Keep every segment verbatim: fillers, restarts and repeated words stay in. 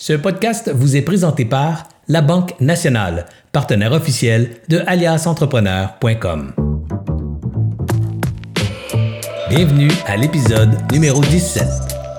Ce podcast vous est présenté par La Banque Nationale, partenaire officiel de alias entrepreneur point com. Bienvenue à l'épisode numéro dix-sept.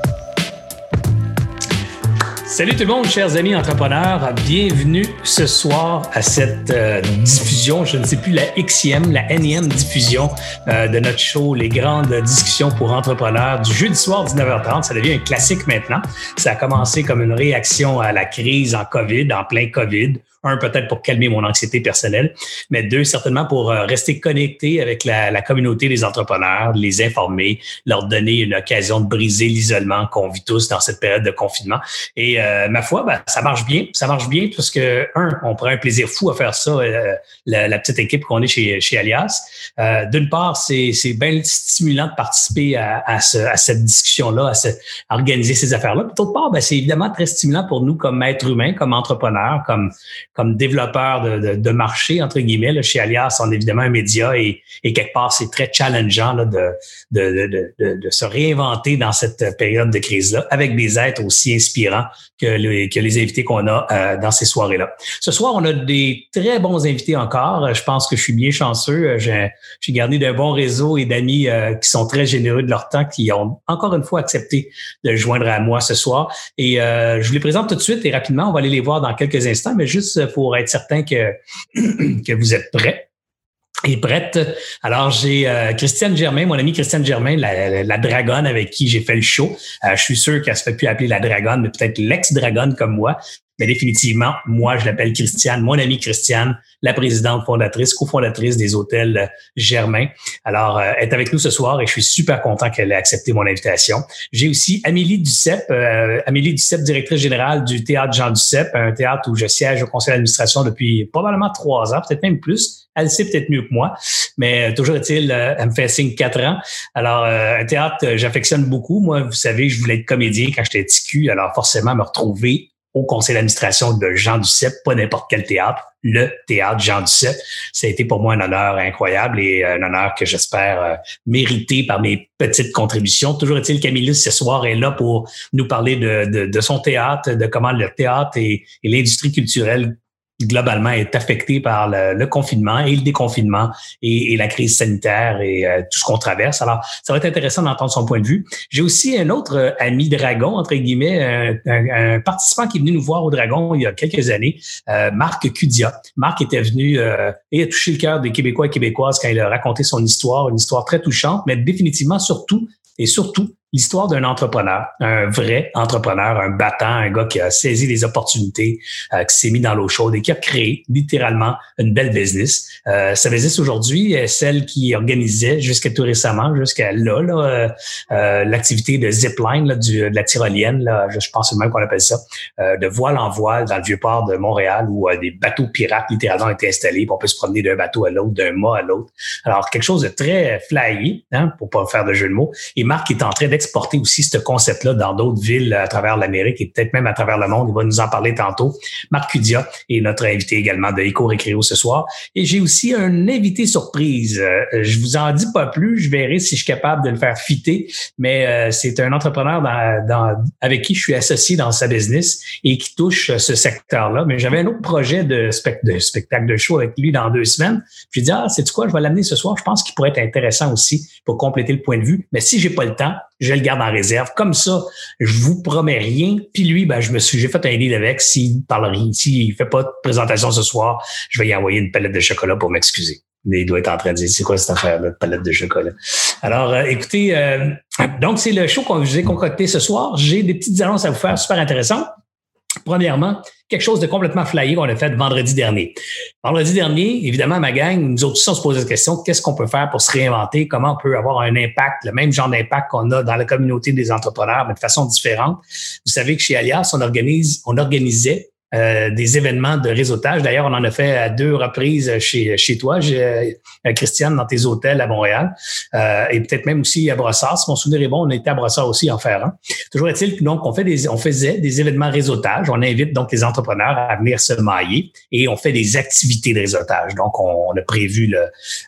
Salut tout le monde, chers amis entrepreneurs. Bienvenue ce soir à cette euh, diffusion, je ne sais plus, la Xème, la énième diffusion euh, de notre show, les grandes discussions pour entrepreneurs du jeudi soir dix-neuf heures trente. Ça devient un classique maintenant. Ça a commencé comme une réaction à la crise en COVID, en plein COVID. Un, peut-être pour calmer mon anxiété personnelle, mais deux, certainement pour euh, rester connecté avec la, la communauté des entrepreneurs, les informer, leur donner une occasion de briser l'isolement qu'on vit tous dans cette période de confinement. Et euh, ma foi, ben, ça marche bien. Ça marche bien parce que, un, on prend un plaisir fou à faire ça, euh, la, la petite équipe qu'on est chez, chez Alias. Euh, d'une part, c'est, c'est bien stimulant de participer à, à, ce, à cette discussion-là, à, ce, à organiser ces affaires-là. Puis d'autre part, ben, c'est évidemment très stimulant pour nous comme êtres humains, comme entrepreneurs, comme comme développeur de, de, de marché, entre guillemets. Là, chez Alias, on est évidemment un média et, et quelque part, c'est très challengeant là, de, de, de, de, de se réinventer dans cette période de crise-là avec des êtres aussi inspirants que, le, que les invités qu'on a euh, dans ces soirées-là. Ce soir, on a des très bons invités encore. Je pense que je suis bien chanceux. J'ai, j'ai gardé d'un bon réseau et d'amis euh, qui sont très généreux de leur temps, qui ont encore une fois accepté de joindre à moi ce soir. Et euh, je vous les présente tout de suite et rapidement. On va aller les voir dans quelques instants, mais juste pour être certain que, que vous êtes prêts et prêtes. Alors, j'ai euh, Christiane Germain, mon amie Christiane Germain, la, la, la dragonne avec qui j'ai fait le show. Euh, je suis sûr qu'elle se fait plus appeler la dragonne, mais peut-être l'ex-dragonne comme moi. Mais définitivement, moi, je l'appelle Christiane, mon amie Christiane, la présidente fondatrice, cofondatrice des hôtels Germain. Alors, euh, elle est avec nous ce soir et je suis super content qu'elle ait accepté mon invitation. J'ai aussi Amélie Duceppe, euh, Amélie Duceppe, directrice générale du Théâtre Jean Duceppe, un théâtre où je siège au conseil d'administration depuis probablement trois ans, peut-être même plus. Elle sait peut-être mieux que moi, mais toujours est-il, euh, elle me fait signe quatre ans. Alors, euh, un théâtre, j'affectionne beaucoup. Moi, vous savez, je voulais être comédien quand j'étais petit cul, alors forcément, me retrouver au conseil d'administration de Jean Duceppe, pas n'importe quel théâtre, le théâtre Jean Duceppe. Ça a été pour moi un honneur incroyable et un honneur que j'espère euh, mériter par mes petites contributions. Toujours est-il qu'Amélie, ce soir, est là pour nous parler de, de, de son théâtre, de comment le théâtre et, et l'industrie culturelle globalement est affecté par le, le confinement et le déconfinement et, et la crise sanitaire et euh, tout ce qu'on traverse. Alors, ça va être intéressant d'entendre son point de vue. J'ai aussi un autre euh, ami dragon, entre guillemets, un, un, un participant qui est venu nous voir au Dragon il y a quelques années, euh, Marc Cudia. Marc était venu euh, et a touché le cœur des Québécois et Québécoises quand il a raconté son histoire, une histoire très touchante, mais définitivement surtout et surtout l'histoire d'un entrepreneur, un vrai entrepreneur, un battant, un gars qui a saisi les opportunités, euh, qui s'est mis dans l'eau chaude et qui a créé littéralement une belle business. Euh, sa business aujourd'hui est celle qui organisait jusqu'à tout récemment, jusqu'à là, là euh, euh, l'activité de zipline, là, du, de la tyrolienne, là, je, je pense même qu'on appelle ça, euh, de voile en voile dans le Vieux-Port de Montréal où euh, des bateaux pirates littéralement ont été installés, puis on peut se promener d'un bateau à l'autre, d'un mât à l'autre. Alors, quelque chose de très flyé, hein, pour pas faire de jeu de mots. Et Marc est en train d'exporter aussi ce concept-là dans d'autres villes à travers l'Amérique et peut-être même à travers le monde. Il va nous en parler tantôt. Marc Cudia est notre invité également de Éco Récréo ce soir. Et j'ai aussi un invité surprise. Euh, je vous en dis pas plus. Je verrai si je suis capable de le faire fitter. Mais euh, c'est un entrepreneur dans, dans, avec qui je suis associé dans sa business et qui touche ce secteur-là. Mais j'avais un autre projet de, spect- de spectacle de show avec lui dans deux semaines. J'ai dit, ah, sais-tu quoi? Je vais l'amener ce soir. Je pense qu'il pourrait être intéressant aussi pour compléter le point de vue. Mais si j'ai pas le temps, je le garde en réserve. Comme ça, je vous promets rien. Puis lui, ben, je me suis, j'ai fait un deal avec. S'il parle rien, s'il fait pas de présentation ce soir, je vais y envoyer une palette de chocolat pour m'excuser. Il doit être en train de dire, c'est quoi cette affaire-là, de palette de chocolat? Alors, euh, écoutez, euh, donc c'est le show qu'on vous a concocté ce soir. J'ai des petites annonces à vous faire super intéressantes. Premièrement, quelque chose de complètement flyé qu'on a fait vendredi dernier. Vendredi dernier, évidemment, ma gang, nous autres aussi, on se posait la question, qu'est-ce qu'on peut faire pour se réinventer? Comment on peut avoir un impact, le même genre d'impact qu'on a dans la communauté des entrepreneurs, mais de façon différente? Vous savez que chez Alias, on organise, on organisait Euh, des événements de réseautage. D'ailleurs, on en a fait à deux reprises chez chez toi, j'ai, euh, Christiane, dans tes hôtels à Montréal, euh, et peut-être même aussi à Brossard. Si mon souvenir est bon, on était à Brossard aussi en faire un. Toujours est-il que donc on fait des, on faisait des événements réseautage. On invite donc les entrepreneurs à venir se mailler et on fait des activités de réseautage. Donc, on, on a prévu le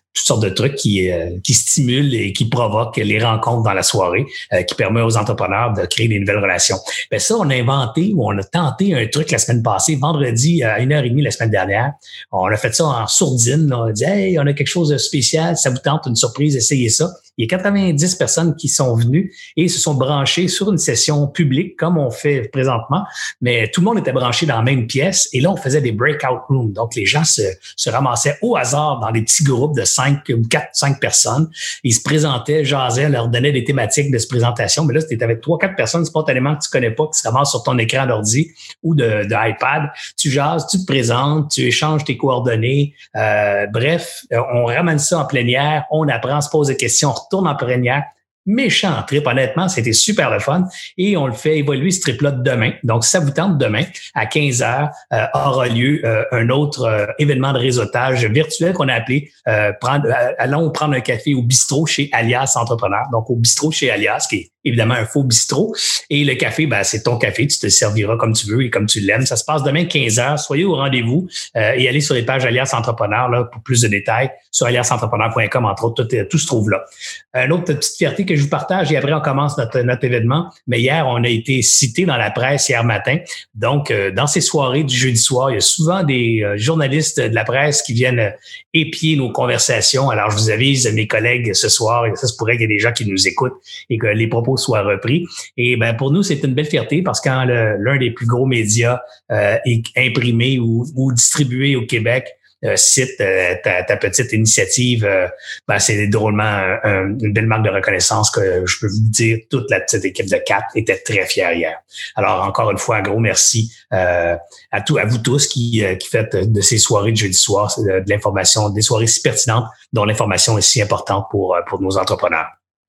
toutes sortes de trucs qui, euh, qui stimulent et qui provoquent les rencontres dans la soirée, euh, qui permet aux entrepreneurs de créer des nouvelles relations. Ben ça, on a inventé ou on a tenté un truc la semaine passée, vendredi à une heure trente la semaine dernière. On a fait ça en sourdine. Là. On a dit, hey, on a quelque chose de spécial, ça vous tente une surprise, essayez ça. Il y a quatre-vingt-dix personnes qui sont venues et se sont branchées sur une session publique comme on fait présentement, mais tout le monde était branché dans la même pièce et là, on faisait des breakout rooms. Donc, les gens se, se ramassaient au hasard dans des petits groupes de cinq ou quatre, cinq personnes. Ils se présentaient, jasaient, leur donnaient des thématiques de cette présentation. Mais là, c'était avec trois, quatre personnes spontanément que tu connais pas, qui se ramassent sur ton écran d'ordi ou de, de iPad. Tu jases, tu te présentes, tu échanges tes coordonnées. Euh, bref, on ramène ça en plénière, on apprend, on se pose des questions, on retourne en plénière. Méchant trip, honnêtement, c'était super le fun et on le fait évoluer ce trip-là demain. Donc, si ça vous tente, demain, à quinze heures, euh, aura lieu euh, un autre euh, événement de réseautage virtuel qu'on a appelé euh, prendre, euh, allons prendre un café au bistrot chez Alias Entrepreneur. Donc, au bistrot chez Alias, qui est évidemment un faux bistrot. Et le café, ben, c'est ton café. Tu te serviras comme tu veux et comme tu l'aimes. Ça se passe demain quinze heures. Soyez au rendez-vous euh, et allez sur les pages Alias Entrepreneur là, pour plus de détails. Sur alias entrepreneur point com, entre autres, tout, tout se trouve là. Une autre petite fierté que je vous partage et après, on commence notre, notre événement. Mais hier, on a été cité dans la presse hier matin. Donc, euh, dans ces soirées du jeudi soir, il y a souvent des euh, journalistes de la presse qui viennent euh, épier nos conversations. Alors, je vous avise, mes collègues, ce soir, et ça se pourrait qu'il y ait des gens qui nous écoutent et que les propos soit repris. Et ben pour nous, c'est une belle fierté parce que quand le, l'un des plus gros médias euh, est imprimé ou, ou distribué au Québec euh, cite euh, ta, ta petite initiative, euh, ben c'est drôlement un, une belle marque de reconnaissance que je peux vous dire, toute la petite équipe de Cap était très fière hier. Alors encore une fois, un gros merci euh, à, tout, à vous tous qui, euh, qui faites de ces soirées de jeudi soir de, de l'information, des soirées si pertinentes dont l'information est si importante pour, pour nos entrepreneurs.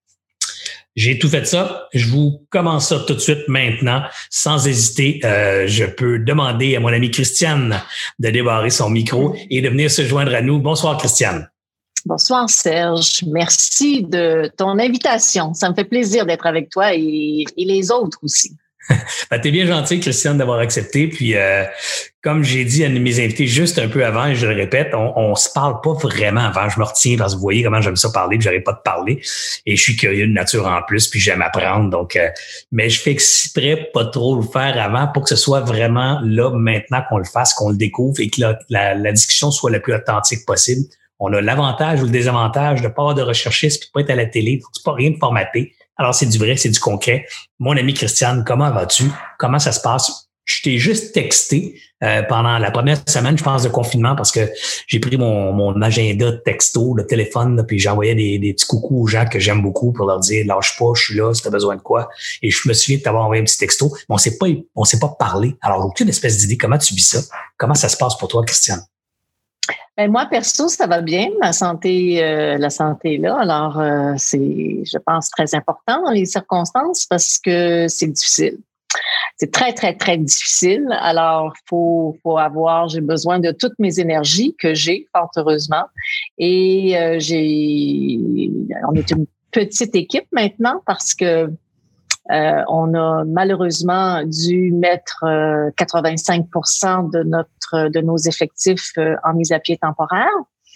J'ai tout fait ça. Je vous commence ça tout de suite maintenant, sans hésiter. Euh, je peux demander à mon amie Christiane de débarrer son micro et de venir se joindre à nous. Bonsoir, Christiane. Bonsoir, Serge. Merci de ton invitation. Ça me fait plaisir d'être avec toi et, et les autres aussi. Ben, t'es bien gentil, Christiane, d'avoir accepté. Puis, euh, comme j'ai dit à mes invités juste un peu avant, et je le répète, on, on se parle pas vraiment avant. Je me retiens parce que vous voyez comment j'aime ça parler, puis j'arrête pas de parler. Et je suis curieux de nature en plus, puis j'aime apprendre. Donc, euh, mais je fais exprès pas trop le faire avant pour que ce soit vraiment là, maintenant qu'on le fasse, qu'on le découvre et que la, la, la discussion soit la plus authentique possible. On a l'avantage ou le désavantage de pas avoir de recherchiste puis de pas être à la télé. Donc, c'est pas rien de formaté. Alors, c'est du vrai, c'est du concret. Mon amie Christiane, comment vas-tu? Comment ça se passe? Je t'ai juste texté euh, pendant la première semaine, je pense, de confinement parce que j'ai pris mon, mon agenda de texto, le téléphone, là, puis j'envoyais des, des petits coucous aux gens que j'aime beaucoup pour leur dire « lâche pas, je suis là, si tu as besoin de quoi ». Et je me souviens de t'avoir envoyé un petit texto, mais on s'est pas, on s'est pas parlé. Alors, aucune espèce d'idée. Comment tu vis ça? Comment ça se passe pour toi, Christiane? Ben moi, perso, ça va bien. Ma santé, euh, la santé est là. Alors, euh, c'est, je pense, très important dans les circonstances parce que c'est difficile. C'est très, très, très difficile. Alors, faut, faut avoir, j'ai besoin de toutes mes énergies que j'ai, fort heureusement. Et euh, j'ai, on est une petite équipe maintenant parce que Euh, on a malheureusement dû mettre euh, quatre-vingt-cinq pour cent de notre de nos effectifs euh, en mise à pied temporaire.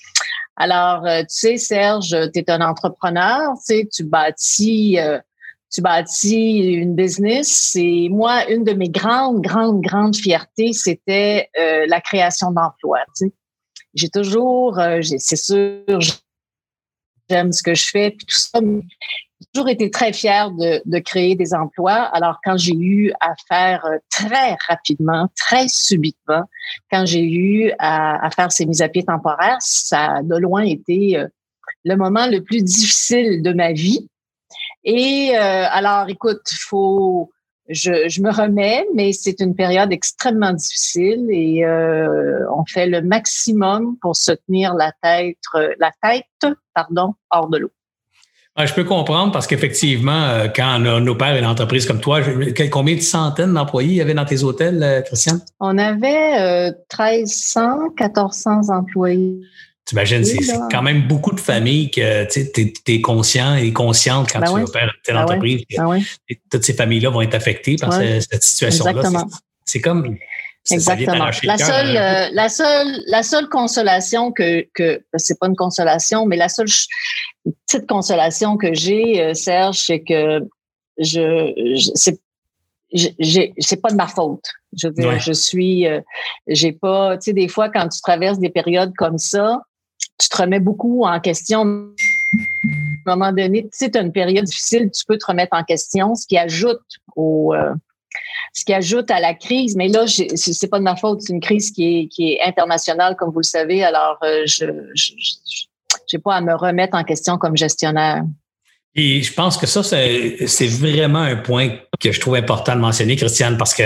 Alors, euh, tu sais, Serge, tu es un entrepreneur, tu sais, tu bâtis euh, tu bâtis une business. Et moi, une de mes grandes, grandes, grandes fiertés, c'était euh, la création d'emplois. Tu sais, j'ai toujours, euh, j'ai, c'est sûr, j'aime ce que je fais puis tout ça. Mais j'ai toujours été très fière de, de créer des emplois. Alors, quand j'ai eu à faire très rapidement, très subitement, quand j'ai eu à, à faire ces mises à pied temporaires, ça a de loin été le moment le plus difficile de ma vie. Et euh, alors, écoute, faut, je, je me remets, mais c'est une période extrêmement difficile et euh, on fait le maximum pour se tenir la tête, la tête, pardon, hors de l'eau. Je peux comprendre parce qu'effectivement, quand on a nos pères et une entreprise comme toi, combien de centaines d'employés il y avait dans tes hôtels, Christiane? On avait euh, treize cents, quatorze cents employés. T'imagines, c'est, c'est quand même beaucoup de familles que tu es conscient et consciente quand ben tu ouais. opères une telle ben entreprise. Ouais. Ben ouais. Toutes ces familles-là vont être affectées par ouais. cette, cette situation-là. C'est, c'est comme... Ça, Exactement. Ça la, seule, euh, la, seule, la seule consolation que, que c'est pas une consolation, mais la seule ch- petite consolation que j'ai, euh, Serge, c'est que je, je c'est, j'ai, c'est pas de ma faute. Je veux dire, ouais. je suis, euh, j'ai pas, tu sais, des fois, quand tu traverses des périodes comme ça, tu te remets beaucoup en question. À un moment donné, tu sais, tu as une période difficile, tu peux te remettre en question, ce qui ajoute au, euh, ce qui ajoute à la crise. Mais là, j'ai, c'est pas de ma faute, c'est une crise qui est, qui est internationale, comme vous le savez. Alors, euh, je, je, je j'ai pas à me remettre en question comme gestionnaire. Et je pense que ça, c'est, c'est vraiment un point que je trouve important de mentionner, Christiane, parce que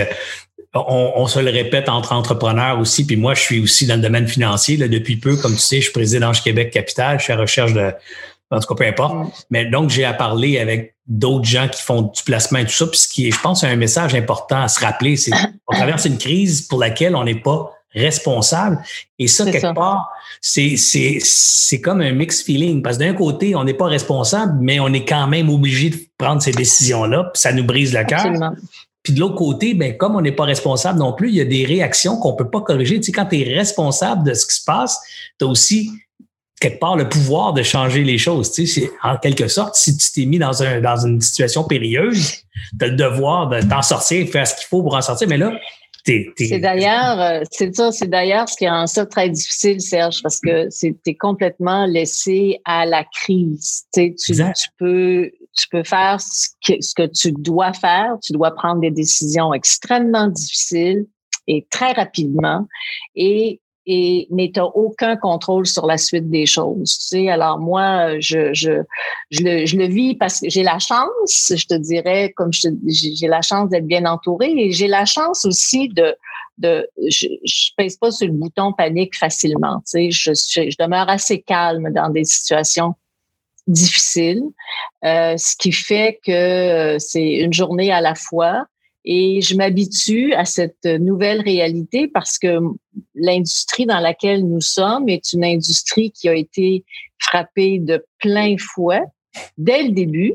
on, on se le répète entre entrepreneurs aussi, puis moi, je suis aussi dans le domaine financier là, depuis peu. Comme tu sais, je suis président de Québec Capital, je suis à la recherche de... En tout cas, peu importe. Mm. Mais donc, j'ai à parler avec d'autres gens qui font du placement et tout ça. Puis ce qui est, je pense, un message important à se rappeler, c'est qu'on traverse une crise pour laquelle on n'est pas responsable. Et ça, c'est quelque ça. part, c'est, c'est, c'est comme un mixed feeling. Parce que d'un côté, on n'est pas responsable, mais on est quand même obligé de prendre ces décisions-là. Puis ça nous brise le cœur. Puis de l'autre côté, ben comme on n'est pas responsable non plus, il y a des réactions qu'on peut pas corriger. Tu sais, quand tu es responsable de ce qui se passe, tu as aussi quelque part le pouvoir de changer les choses. Tu sais, c'est, en quelque sorte, si tu t'es mis dans, un, dans une situation périlleuse, tu as le devoir de t'en sortir, faire ce qu'il faut pour en sortir. Mais là, t'es... t'es c'est d'ailleurs, c'est ça, c'est d'ailleurs ce qui rend ça très difficile, Serge, parce que c'est, t'es complètement laissé à la crise. Tu sais, tu, tu peux... Tu peux faire ce que, ce que tu dois faire. Tu dois prendre des décisions extrêmement difficiles et très rapidement. Et, et, mais tu n'as aucun contrôle sur la suite des choses. Tu sais, alors moi, je, je, je, le, je le vis parce que j'ai la chance, je te dirais, comme je te, j'ai la chance d'être bien entourée et j'ai la chance aussi de, de, je, je pèse pas sur le bouton panique facilement. Tu sais, je, je, je demeure assez calme dans des situations difficile, euh, ce qui fait que euh, c'est une journée à la fois et je m'habitue à cette nouvelle réalité parce que l'industrie dans laquelle nous sommes est une industrie qui a été frappée de plein fouet dès le début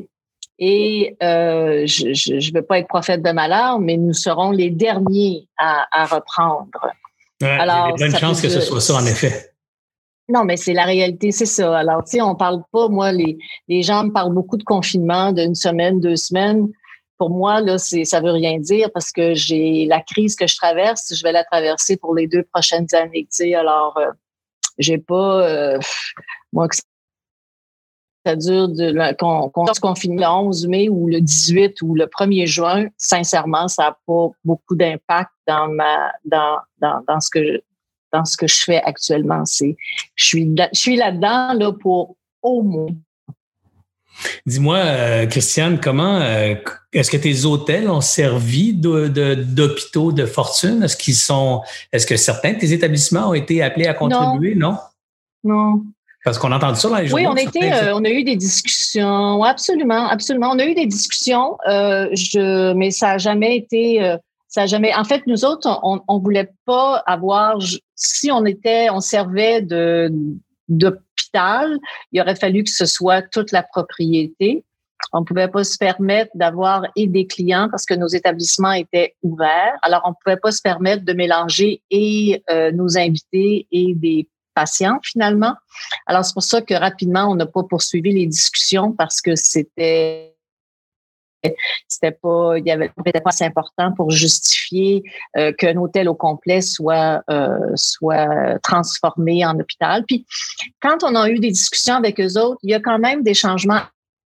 et euh, je ne veux pas être prophète de malheur, mais nous serons les derniers à, à reprendre. Ouais, Alors, il y a de bonnes chances que ce soit ça, en effet. Non, mais c'est la réalité, c'est ça. Alors, tu sais, on parle pas, moi, les, les gens me parlent beaucoup de confinement, d'une semaine, deux semaines. Pour moi, là, c'est, ça veut rien dire parce que j'ai la crise que je traverse, je vais la traverser pour les deux prochaines années, tu sais. Alors, euh, j'ai pas, euh, moi, que ça dure de, qu'on, qu'on se confine le onze mai ou le dix-huit ou le premier juin, sincèrement, ça n'a pas beaucoup d'impact dans ma, dans, dans, dans ce que je, dans ce que je fais actuellement. C'est, je suis, je suis là-dedans là, pour au moins. Dis-moi, euh, Christiane, comment euh, est-ce que tes hôtels ont servi de, de, d'hôpitaux de fortune? Est-ce qu'ils sont, est-ce que certains de tes établissements ont été appelés à contribuer? Non. Non. non. Parce qu'on a entendu ça dans les journaux. Oui, on, était, euh, on a eu des discussions. Absolument, absolument. On a eu des discussions, euh, je, mais ça n'a jamais été... Euh, Ça a jamais. En fait, nous autres, on, on voulait pas avoir. Si on était, on servait de d'hôpital, il aurait fallu que ce soit toute la propriété. On pouvait pas se permettre d'avoir et des clients parce que nos établissements étaient ouverts. Alors, on pouvait pas se permettre de mélanger et euh, nos invités et des patients finalement. Alors, c'est pour ça que rapidement, on n'a pas poursuivi les discussions parce que c'était C'était pas, il y avait pas assez important pour justifier euh, qu'un hôtel au complet soit euh, soit transformé en hôpital. Puis quand on a eu des discussions avec eux autres, il y a quand même des changements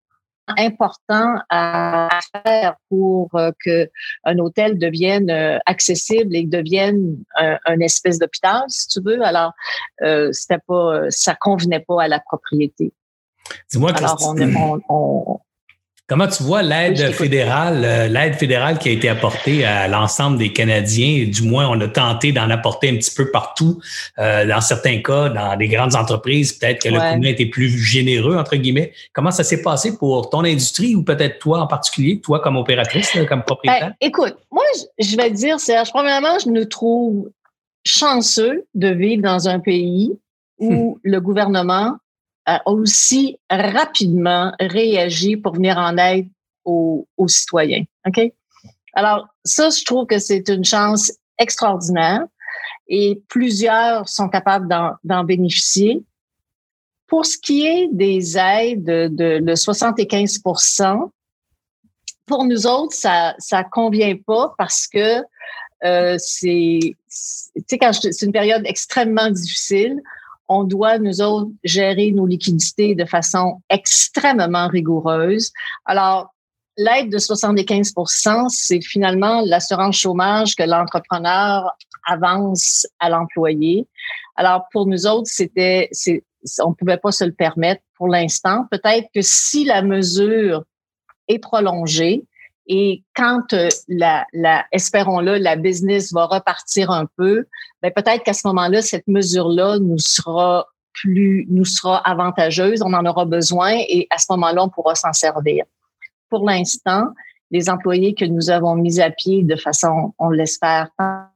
importants à faire pour euh, que un hôtel devienne euh, accessible et devienne un, un espèce d'hôpital, si tu veux. Alors, euh, c'était pas, ça convenait pas à la propriété. Dis-moi, Alors, on, on, on comment tu vois l'aide oui, fédérale, euh, l'aide fédérale qui a été apportée à l'ensemble des Canadiens? Du moins, on a tenté d'en apporter un petit peu partout. Euh, dans certains cas, dans des grandes entreprises, peut-être que ouais. le gouvernement était plus généreux, entre guillemets. Comment ça s'est passé pour ton industrie ou peut-être toi en particulier, toi comme opératrice, là, comme propriétaire? Ben, écoute, moi, je vais te dire, Serge, premièrement, je nous trouve chanceux de vivre dans un pays où hum. le gouvernement a aussi rapidement réagi pour venir en aide aux, aux citoyens. OK? Alors, ça, je trouve que c'est une chance extraordinaire et plusieurs sont capables d'en, d'en bénéficier. Pour ce qui est des aides de, de, de soixante-quinze pour cent, pour nous autres, ça ça convient pas parce que euh, c'est, tu sais, quand je, c'est une période extrêmement difficile, on doit, nous autres, gérer nos liquidités de façon extrêmement rigoureuse. Alors, l'aide de soixante-quinze pour cent, c'est finalement l'assurance chômage que l'entrepreneur avance à l'employé. Alors, pour nous autres, c'était, c'est, on ne pouvait pas se le permettre pour l'instant. Peut-être que si la mesure est prolongée et quand euh, la, la, espérons-le, la business va repartir un peu, ben peut-être qu'à ce moment-là, cette mesure-là nous sera plus, nous sera avantageuse. On en aura besoin et à ce moment-là, on pourra s'en servir. Pour l'instant, les employés que nous avons mis à pied de façon, on l'espère,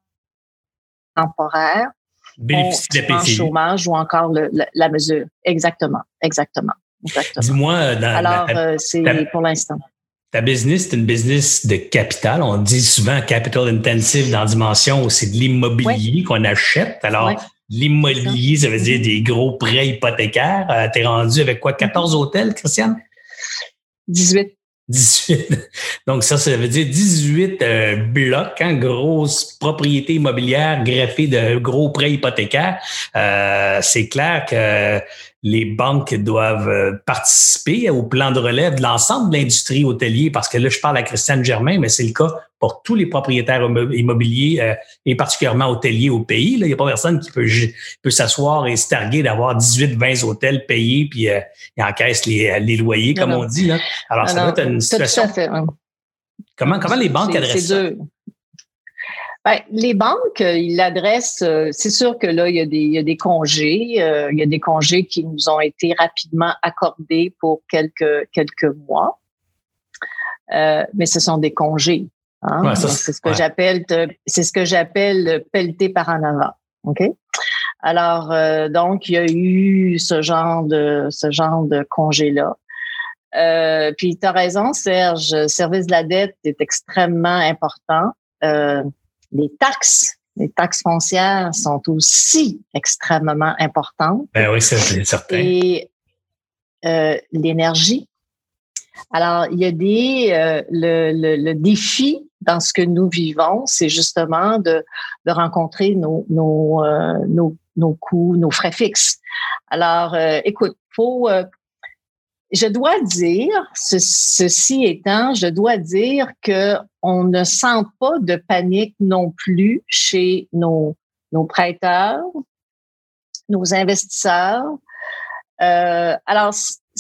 temporaire, bénéficient de la P C U. Chômage ou encore le, la, la mesure. Exactement, exactement. exactement. Dis-moi, dans, alors dans, euh, c'est ta, pour l'instant. Ta business, c'est une business de capital. On dit souvent capital intensive dans la dimension où c'est de l'immobilier oui. qu'on achète. Alors, oui. l'immobilier, ça. ça veut dire des gros prêts hypothécaires. Euh, t'es rendu avec quoi, quatorze mm-hmm. hôtels, Christiane? dix-huit. dix-huit. Donc, ça, ça veut dire dix-huit euh, blocs, hein, grosses propriétés immobilières greffées de gros prêts hypothécaires. Euh, c'est clair que les banques doivent participer au plan de relève de l'ensemble de l'industrie hôtelière, parce que là, je parle à Christiane Germain, mais c'est le cas pour tous les propriétaires immobiliers euh, et particulièrement hôteliers au pays. Là, il n'y a pas personne qui peut, peut s'asseoir et se targuer d'avoir dix-huit, vingt hôtels payés puis euh, ils encaissent les, les loyers, non, comme non. on dit. Là. Alors, non, ça doit être une situation... Tout à fait. Hein. Comment, comment les banques c'est, adressent c'est ça? Dur. Ben, les banques, ils l'adressent, c'est sûr que là, il y a des, il y a des congés, euh, il y a des congés qui nous ont été rapidement accordés pour quelques, quelques mois. Euh, mais ce sont des congés. Hein? Ouais, ça, c'est, c'est ce que ouais. j'appelle, c'est ce que j'appelle pelleter par en avant. OK? Alors, euh, donc, il y a eu ce genre de, ce genre de congé-là. Euh, puis, tu as raison, Serge, le service de la dette est extrêmement important. Euh, Les taxes, les taxes foncières sont aussi extrêmement importantes. Ben oui, c'est certain. Et euh, l'énergie. Alors, il y a des euh, le, le, le défi dans ce que nous vivons, c'est justement de, de rencontrer nos nos, euh, nos nos coûts, nos frais fixes. Alors, euh, écoute, faut euh, je dois dire, ce, ceci étant, je dois dire que on ne sent pas de panique non plus chez nos, nos prêteurs, nos investisseurs. Euh, alors,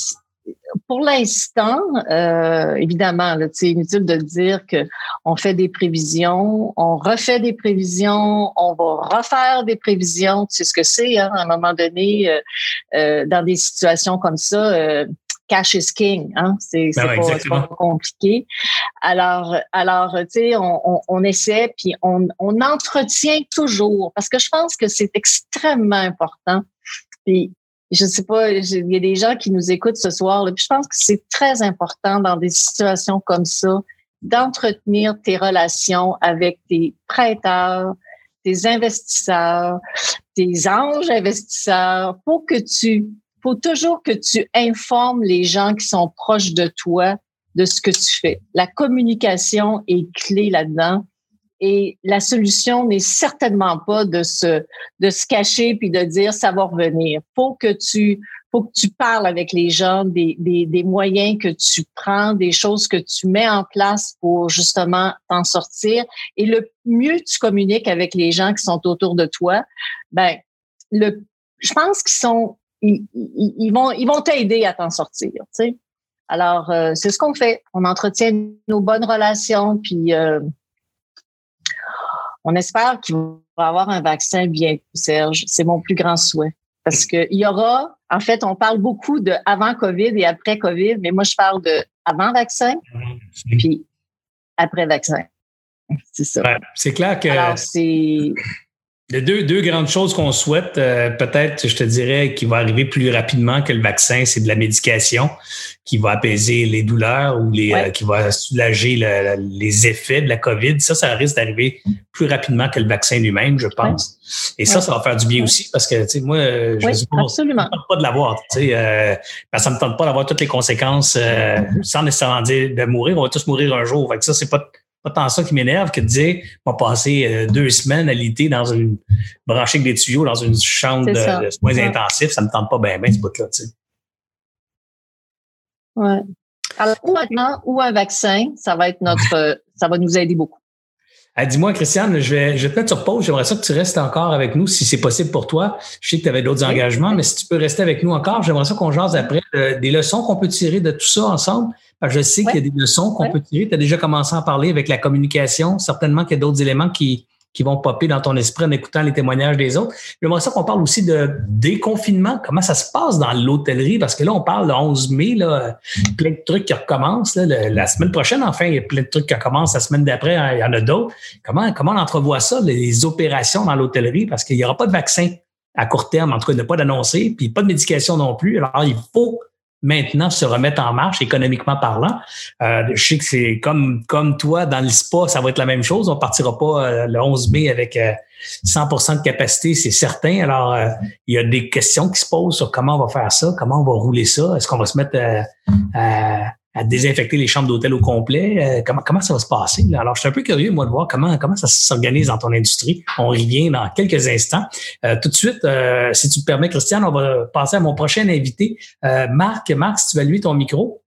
pour l'instant, euh, évidemment, là, c'est inutile de dire que on fait des prévisions, on refait des prévisions, on va refaire des prévisions. Tu sais ce que c'est, hein, à un moment donné, euh, euh, dans des situations comme ça. Euh, Cash is king, hein. C'est, c'est, ben ouais, pas, c'est pas compliqué. Alors, alors, tu sais, on, on, on essaie puis on, on entretient toujours parce que je pense que c'est extrêmement important. Puis, je sais pas, il y a des gens qui nous écoutent ce soir, là, puis je pense que c'est très important dans des situations comme ça d'entretenir tes relations avec tes prêteurs, tes investisseurs, tes anges investisseurs pour que tu faut toujours que tu informes les gens qui sont proches de toi de ce que tu fais. La communication est clé là-dedans et la solution n'est certainement pas de se de se cacher puis de dire ça va revenir. Faut que tu faut que tu parles avec les gens des des des moyens que tu prends, des choses que tu mets en place pour justement t'en sortir et le mieux tu communiques avec les gens qui sont autour de toi, ben le je pense qu'ils sont Ils, ils, ils vont ils vont t'aider à t'en sortir, tu sais. Alors euh, c'est ce qu'on fait. On entretient nos bonnes relations, puis euh, on espère qu'il va y avoir un vaccin bientôt, Serge. C'est mon plus grand souhait, parce que il y aura. En fait, on parle beaucoup de avant Covid et après Covid, mais moi je parle de avant vaccin, puis après vaccin. C'est ça. Ouais, c'est clair que. Alors c'est. Les deux, deux grandes choses qu'on souhaite, euh, peut-être, je te dirais, qui va arriver plus rapidement que le vaccin, c'est de la médication qui va apaiser les douleurs ou les, ouais. euh, qui va soulager le, les effets de la COVID. Ça, ça risque d'arriver plus rapidement que le vaccin lui-même, je pense. Ouais. Et ça, ouais. ça va faire du bien ouais. aussi parce que, tu sais, moi, je oui, ne me tente pas de l'avoir. Tu sais, euh, parce que ça ne me tente pas d'avoir toutes les conséquences euh, sans nécessairement dire de mourir. On va tous mourir un jour. Fait que ça, c'est pas pas tant ça qui m'énerve que de dire on va passer euh, deux semaines à l'été dans une branchée avec des tuyaux dans une chambre de, de soins ouais. intensifs, ça me tente pas bien bien ce bout-là, tu sais. Ouais. Alors, ou maintenant, ou un vaccin, ça va être notre euh, ça va nous aider beaucoup. Ah, dis-moi, Christiane, je vais, je vais te mettre sur pause. J'aimerais ça que tu restes encore avec nous si c'est possible pour toi. Je sais que tu avais d'autres oui. engagements, mais si tu peux rester avec nous encore, j'aimerais ça qu'on jase après euh, des leçons qu'on peut tirer de tout ça ensemble. Parce que je sais ouais. qu'il y a des leçons qu'on ouais. peut tirer. Tu as déjà commencé à en parler avec la communication. Certainement qu'il y a d'autres éléments qui, qui vont popper dans ton esprit en écoutant les témoignages des autres. J'aimerais ça qu'on parle aussi de déconfinement. Comment ça se passe dans l'hôtellerie? Parce que là, on parle le onze mai, là, plein de trucs qui recommencent. Là, le, la semaine prochaine, enfin, il y a plein de trucs qui recommencent. La semaine d'après, il y en a d'autres. Comment, comment on entrevoit ça, les opérations dans l'hôtellerie? Parce qu'il n'y aura pas de vaccin à court terme, en tout cas, il n'y a pas d'annoncé, puis pas de médication non plus. Alors, il faut maintenant se remettre en marche économiquement parlant. Euh, je sais que c'est comme comme toi dans le spa, ça va être la même chose. On partira pas euh, le onze mai avec euh, cent pour cent de capacité, c'est certain. Alors, euh, il y a des questions qui se posent sur comment on va faire ça, comment on va rouler ça. Est-ce qu'on va se mettre euh, à, à désinfecter les chambres d'hôtel au complet? Euh, comment comment ça va se passer? Là? Alors, je suis un peu curieux, moi, de voir comment comment ça s'organise dans ton industrie. On revient dans quelques instants. Euh, tout de suite, euh, si tu me permets, Christiane, on va passer à mon prochain invité, euh, Marc. Marc, si tu vas allumer ton micro.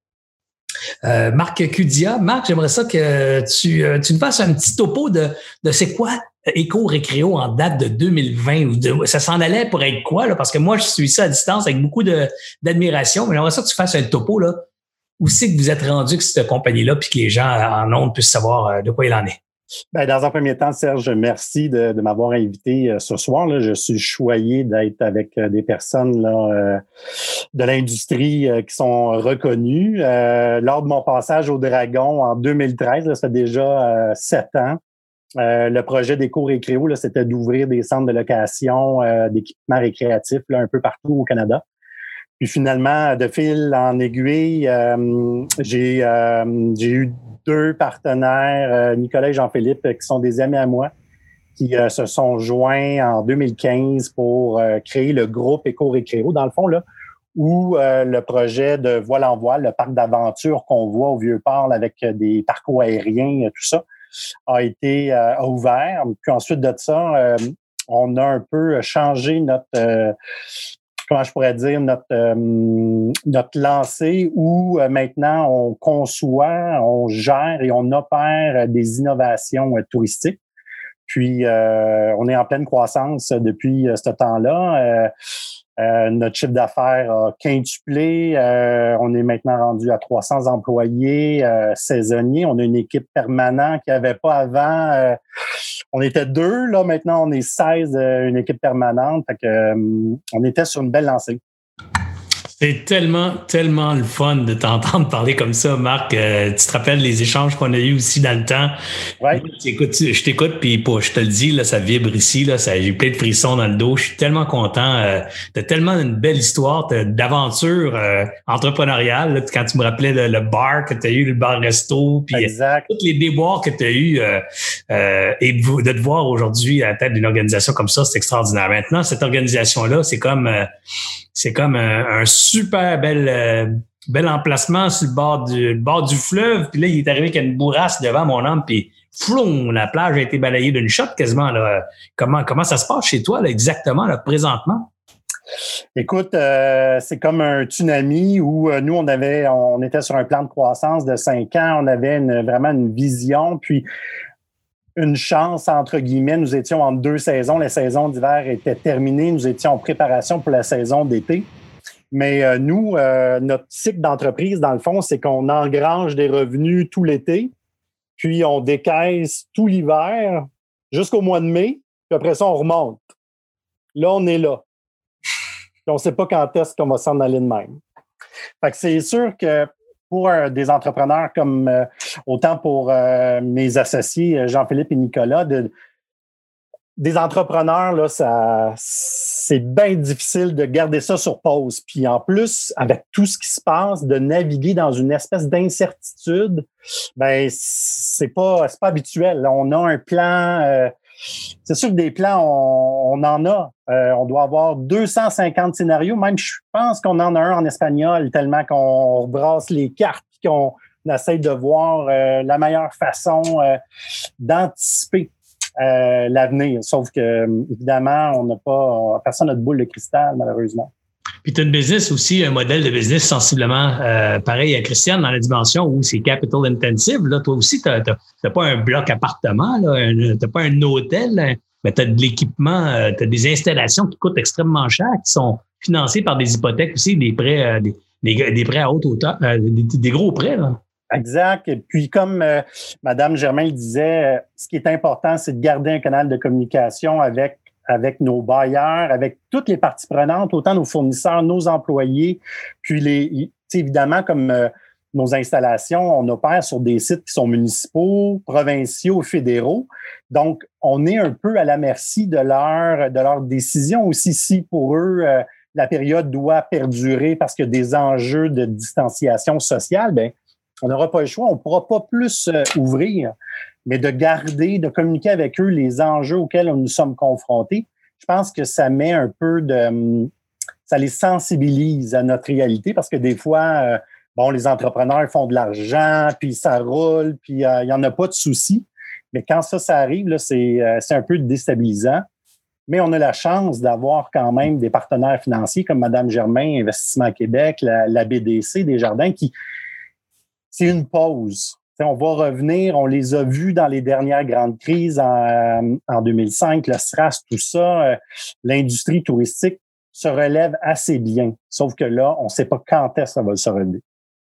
Euh, Marc Cudia. Marc, j'aimerais ça que tu, euh, tu nous fasses un petit topo de, de c'est quoi Éco-Récréo en date de deux mille vingt. Ou de, ça s'en allait pour être quoi? Là? Parce que moi, je suis ça à distance avec beaucoup de, d'admiration. Mais j'aimerais ça que tu fasses un topo, là. Où c'est que vous êtes rendu que cette compagnie-là puis que les gens en ondes puissent savoir de quoi il en est? Bien, dans un premier temps, Serge, merci de, de m'avoir invité euh, ce soir. Là. Je suis choyé d'être avec euh, des personnes là, euh, de l'industrie euh, qui sont reconnues. Euh, lors de mon passage au Dragon en deux mille treize, là, ça fait déjà euh, sept ans, euh, le projet d'Éco-Récréo, là, c'était d'ouvrir des centres de location euh, d'équipements récréatifs là, un peu partout au Canada. Puis finalement, de fil en aiguille, euh, j'ai, euh, j'ai eu deux partenaires, euh, Nicolas et Jean-Philippe, qui sont des amis à moi, qui euh, se sont joints en deux mille quinze pour euh, créer le groupe Éco-Récréo, dans le fond, là, où euh, le projet de Voile en Voile, le parc d'aventure qu'on voit au Vieux-Port avec des parcours aériens, tout ça, a été euh, a ouvert. Puis ensuite de ça, euh, on a un peu changé notre... Euh, comment je pourrais dire, notre euh, notre lancée où euh, maintenant on conçoit, on gère et on opère des innovations euh, touristiques. Puis, euh, on est en pleine croissance depuis euh, ce temps-là. Euh, euh, notre chiffre d'affaires a quintuplé. Euh, on est maintenant rendu à trois cents employés euh, saisonniers. On a une équipe permanente qu'il n'y avait pas avant. Euh, on était deux, là. Maintenant, on est seize, euh, une équipe permanente. Fait que, euh, on était sur une belle lancée. C'est tellement, tellement le fun de t'entendre parler comme ça, Marc. Euh, tu te rappelles les échanges qu'on a eus aussi dans le temps? Ouais. Je t'écoute, puis je te le dis, là, ça vibre ici. Là, ça, j'ai plein de frissons dans le dos. Je suis tellement content. Euh, t'as tellement une belle histoire d'aventure euh, entrepreneuriale. Là, quand tu me rappelais le, le bar que tu as eu, le bar-resto, puis exact. Tous les déboires que tu as eus. Euh, euh, et de, de te voir aujourd'hui à la tête d'une organisation comme ça, c'est extraordinaire. Maintenant, cette organisation-là, c'est comme... Euh, C'est comme un, un super bel, euh, bel emplacement sur le bord du, le bord du fleuve. Puis là, il est arrivé qu'il y a une bourrasse devant mon homme, puis floum, la plage a été balayée d'une shot quasiment. Là. Comment, comment ça se passe chez toi là, exactement, là, présentement? Écoute, euh, c'est comme un tsunami où euh, nous, on avait, on était sur un plan de croissance de cinq ans. On avait une, vraiment une vision, puis une chance, entre guillemets. Nous étions en deux saisons. La saison d'hiver était terminée. Nous étions en préparation pour la saison d'été. Mais euh, nous, euh, notre cycle d'entreprise, dans le fond, c'est qu'on engrange des revenus tout l'été, puis on décaisse tout l'hiver jusqu'au mois de mai, puis après ça, on remonte. Là, on est là. Puis on ne sait pas quand est-ce qu'on va s'en aller de même. Fait que c'est sûr que pour euh, des entrepreneurs comme euh, autant pour euh, mes associés Jean-Philippe et Nicolas, de, des entrepreneurs, là, ça, c'est bien difficile de garder ça sur pause. Puis en plus, avec tout ce qui se passe, de naviguer dans une espèce d'incertitude, ben c'est pas, c'est pas habituel. On a un plan. Euh, c'est sûr que des plans, on, on en a. Euh, on doit avoir deux cent cinquante scénarios. Même, je pense qu'on en a un en espagnol, tellement qu'on rebrasse les cartes et qu'on essaie de voir euh, la meilleure façon euh, d'anticiper Euh, l'avenir. Sauf que, évidemment, on n'a pas, personne n'a de boule de cristal, malheureusement. Puis tu as une business aussi, un modèle de business sensiblement euh, pareil à Christiane dans la dimension où c'est capital intensive. Là, toi aussi, tu n'as pas un bloc appartement, tu n'as pas un hôtel, mais tu as de l'équipement, euh, tu as des installations qui coûtent extrêmement cher, qui sont financées par des hypothèques aussi, des prêts, euh, des, des, des prêts à haute hauteur, euh, des, des gros prêts, là. Exact. Et puis, comme euh, Mme Germain le disait, euh, ce qui est important, c'est de garder un canal de communication avec, avec nos bailleurs, avec toutes les parties prenantes, autant nos fournisseurs, nos employés, puis les, évidemment, comme euh, nos installations, on opère sur des sites qui sont municipaux, provinciaux, fédéraux. Donc, on est un peu à la merci de leur, de leurs décisions aussi. Si pour eux, euh, la période doit perdurer parce qu'il y a des enjeux de distanciation sociale, bien, on n'aura pas le choix, on ne pourra pas plus euh, ouvrir, mais de garder, de communiquer avec eux les enjeux auxquels nous sommes confrontés. Je pense que ça met un peu de... ça les sensibilise à notre réalité parce que des fois, euh, bon, les entrepreneurs font de l'argent, puis ça roule, puis il euh, n'y en a pas de souci. Mais quand ça, ça arrive, là, c'est, euh, c'est un peu déstabilisant. Mais on a la chance d'avoir quand même des partenaires financiers comme Mme Germain, Investissement Québec, la, la B D C, Desjardins, qui... c'est une pause. T'sais, on va revenir, on les a vus dans les dernières grandes crises en, en deux mille cinq, le SRAS, tout ça. Euh, l'industrie touristique se relève assez bien. Sauf que là, on ne sait pas quand est-ce que ça va se relever.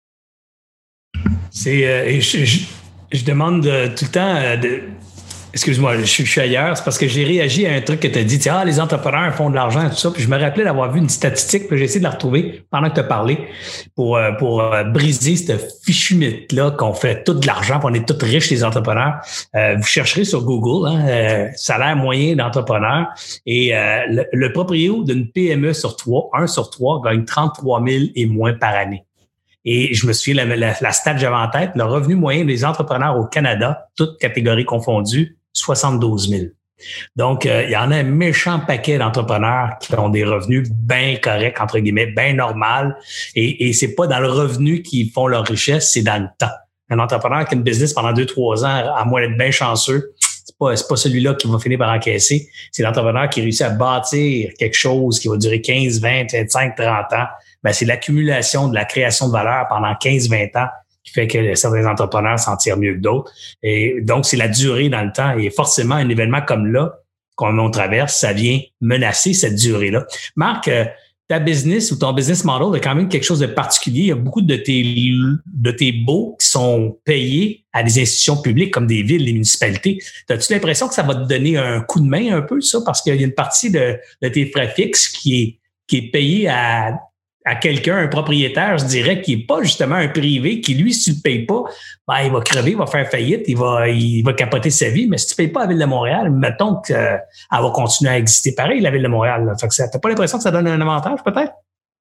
C'est, euh, je, je, je demande de, tout le temps... Euh, de... Excuse-moi, je, je suis ailleurs. C'est parce que j'ai réagi à un truc que tu as dit. Ah, les entrepreneurs font de l'argent et tout ça. Puis je me rappelais d'avoir vu une statistique, puis j'ai essayé de la retrouver pendant que tu as parlé pour, pour briser ce fichu mythe-là qu'on fait tout de l'argent, qu'on est tous riches, les entrepreneurs. Euh, vous chercherez sur Google, hein, euh, salaire moyen d'entrepreneur. Et euh, le, le proprio d'une P M E sur trois, un sur trois, gagne trente-trois mille et moins par année. Et je me souviens, la, la, la stat que j'avais en tête, le revenu moyen des entrepreneurs au Canada, toutes catégories confondues, soixante-douze mille. Donc, euh, il y en a un méchant paquet d'entrepreneurs qui ont des revenus bien corrects, entre guillemets, bien normal. Et, et c'est pas dans le revenu qu'ils font leur richesse, c'est dans le temps. Un entrepreneur qui a une business pendant deux, trois ans, à moins d'être bien chanceux, c'est pas, c'est pas celui-là qui va finir par encaisser. C'est l'entrepreneur qui réussit à bâtir quelque chose qui va durer quinze, vingt, vingt-cinq, trente ans. Ben, c'est l'accumulation de la création de valeur pendant quinze, vingt ans qui fait que certains entrepreneurs s'en tirent mieux que d'autres. Et donc, c'est la durée dans le temps. Et forcément, un événement comme là, qu'on traverse, ça vient menacer cette durée-là. Marc, euh, ta business ou ton business model est quand même quelque chose de particulier. Il y a beaucoup de tes, de tes baux qui sont payés à des institutions publiques comme des villes, des municipalités. As-tu l'impression que ça va te donner un coup de main un peu, ça? Parce qu'il y a une partie de, de tes frais fixes qui est, qui est payée à... à quelqu'un, un propriétaire, je dirais, qui n'est pas justement un privé, qui, lui, si tu ne le payes pas, ben, il va crever, il va faire faillite, il va, il va capoter sa vie. Mais si tu ne payes pas à la Ville de Montréal, mettons qu'elle euh, va continuer à exister pareil, la Ville de Montréal. Là. Fait que ça, t'as pas l'impression que ça donne un avantage, peut-être?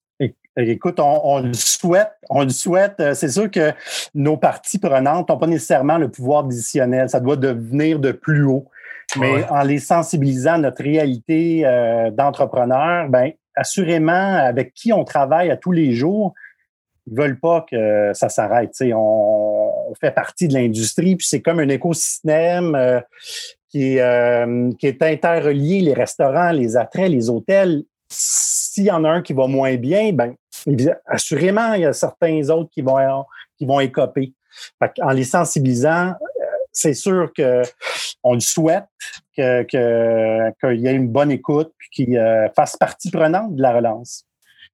Écoute, on, on le souhaite, on le souhaite. C'est sûr que nos parties prenantes n'ont pas nécessairement le pouvoir décisionnel. Ça doit devenir de plus haut. Mais ouais. En les sensibilisant à notre réalité euh, d'entrepreneur, ben assurément, avec qui on travaille à tous les jours, ils ne veulent pas que ça s'arrête. T'sais, on, on fait partie de l'industrie, puis c'est comme un écosystème euh, qui, est, euh, qui est interrelié, les restaurants, les attraits, les hôtels. S'il y en a un qui va moins bien, ben assurément, il y a certains autres qui vont, qui vont écoper. Fait en les sensibilisant, c'est sûr qu'on le souhaite, que, que, qu'il y ait une bonne écoute puis qu'il euh, fasse partie prenante de la relance.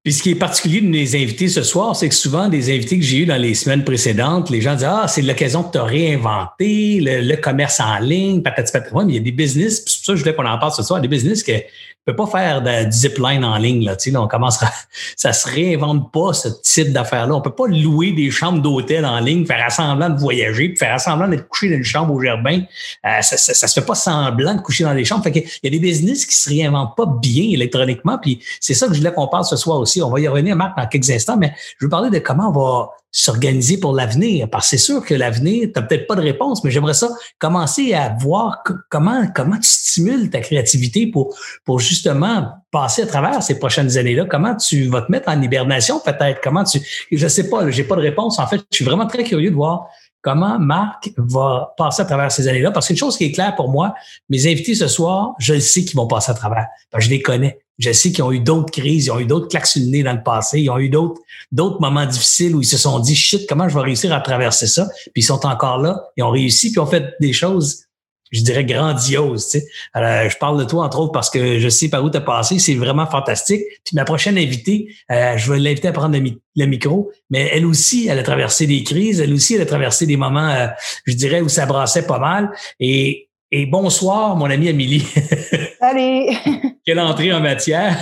Puis ce qui est particulier de mes invités ce soir, c'est que souvent, des invités que j'ai eus dans les semaines précédentes, les gens disent « Ah, c'est l'occasion de te réinventer, le, le commerce en ligne, patati patata. » Mais il y a des business, puis c'est pour ça que je voulais qu'on en parle ce soir, des business que ne peut pas faire de, du zipline en ligne. Là, tu sais, là, on commence à, ça se réinvente pas, ce type d'affaires-là. On peut pas louer des chambres d'hôtel en ligne, faire semblant de voyager, puis faire semblant d'être couché dans une chambre au Germain. Euh, ça, ça, ça se fait pas semblant de coucher dans des chambres. Fait que, il y a des business qui se réinventent pas bien électroniquement, puis c'est ça que je voulais qu'on parle ce soir aussi. On va y revenir, Marc, dans quelques instants, mais je veux parler de comment on va s'organiser pour l'avenir. Parce que c'est sûr que l'avenir, tu n'as peut-être pas de réponse, mais j'aimerais ça commencer à voir comment, comment tu stimules ta créativité pour, pour justement passer à travers ces prochaines années-là. Comment tu vas te mettre en hibernation peut-être? Comment tu... Je sais pas, j'ai pas de réponse. En fait, je suis vraiment très curieux de voir comment Marc va passer à travers ces années-là. Parce qu'une chose qui est claire pour moi, mes invités ce soir, je le sais qu'ils vont passer à travers. Parce que je les connais. Je sais qu'ils ont eu d'autres crises, ils ont eu d'autres claques sur le nez dans le passé, ils ont eu d'autres d'autres moments difficiles où ils se sont dit « Shit, comment je vais réussir à traverser ça? » Puis ils sont encore là, ils ont réussi, puis ils ont fait des choses, je dirais, grandioses. Tu sais. Alors, je parle de toi, entre autres, parce que je sais par où tu as passé, c'est vraiment fantastique. Puis ma prochaine invitée, euh, je vais l'inviter à prendre le, mi- le micro, mais elle aussi, elle a traversé des crises, elle aussi, elle a traversé des moments, euh, je dirais, où ça brassait pas mal. Et, et bonsoir, mon amie Amélie. Salut! Quelle entrée en matière.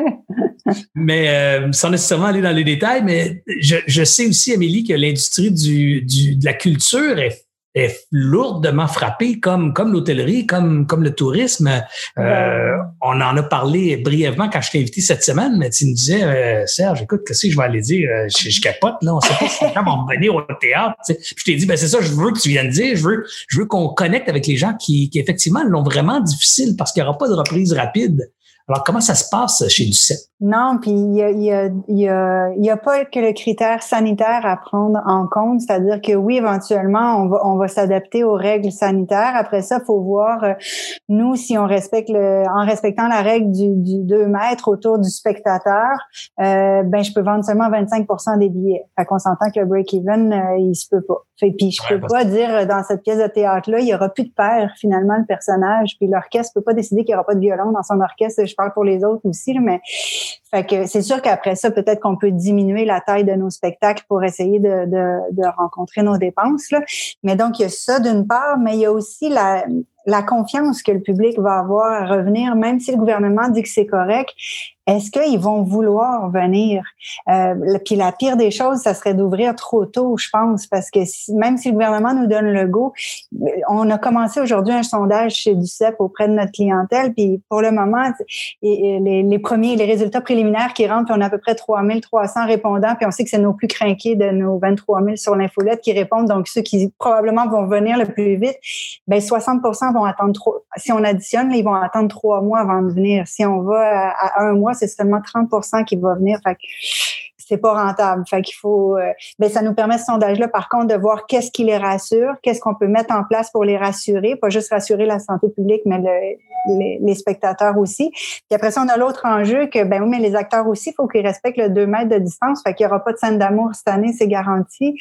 Mais euh, sans nécessairement aller dans les détails, mais je, je sais aussi, Amélie, que l'industrie du, du, de la culture est, est lourdement frappée, comme, comme l'hôtellerie, comme, comme le tourisme. Euh, on en a parlé brièvement quand je t'ai invité cette semaine, mais tu me disais, euh, Serge, écoute, qu'est-ce que je vais aller dire? Je, je capote, là, on sait pas si les gens vont venir au théâtre. Tu sais. Puis je t'ai dit, ben c'est ça, je veux que tu viennes dire, je veux, je veux qu'on connecte avec les gens qui, qui effectivement l'ont vraiment difficile parce qu'il n'y aura pas de reprise rapide. Alors, comment ça se passe chez Duceppe? Non, puis il y a, il y a, il y a, il y a pas que le critère sanitaire à prendre en compte, c'est-à-dire que oui, éventuellement, on va, on va s'adapter aux règles sanitaires. Après ça, il faut voir, euh, nous, si on respecte le, en respectant la règle du, du deux mètres autour du spectateur, euh, ben, je peux vendre seulement vingt-cinq pour cent des billets. Fait qu'on s'entend que le break-even, euh, il se peut pas. Fait, puis je peux ouais, pas dire, dans cette pièce de théâtre-là, il y aura plus de père, finalement, le personnage, puis l'orchestre peut pas décider qu'il y aura pas de violon dans son orchestre. Je parle pour les autres aussi, là, mais fait que c'est sûr qu'après ça, peut-être qu'on peut diminuer la taille de nos spectacles pour essayer de, de, de rencontrer nos dépenses, là. Mais donc, il y a ça d'une part, mais il y a aussi la, la confiance que le public va avoir à revenir, même si le gouvernement dit que c'est correct. Est-ce qu'ils vont vouloir venir? Euh, puis la pire des choses, ça serait d'ouvrir trop tôt, je pense, parce que si, même si le gouvernement nous donne le go, on a commencé aujourd'hui un sondage chez Duceppe auprès de notre clientèle, puis pour le moment, et, et les, les premiers, les résultats préliminaires qui rentrent, puis on a à peu près trois mille trois cents répondants, puis on sait que c'est nos plus crinqués de nos vingt-trois mille sur l'infolette qui répondent, donc ceux qui probablement vont venir le plus vite, ben soixante pour cent vont attendre trois. Si on additionne, ils vont attendre trois mois avant de venir. Si on va à, à un mois, c'est seulement trente pour cent qui va venir. Fait que c'est pas rentable. Fait qu'il faut, euh, ben, ça nous permet ce sondage-là, par contre, de voir qu'est-ce qui les rassure, qu'est-ce qu'on peut mettre en place pour les rassurer, pas juste rassurer la santé publique, mais le, les, les spectateurs aussi. Puis après ça, on a l'autre enjeu que, ben oui, mais les acteurs aussi, il faut qu'ils respectent le deux mètres de distance. Fait qu'il y aura pas de scène d'amour cette année, c'est garanti.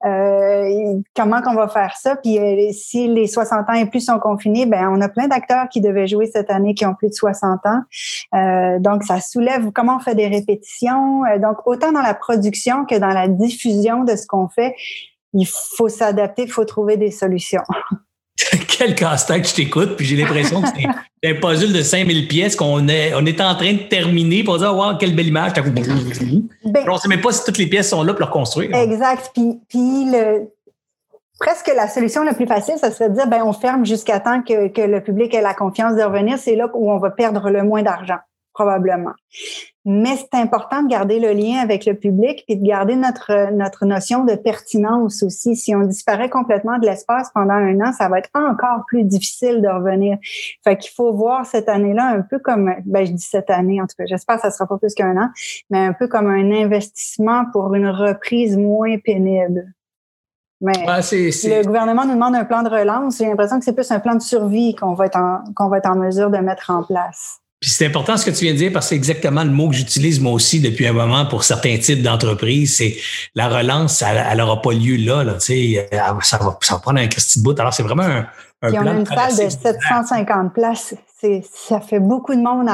Euh, comment qu'on va faire ça? Puis euh, si les soixante ans et plus sont confinés, ben on a plein d'acteurs qui devaient jouer cette année qui ont plus de soixante ans. Euh, donc, ça soulève comment on fait des répétitions. Euh, donc, autant dans la production que dans la diffusion de ce qu'on fait, il faut s'adapter, il faut trouver des solutions. Quel casse-tête, je t'écoute, puis j'ai l'impression que c'est un puzzle de cinq mille pièces qu'on est, on est en train de terminer pour dire « Wow, quelle belle image! » ben, on ne sait même pas si toutes les pièces sont là pour le reconstruire. Exact. Puis, puis le, presque la solution la plus facile, ça serait de dire ben, on ferme jusqu'à temps que, que le public ait la confiance de revenir. C'est là où on va perdre le moins d'argent, probablement. Mais c'est important de garder le lien avec le public et de garder notre notre notion de pertinence aussi. Si on disparaît complètement de l'espace pendant un an, ça va être encore plus difficile de revenir. Fait qu'il faut voir cette année-là un peu comme, ben je dis cette année, en tout cas, j'espère que ça sera pas plus qu'un an, mais un peu comme un investissement pour une reprise moins pénible. Mais ah, c'est, c'est... le gouvernement nous demande un plan de relance. J'ai l'impression que c'est plus un plan de survie qu'on va être en, qu'on va être en mesure de mettre en place. Puis c'est important ce que tu viens de dire parce que c'est exactement le mot que j'utilise moi aussi depuis un moment pour certains types d'entreprises. C'est la relance, elle n'aura pas lieu là. là tu sais, ça va, ça va prendre un Christy de bout. Alors c'est vraiment un, un Puis plan on a une salle de sept cent cinquante places. C'est, ça fait beaucoup de monde à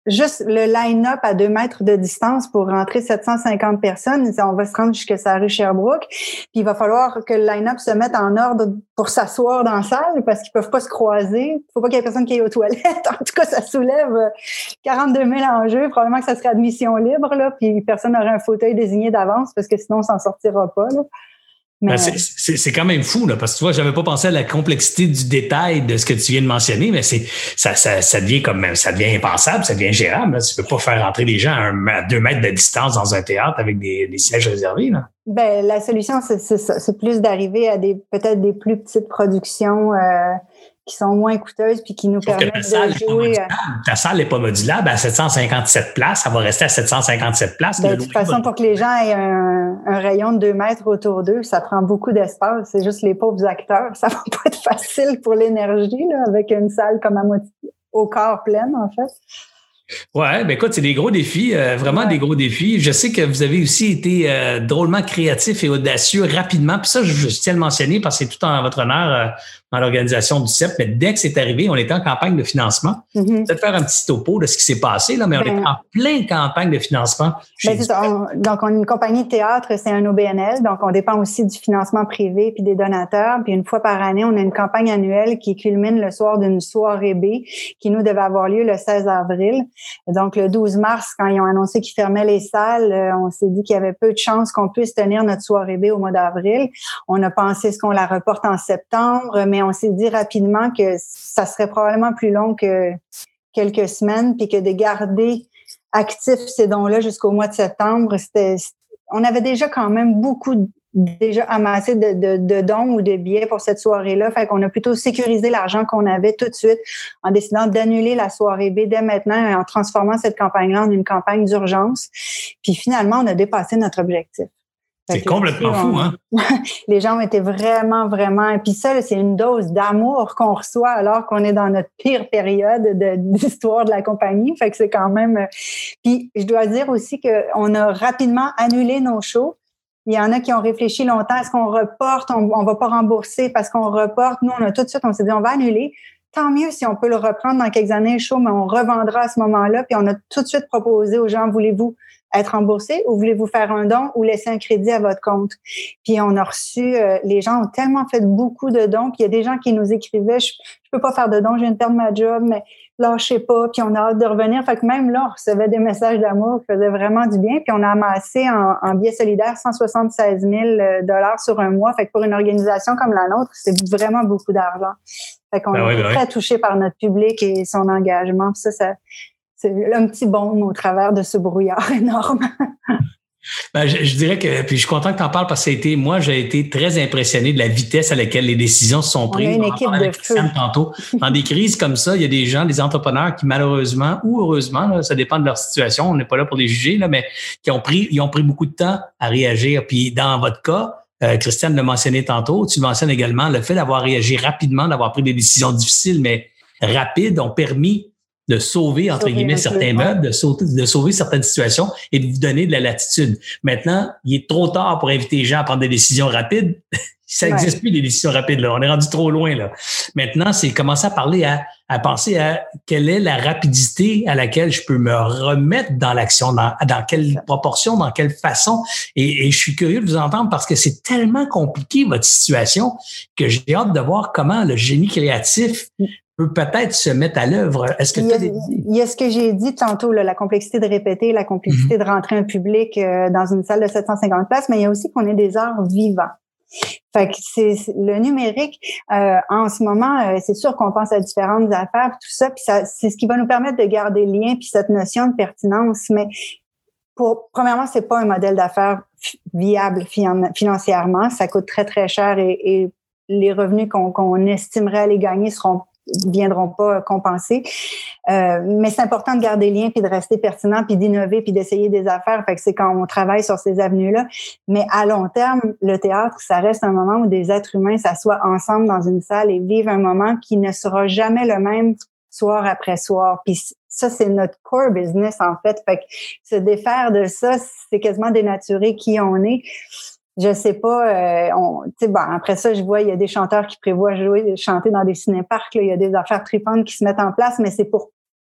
juste le line-up à deux mètres de distance pour rentrer sept cent cinquante personnes, on va se rendre jusqu'à sa rue Sherbrooke, puis il va falloir que le line-up se mette en ordre pour s'asseoir dans la salle parce qu'ils peuvent pas se croiser. Il faut pas qu'il y ait personne qui aille aux toilettes. En tout cas, ça soulève quarante-deux mille enjeux. Probablement que ça serait admission libre, là, puis personne n'aurait un fauteuil désigné d'avance parce que sinon, on s'en sortira pas, là. Mais... C'est, c'est, c'est quand même fou, là, parce que tu vois, j'avais pas pensé à la complexité du détail de ce que tu viens de mentionner, mais c'est ça, ça, ça devient comme ça devient impensable, ça devient gérable. Là. Tu peux pas faire entrer les gens à, un, à deux mètres de distance dans un théâtre avec des, des sièges réservés. Là. Ben la solution, c'est, c'est ça, c'est plus d'arriver à des peut-être des plus petites productions. Euh, qui sont moins coûteuses puis qui nous Sauf permettent de jouer. Ta salle n'est pas modulable à sept cent cinquante-sept places. Ça va rester à sept cent cinquante-sept places. Ben, de toute façon, va... pour que les gens aient un, un rayon de deux mètres autour d'eux, ça prend beaucoup d'espace. C'est juste les pauvres acteurs. Ça va pas être facile pour l'énergie, là, avec une salle comme à moitié, au quart pleine, en fait. Ouais, ben écoute, c'est des gros défis, euh, vraiment ouais. des gros défis. Je sais que vous avez aussi été euh, drôlement créatif et audacieux rapidement. Puis ça, je, je tiens à le mentionner parce que c'est tout en votre honneur euh, dans l'organisation du C E P. Mais dès que c'est arrivé, on était en campagne de financement. Mm-hmm. Peut-être faire un petit topo de ce qui s'est passé, là, mais ben, on est en pleine campagne de financement. Ben, c'est ça. On, donc, on est une compagnie de théâtre, c'est un O B N L. Donc, on dépend aussi du financement privé puis des donateurs. Puis une fois par année, on a une campagne annuelle qui culmine le soir d'une soirée B qui, nous, devait avoir lieu le seize avril. Donc, le douze mars, quand ils ont annoncé qu'ils fermaient les salles, on s'est dit qu'il y avait peu de chances qu'on puisse tenir notre soirée B au mois d'avril. On a pensé est-ce qu'on la reporte en septembre, mais on s'est dit rapidement que ça serait probablement plus long que quelques semaines, puis que de garder actifs ces dons-là jusqu'au mois de septembre, c'était, on avait déjà quand même beaucoup de déjà amassé de, de, de dons ou de billets pour cette soirée-là. Fait qu'on a plutôt sécurisé l'argent qu'on avait tout de suite en décidant d'annuler la soirée B dès maintenant et en transformant cette campagne-là en une campagne d'urgence. Puis finalement, on a dépassé notre objectif. Fait c'est complètement on, fou, hein? Les gens ont été vraiment, vraiment... Puis ça, c'est une dose d'amour qu'on reçoit alors qu'on est dans notre pire période de, d'histoire de la compagnie. Fait que c'est quand même... Puis je dois dire aussi qu'on a rapidement annulé nos shows. Il y en a qui ont réfléchi longtemps. Est-ce qu'on reporte? On, on va pas rembourser parce qu'on reporte. Nous, on a tout de suite, on s'est dit, on va annuler. Tant mieux si on peut le reprendre dans quelques années, le show, mais on revendra à ce moment-là. Puis on a tout de suite proposé aux gens, voulez-vous être remboursé ou voulez-vous faire un don ou laisser un crédit à votre compte? Puis on a reçu, euh, les gens ont tellement fait beaucoup de dons. Puis il y a des gens qui nous écrivaient, je, je peux pas faire de dons, je viens de perdre ma job, mais lâchez pas. Puis on a hâte de revenir. Fait que même là, on recevait des messages d'amour qui faisaient vraiment du bien. Puis on a amassé en, en billets solidaires cent soixante-seize mille dollars sur un mois. Fait que pour une organisation comme la nôtre, c'est vraiment beaucoup d'argent. Fait qu'on ben est oui, ben très oui. touché par notre public et son engagement. Puis ça, ça, c'est un petit baume au travers de ce brouillard énorme. Ben, je, je dirais que, puis je suis content que tu en parles parce que ça a été, moi, j'ai été très impressionné de la vitesse à laquelle les décisions se sont prises. On a une équipe de feu. Tantôt. Dans des crises comme ça, il y a des gens, des entrepreneurs qui, malheureusement ou heureusement, là, ça dépend de leur situation, on n'est pas là pour les juger, là, mais qui ont pris, ils ont pris beaucoup de temps à réagir. Puis dans votre cas, euh, Christiane l'a mentionné tantôt, tu mentionnes également le fait d'avoir réagi rapidement, d'avoir pris des décisions difficiles, mais rapides, ont permis de sauver, entre sauver guillemets, certains meubles, de sauver, de sauver certaines situations et de vous donner de la latitude. Maintenant, il est trop tard pour inviter les gens à prendre des décisions rapides. Ça n'existe ouais. plus, des décisions rapides, là. On est rendu trop loin, là. Maintenant, c'est commencer à parler, à, à penser à quelle est la rapidité à laquelle je peux me remettre dans l'action, dans, dans quelle proportion, dans quelle façon. Et, et je suis curieux de vous entendre parce que c'est tellement compliqué, votre situation, que j'ai hâte de voir comment le génie créatif peut peut-être se mettre à l'œuvre. Est-ce que il, y a, des... il y a ce que j'ai dit tantôt, là, la complexité de répéter, la complexité mm-hmm. de rentrer un public euh, dans une salle de sept cent cinquante places, mais il y a aussi qu'on est des arts vivants. Fait que c'est, c'est le numérique euh, en ce moment, euh, c'est sûr qu'on pense à différentes affaires, tout ça, puis ça, c'est ce qui va nous permettre de garder le lien puis cette notion de pertinence. Mais pour premièrement, c'est pas un modèle d'affaires viable financièrement, ça coûte très très cher et, et les revenus qu'on, qu'on estimerait aller gagner seront viendront pas compenser. Euh, mais c'est important de garder le lien puis de rester pertinent puis d'innover puis d'essayer des affaires. Fait que c'est quand on travaille sur ces avenues-là. Mais à long terme, le théâtre, ça reste un moment où des êtres humains s'assoient ensemble dans une salle et vivent un moment qui ne sera jamais le même soir après soir. Puis ça, c'est notre core business, en fait. Fait que se défaire de ça, c'est quasiment dénaturer qui on est. Je sais pas, euh, on, tu sais, bon, après ça, je vois, il y a des chanteurs qui prévoient jouer, chanter dans des ciné-parcs, là, il y a des affaires tripantes qui se mettent en place, mais c'est pour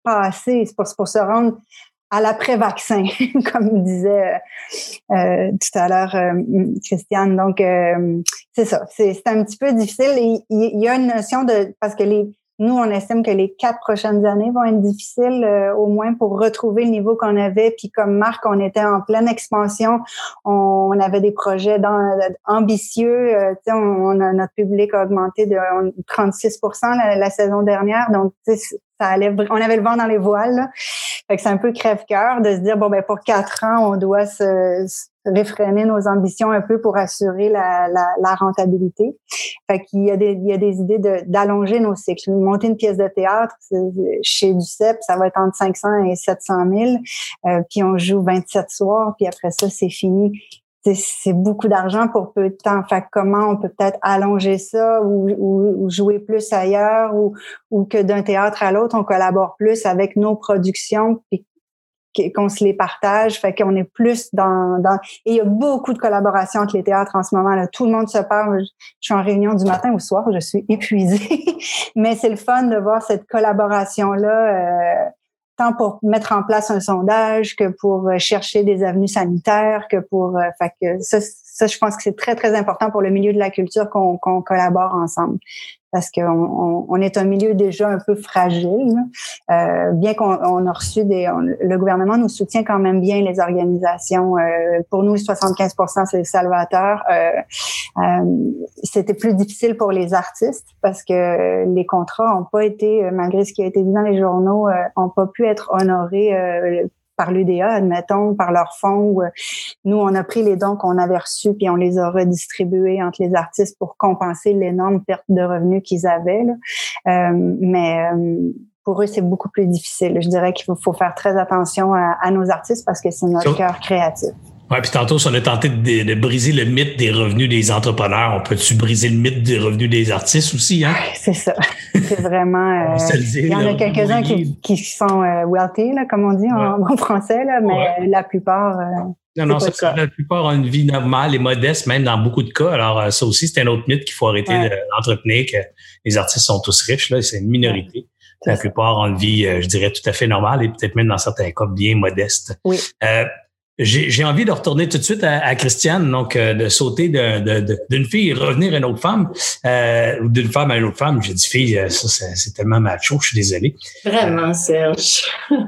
passer, c'est pour, c'est pour se rendre à l'après-vaccin, comme disait euh, tout à l'heure euh, Christiane. Donc, euh, c'est ça. C'est, c'est un petit peu difficile. Il, il y a une notion de... Parce que les nous, on estime que les quatre prochaines années vont être difficiles, euh, au moins pour retrouver le niveau qu'on avait. Puis comme marque, on était en pleine expansion. On, on avait des projets dans, ambitieux. Euh, on, on a, notre public a augmenté de trente-six pour cent la, la saison dernière. Donc, ça allait, on avait le vent dans les voiles. Là. Fait que c'est un peu crève-cœur de se dire, bon, ben pour quatre ans, on doit se, se réfréner nos ambitions un peu pour assurer la, la, la rentabilité. Fait qu'il y a des, il y a des idées de, d'allonger nos cycles. Monter une pièce de théâtre chez Duceppe, ça va être entre cinq cents et sept cent mille. Euh, puis on joue vingt-sept soirs, puis après ça, c'est fini. C'est, c'est beaucoup d'argent pour peu de temps. Fait que comment on peut peut-être allonger ça ou, ou, ou jouer plus ailleurs ou, ou que d'un théâtre à l'autre, on collabore plus avec nos productions puis qu'on se les partage, fait qu'on est plus dans, dans... Et il y a beaucoup de collaborations entre les théâtres en ce moment. Là. Tout le monde se parle. Je suis en réunion du matin au soir, je suis épuisée. Mais c'est le fun de voir cette collaboration-là, euh, tant pour mettre en place un sondage que pour chercher des avenues sanitaires, que pour... Euh, fait que ça, ça, je pense que c'est très, très important pour le milieu de la culture qu'on, qu'on collabore ensemble. Parce qu'on on, on est un milieu déjà un peu fragile. Euh, bien qu'on on a reçu des... On, le gouvernement nous soutient quand même bien, les organisations. Euh, pour nous, soixante-quinze pour cent, c'est salvateur. Euh, euh, c'était plus difficile pour les artistes parce que les contrats n'ont pas été, malgré ce qui a été dit dans les journaux, n'ont euh, pas pu être honorés euh, par l'U D A, admettons, par leurs fonds. Nous, on a pris les dons qu'on avait reçus puis on les a redistribués entre les artistes pour compenser l'énorme perte de revenus qu'ils avaient. Là. Euh, mais euh, pour eux, c'est beaucoup plus difficile. Je dirais qu'il faut, faut faire très attention à, à nos artistes parce que c'est notre so, cœur créatif. Oui, puis tantôt, si on a tenté de, de briser le mythe des revenus des entrepreneurs, on peut-tu briser le mytte des revenus des artistes aussi, hein? C'est ça. C'est vraiment... euh, il y en a quelques-uns qui, qui sont euh, wealthy, là, comme on dit en bon ouais. français, là, mais ouais. la plupart... Euh, non, non, ça, ça, la plupart ont une vie normale et modeste, même dans beaucoup de cas. Alors, ça aussi, c'est un autre mythe qu'il faut arrêter ouais. d'entretenir, que les artistes sont tous riches, là, c'est une minorité. Ouais. La plupart ont une vie, je dirais, tout à fait normale et peut-être même dans certains cas bien modeste. Oui. Euh, J'ai, j'ai envie de retourner tout de suite à, à Christiane, donc euh, de sauter de, de, de, d'une fille et revenir à une autre femme, euh, ou d'une femme à une autre femme. J'ai dit fille, ça c'est, c'est tellement macho, je suis désolé. Vraiment, euh, Serge.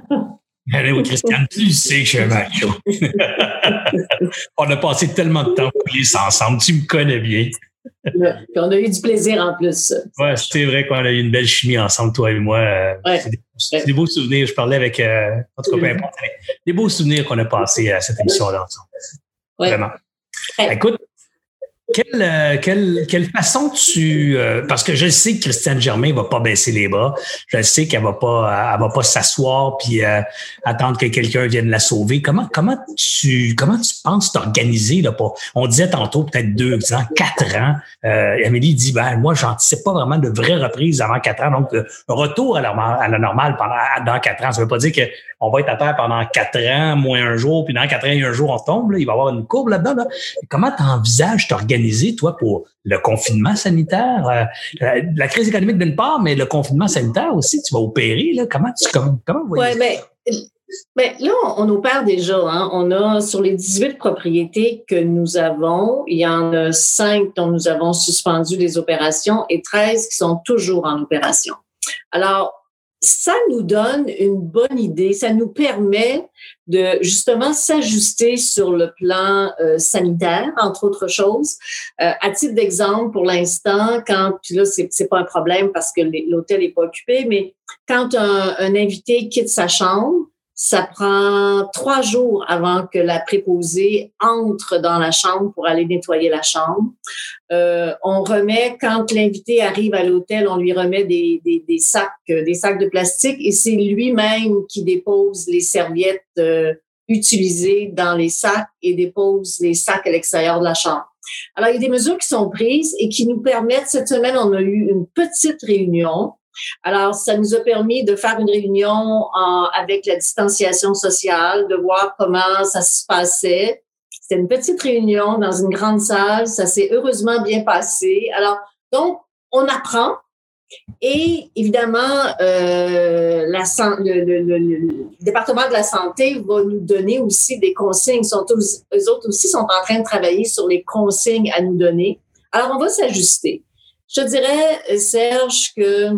Allez, oui, Christiane, tu sais que je suis un macho. On a passé tellement de temps pour lire ça ensemble, tu me connais bien. Puis on a eu du plaisir en plus. Ouais, c'est vrai qu'on a eu une belle chimie ensemble, toi et moi. Ouais. C'est, des, c'est des beaux souvenirs. Je parlais avec, euh, en tout cas, peu importe, des beaux souvenirs qu'on a passés à cette émission-là ensemble. Ouais. Vraiment. Ouais. Écoute, quelle, euh, quelle, quelle façon tu... Euh, parce que je sais que Christiane Germain va pas baisser les bras. Je sais qu'elle va pas, elle va pas s'asseoir puis euh, attendre que quelqu'un vienne la sauver. Comment, comment tu, comment tu penses t'organiser là pour... On disait tantôt peut-être deux ans, quatre ans. Euh, Amélie dit, ben moi, j'anticipe pas vraiment de vraies reprises avant quatre ans. Donc, le retour à la, à la normale pendant dans quatre ans, ça veut pas dire que on va être à terre pendant quatre ans, moins un jour, puis dans quatre ans, il y a un jour, on tombe. Là, il va y avoir une courbe là-dedans. Là. Comment tu envisages t'organiser, toi, pour le confinement sanitaire, euh, la, la crise économique d'une part, mais le confinement sanitaire aussi, tu vas opérer. Là. Comment tu comment, comment vous voyez ouais, ça? Ben, ben, là, on, on opère déjà. Hein. On a, sur les dix-huit propriétés que nous avons, il y en a cinq dont nous avons suspendu les opérations et treize qui sont toujours en opération. Alors, ça nous donne une bonne idée, ça nous permet de justement s'ajuster sur le plan euh, sanitaire, entre autres choses. Euh, à titre d'exemple, pour l'instant, quand, puis là, c'est, c'est pas un problème parce que les, l'hôtel est pas occupé, mais quand un, un invité quitte sa chambre, ça prend trois jours avant que la préposée entre dans la chambre pour aller nettoyer la chambre. Euh, on remet, quand l'invité arrive à l'hôtel, on lui remet des, des, des sacs, des sacs de plastique et c'est lui-même qui dépose les serviettes euh, utilisées dans les sacs et dépose les sacs à l'extérieur de la chambre. Alors, il y a des mesures qui sont prises et qui nous permettent, cette semaine, on a eu une petite réunion. Alors, ça nous a permis de faire une réunion en, avec la distanciation sociale, de voir comment ça se passait. C'était une petite réunion dans une grande salle. Ça s'est heureusement bien passé. Alors, donc, on apprend. Et évidemment, euh, la, le, le, le, le département de la santé va nous donner aussi des consignes. Sont tous, eux autres aussi sont en train de travailler sur les consignes à nous donner. Alors, on va s'ajuster. Je te dirais, Serge, que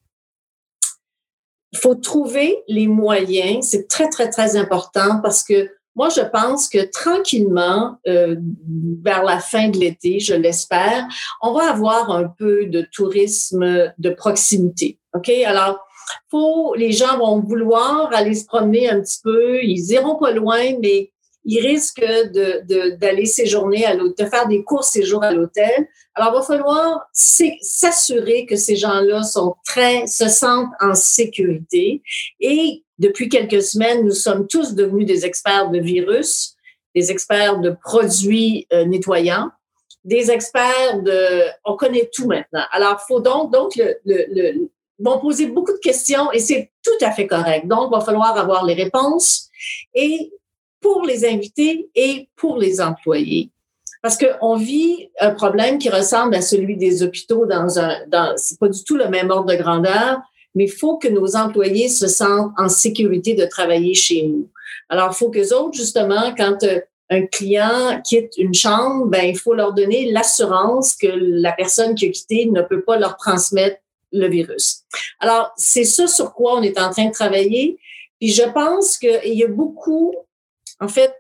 il faut trouver les moyens. C'est très, très, très important parce que moi, je pense que tranquillement, euh, vers la fin de l'été, je l'espère, on va avoir un peu de tourisme de proximité. OK? Alors, faut, les gens vont vouloir aller se promener un petit peu. Ils iront pas loin, mais ils risquent de, de, d'aller séjourner à l'hôtel, de faire des courts séjours à l'hôtel. Alors, il va falloir s'assurer que ces gens-là sont très, se sentent en sécurité. Et depuis quelques semaines, nous sommes tous devenus des experts de virus, des experts de produits euh, nettoyants, des experts de... On connaît tout maintenant. Alors, faut donc, donc le, le, le, vont poser beaucoup de questions et c'est tout à fait correct. Donc, il va falloir avoir les réponses et pour les invités et pour les employés. Parce qu'on vit un problème qui ressemble à celui des hôpitaux dans un... Dans, c'est pas du tout le même ordre de grandeur, mais il faut que nos employés se sentent en sécurité de travailler chez nous. Alors, il faut qu'eux autres, justement, quand euh, un client quitte une chambre, ben il faut leur donner l'assurance que la personne qui a quitté ne peut pas leur transmettre le virus. Alors, c'est ça sur quoi on est en train de travailler. Puis je pense qu'il y a beaucoup, en fait,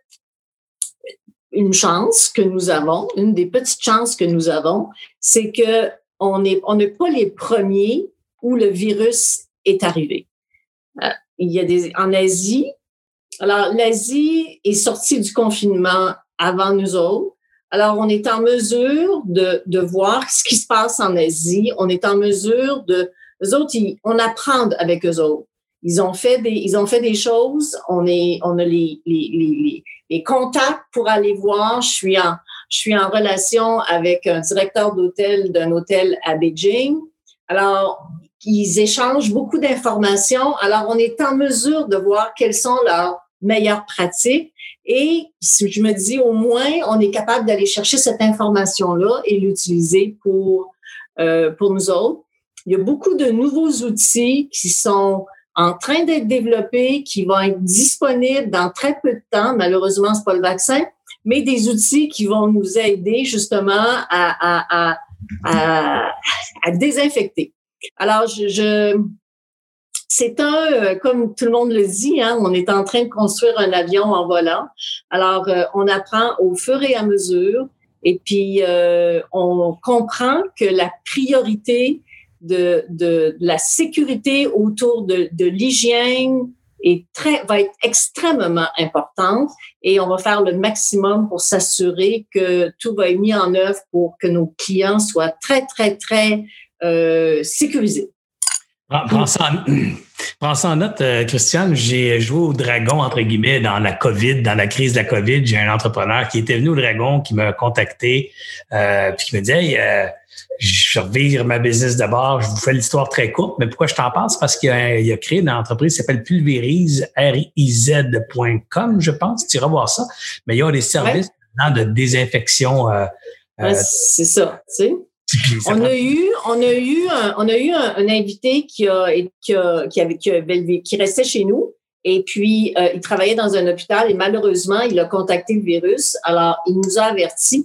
une chance que nous avons, une des petites chances que nous avons, c'est que on est, on n'est pas les premiers où le virus est arrivé. Euh, il y a des en Asie. Alors l'Asie est sortie du confinement avant nous autres. Alors on est en mesure de de voir ce qui se passe en Asie. On est en mesure de eux autres, ils, on apprend avec eux autres. Ils ont fait des ils ont fait des choses. On est on a les les les les contacts pour aller voir. Je suis en je suis en relation avec un directeur d'hôtel d'un hôtel à Beijing. Alors ils échangent beaucoup d'informations. Alors, on est en mesure de voir quelles sont leurs meilleures pratiques. Et si je me dis, au moins, on est capable d'aller chercher cette information-là et l'utiliser pour, euh, pour nous autres. Il y a beaucoup de nouveaux outils qui sont en train d'être développés, qui vont être disponibles dans très peu de temps. Malheureusement, c'est pas le vaccin, mais des outils qui vont nous aider justement à, à, à, à, à désinfecter. Alors, je, je c'est un, comme tout le monde le dit, hein, on est en train de construire un avion en volant. Alors, euh, on apprend au fur et à mesure et puis euh, on comprend que la priorité de, de, de la sécurité autour de, de l'hygiène est très, va être extrêmement importante et on va faire le maximum pour s'assurer que tout va être mis en œuvre pour que nos clients soient très, très, très Euh, sécurisé. Prends, prends, ça en, prends ça en note, euh, Christiane. J'ai joué au dragon, entre guillemets, dans la COVID, dans la crise de la COVID. J'ai un entrepreneur qui était venu au dragon, qui m'a contacté, euh, puis qui me dit hey, euh, je revire ma business d'abord. Je vous fais l'histoire très courte, mais pourquoi je t'en parle? C'est parce qu'il a, il a créé une entreprise qui s'appelle Pulverize, R I Z point com, je pense. Tu iras voir ça. Mais il y a des services ouais. de désinfection. Euh, ouais, euh, c'est ça, tu sais. On a eu, on a eu, un, on a eu un, un invité qui a, qui a, qui avait, qui avait, qui restait chez nous et puis euh, il travaillait dans un hôpital et malheureusement il a contacté le virus. Alors il nous a avertis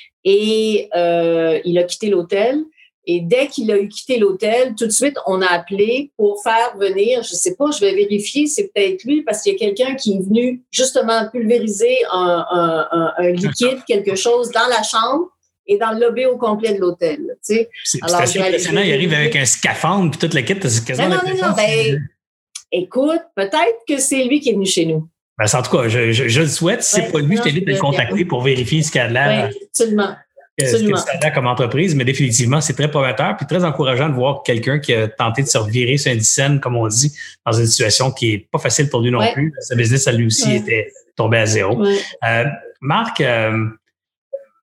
et euh, il a quitté l'hôtel. Et dès qu'il a eu quitté l'hôtel, tout de suite on a appelé pour faire venir, je sais pas, je vais vérifier, c'est peut-être lui parce qu'il y a quelqu'un qui est venu justement pulvériser un, un, un, un liquide, quelque chose dans la chambre. Et dans le lobby au complet de l'hôtel. Tu sais. C'est, Alors, c'est assez impressionnant. Il arrive avec un scaphandre puis toute la kit. C'est quasiment non, non, non, non. Ben, écoute, peut-être que c'est lui qui est venu chez nous. Ben, en tout cas, je, je, je le souhaite. Si ouais, c'est pas lui, je t'invite à le contacter pour vérifier ce qu'il a de l'air. Oui, absolument. Euh, absolument. Ce qu'il a de l'air comme entreprise. Mais définitivement, c'est très prometteur puis très encourageant de voir quelqu'un qui a tenté de se revirer sur une scène, comme on dit, dans une situation qui est pas facile pour lui non ouais. plus. Sa business, à lui aussi, ouais. était tombé à zéro. Ouais. Euh, Marc, euh,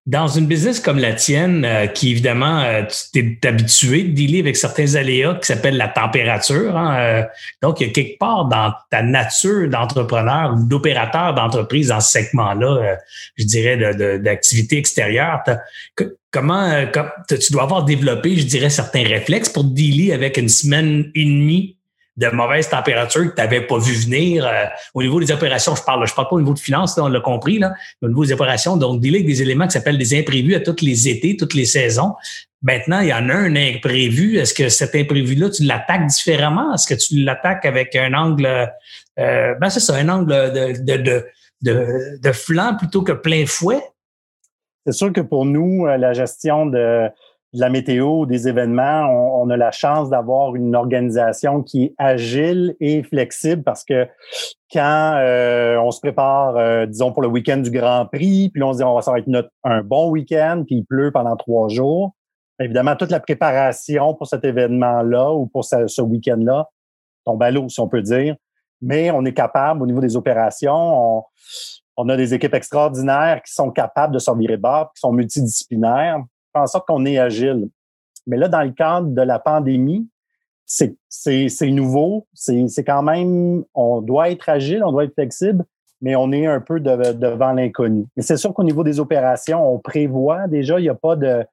dans une business comme la tienne, euh, qui évidemment, euh, tu t'es habitué de dealer avec certains aléas qui s'appellent la température. Hein, euh, donc, il y a quelque part dans ta nature d'entrepreneur ou d'opérateur d'entreprise dans ce segment-là, euh, je dirais, de, de, d'activité extérieure. Que, comment euh, comme, tu dois avoir développé, je dirais, certains réflexes pour dealer avec une semaine et demie de mauvaise température que tu n'avais pas vu venir. Euh, au niveau des opérations, je parle, je parle pas au niveau de finances, là, on l'a compris, là, mais au niveau des opérations, donc dealer avec des éléments qui s'appellent des imprévus à tous les étés, toutes les saisons. Maintenant, il y en a un imprévu. Est-ce que cet imprévu-là, tu l'attaques différemment? Est-ce que tu l'attaques avec un angle, euh, ben c'est ça, un angle de, de, de, de, de flanc plutôt que plein fouet? C'est sûr que pour nous, la gestion de de la météo, des événements, on, on a la chance d'avoir une organisation qui est agile et flexible parce que quand euh, on se prépare, euh, disons, pour le week-end du Grand Prix, puis là, on se dit, on va ça va être notre, un bon week-end, puis il pleut pendant trois jours. Évidemment, toute la préparation pour cet événement-là ou pour ce, ce week-end-là tombe à l'eau, si on peut dire. Mais on est capable, au niveau des opérations, on, on a des équipes extraordinaires qui sont capables de s'en virer de bord, qui sont multidisciplinaires, en sorte qu'on est agile. Mais là, dans le cadre de la pandémie, c'est, c'est, c'est nouveau. C'est, c'est quand même, on doit être agile, on doit être flexible, mais on est un peu de, devant l'inconnu. Mais c'est sûr qu'au niveau des opérations, on prévoit déjà, il n'y a pas de,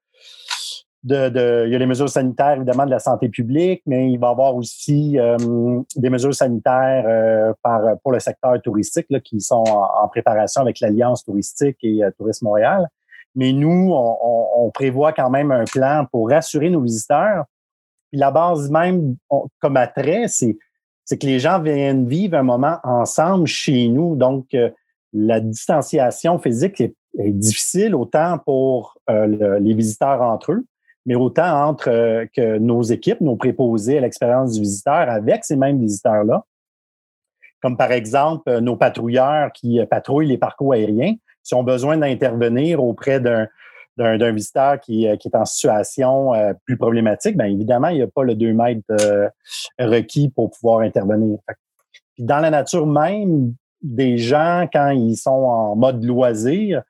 de, de, il y a les mesures sanitaires, évidemment, de la santé publique, mais il va y avoir aussi euh, des mesures sanitaires euh, par, pour le secteur touristique là, qui sont en, en préparation avec l'Alliance touristique et euh, Tourisme Montréal. Mais nous, on, on, on prévoit quand même un plan pour rassurer nos visiteurs. Puis la base même, on, comme attrait, c'est, c'est que les gens viennent vivre un moment ensemble chez nous. Donc, euh, la distanciation physique est, est difficile autant pour euh, le, les visiteurs entre eux, mais autant entre euh, que nos équipes, nos préposés à l'expérience du visiteur avec ces mêmes visiteurs-là. Comme par exemple, nos patrouilleurs qui patrouillent les parcours aériens. Si on a besoin d'intervenir auprès d'un, d'un, d'un visiteur qui, qui est en situation euh, plus problématique, bien évidemment, il n'y a pas le deux mètres euh, requis pour pouvoir intervenir. Puis dans la nature même des gens, quand ils sont en mode loisir,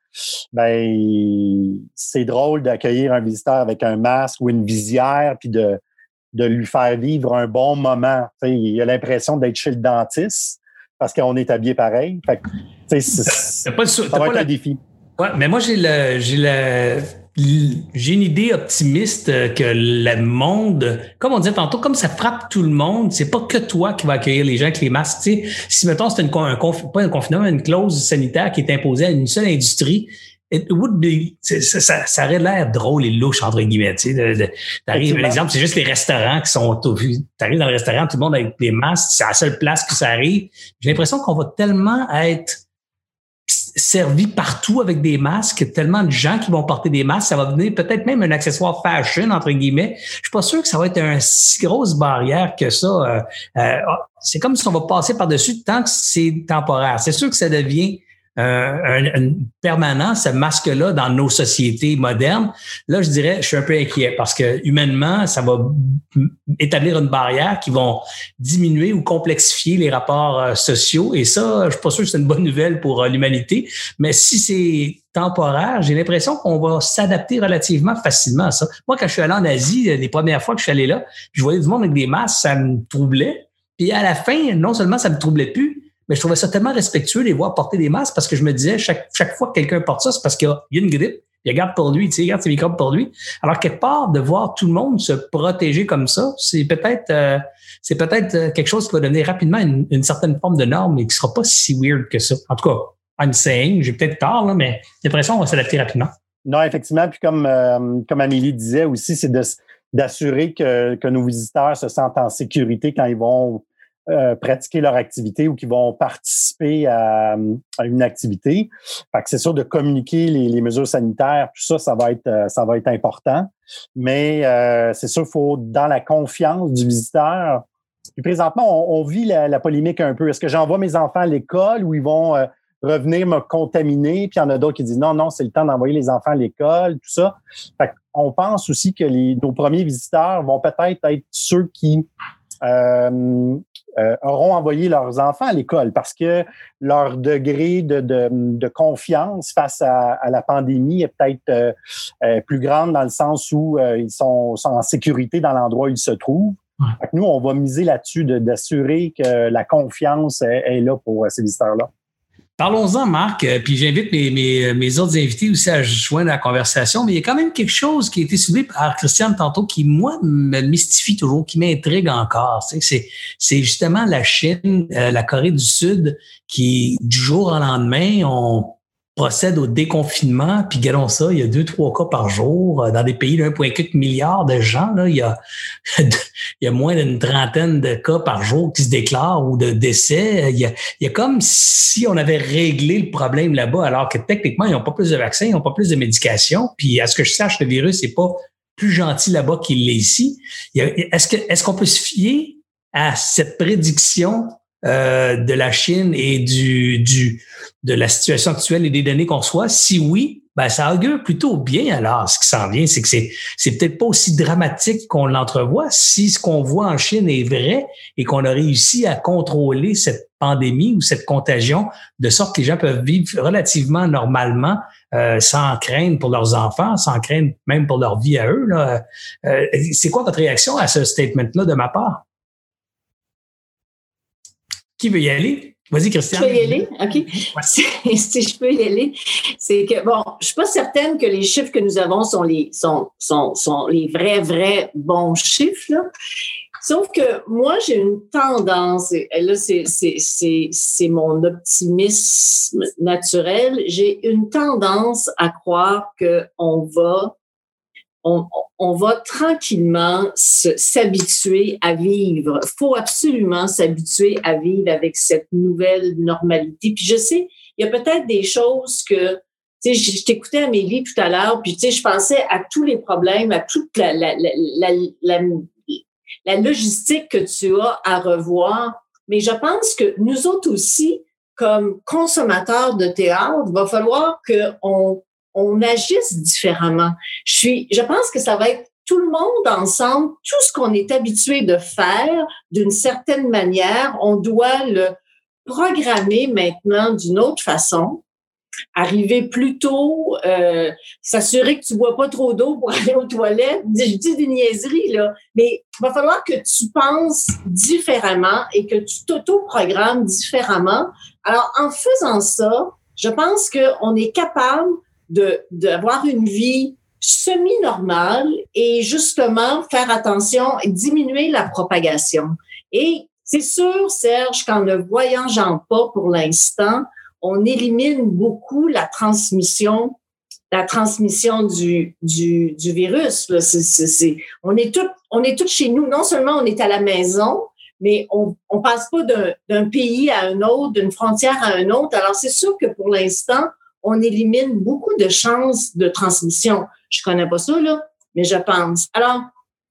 ben c'est drôle d'accueillir un visiteur avec un masque ou une visière, puis de, de lui faire vivre un bon moment. T'sais, il a l'impression d'être chez le dentiste parce qu'on est habillé pareil. Fait que, c'est, c'est, pas, ça va être la... un défi. Ouais, mais moi, j'ai le, j'ai le, j'ai une idée optimiste que le monde, comme on disait tantôt, comme ça frappe tout le monde, c'est pas que toi qui vas accueillir les gens avec les masques. Tu sais, si mettons c'est une, un conf, pas un confinement, mais une clause sanitaire qui est imposée à une seule industrie, it would be, ça, ça, ça aurait l'air drôle et louche entre guillemets. Tu sais, t'arrives, un exemple, c'est juste les restaurants qui sont, t'arrives dans le restaurant, tout le monde avec des masques, c'est la seule place que ça arrive. J'ai l'impression qu'on va tellement être servi partout avec des masques, tellement de gens qui vont porter des masques, ça va devenir peut-être même un accessoire fashion, entre guillemets. Je suis pas sûr que ça va être une si grosse barrière que ça. Euh, euh, c'est comme si on va passer par-dessus tant que c'est temporaire. C'est sûr que ça devient euh, un, un permanent, ce masque-là, dans nos sociétés modernes. Là, je dirais, je suis un peu inquiet parce que humainement, ça va établir une barrière qui va diminuer ou complexifier les rapports euh, sociaux. Et ça, je suis pas sûr que c'est une bonne nouvelle pour euh, l'humanité. Mais si c'est temporaire, j'ai l'impression qu'on va s'adapter relativement facilement à ça. Moi, quand je suis allé en Asie, les premières fois que je suis allé là, je voyais du monde avec des masques, ça me troublait. Puis à la fin, non seulement ça me troublait plus, mais je trouvais ça tellement respectueux de les voir porter des masques parce que je me disais, chaque, chaque fois que quelqu'un porte ça, c'est parce qu'il y a, il y a une grippe, il garde pour lui, tu sais, il garde ses microbes pour lui. Alors, quelque part, de voir tout le monde se protéger comme ça, c'est peut-être euh, c'est peut-être quelque chose qui va donner rapidement une, une certaine forme de norme et qui sera pas si weird que ça. En tout cas, I'm saying, j'ai peut-être tort, là, mais j'ai l'impression qu'on va s'adapter rapidement. Non, effectivement, puis comme, euh, comme Amélie disait aussi, c'est de, d'assurer que, que nos visiteurs se sentent en sécurité quand ils vont Euh, pratiquer leur activité ou qui vont participer à, à une activité. Fait que c'est sûr de communiquer les, les mesures sanitaires, tout ça, ça va être, ça va être important. Mais euh, c'est sûr qu'il faut, dans la confiance du visiteur, puis présentement, on, on vit la, la polémique un peu. Est-ce que j'envoie mes enfants à l'école ou ils vont euh, revenir me contaminer? Puis il y en a d'autres qui disent non, non, c'est le temps d'envoyer les enfants à l'école, tout ça. Fait qu'on pense aussi que les, nos premiers visiteurs vont peut-être être ceux qui Euh, euh, auront envoyé leurs enfants à l'école parce que leur degré de, de, de confiance face à, à la pandémie est peut-être euh, euh, plus grande dans le sens où euh, ils sont, sont en sécurité dans l'endroit où ils se trouvent. Ouais. Fait que nous, on va miser là-dessus de, d'assurer que la confiance est, est là pour ces visiteurs-là. Parlons-en, Marc, puis j'invite mes, mes, mes autres invités aussi à joindre la conversation, mais il y a quand même quelque chose qui a été soulevé par Christiane tantôt qui, moi, me mystifie toujours, qui m'intrigue encore. C'est, c'est, c'est justement la Chine, euh, la Corée du Sud, qui, du jour au lendemain, on procède au déconfinement, puis regardons ça, il y a deux, trois cas par jour. Dans des pays de un virgule quatre milliard de gens, là, il y a, il y a moins d'une trentaine de cas par jour qui se déclarent ou de décès. Il y a, il y a comme si on avait réglé le problème là-bas, alors que techniquement, ils n'ont pas plus de vaccins, ils n'ont pas plus de médication. Puis à ce que je sache, le virus n'est pas plus gentil là-bas qu'il l'est ici. Il y a, est-ce que, est-ce qu'on peut se fier à cette prédiction Euh, de la Chine et du, du de la situation actuelle et des données qu'on reçoit? Si oui, ben ça augure plutôt bien. Alors, ce qui s'en vient, c'est que c'est c'est peut-être pas aussi dramatique qu'on l'entrevoit si ce qu'on voit en Chine est vrai et qu'on a réussi à contrôler cette pandémie ou cette contagion de sorte que les gens peuvent vivre relativement normalement euh, sans crainte pour leurs enfants, sans crainte même pour leur vie à eux. Là. Euh, c'est quoi votre réaction à ce statement-là de ma part? Qui veut y aller? Vas-y, Christiane. Je peux y aller? OK. Ouais. Si je peux y aller, c'est que, bon, je ne suis pas certaine que les chiffres que nous avons sont les, sont, sont, sont les vrais, vrais bons chiffres, là. Sauf que moi, j'ai une tendance, et là, c'est, c'est, c'est, c'est mon optimisme naturel, j'ai une tendance à croire qu'on va On, on va tranquillement se, s'habituer à vivre. Il faut absolument s'habituer à vivre avec cette nouvelle normalité. Puis je sais, il y a peut-être des choses que, tu sais, je, je t'écoutais Amélie tout à l'heure, puis tu sais, je pensais à tous les problèmes, à toute la, la, la, la, la, la logistique que tu as à revoir. Mais je pense que nous autres aussi, comme consommateurs de théâtre, il va falloir qu'on on agisse différemment. Je suis, je pense que ça va être tout le monde ensemble, tout ce qu'on est habitué de faire d'une certaine manière, on doit le programmer maintenant d'une autre façon. Arriver plus tôt, euh, s'assurer que tu bois pas trop d'eau pour aller aux toilettes. Je dis des niaiseries, là, mais il va falloir que tu penses différemment et que tu t'auto-programmes différemment. Alors, en faisant ça, je pense qu'on est capable de d'avoir une vie semi-normale et justement faire attention et diminuer la propagation. Et c'est sûr, Serge, qu'en ne voyageant pas pour l'instant, on élimine beaucoup la transmission, la transmission du du, du virus. Là. C'est, c'est, c'est, on est tous on est tous chez nous. Non seulement on est à la maison, mais on on passe pas d'un, d'un pays à un autre, d'une frontière à un autre. Alors c'est sûr que pour l'instant on élimine beaucoup de chances de transmission. Je connais pas ça, là, mais je pense. Alors,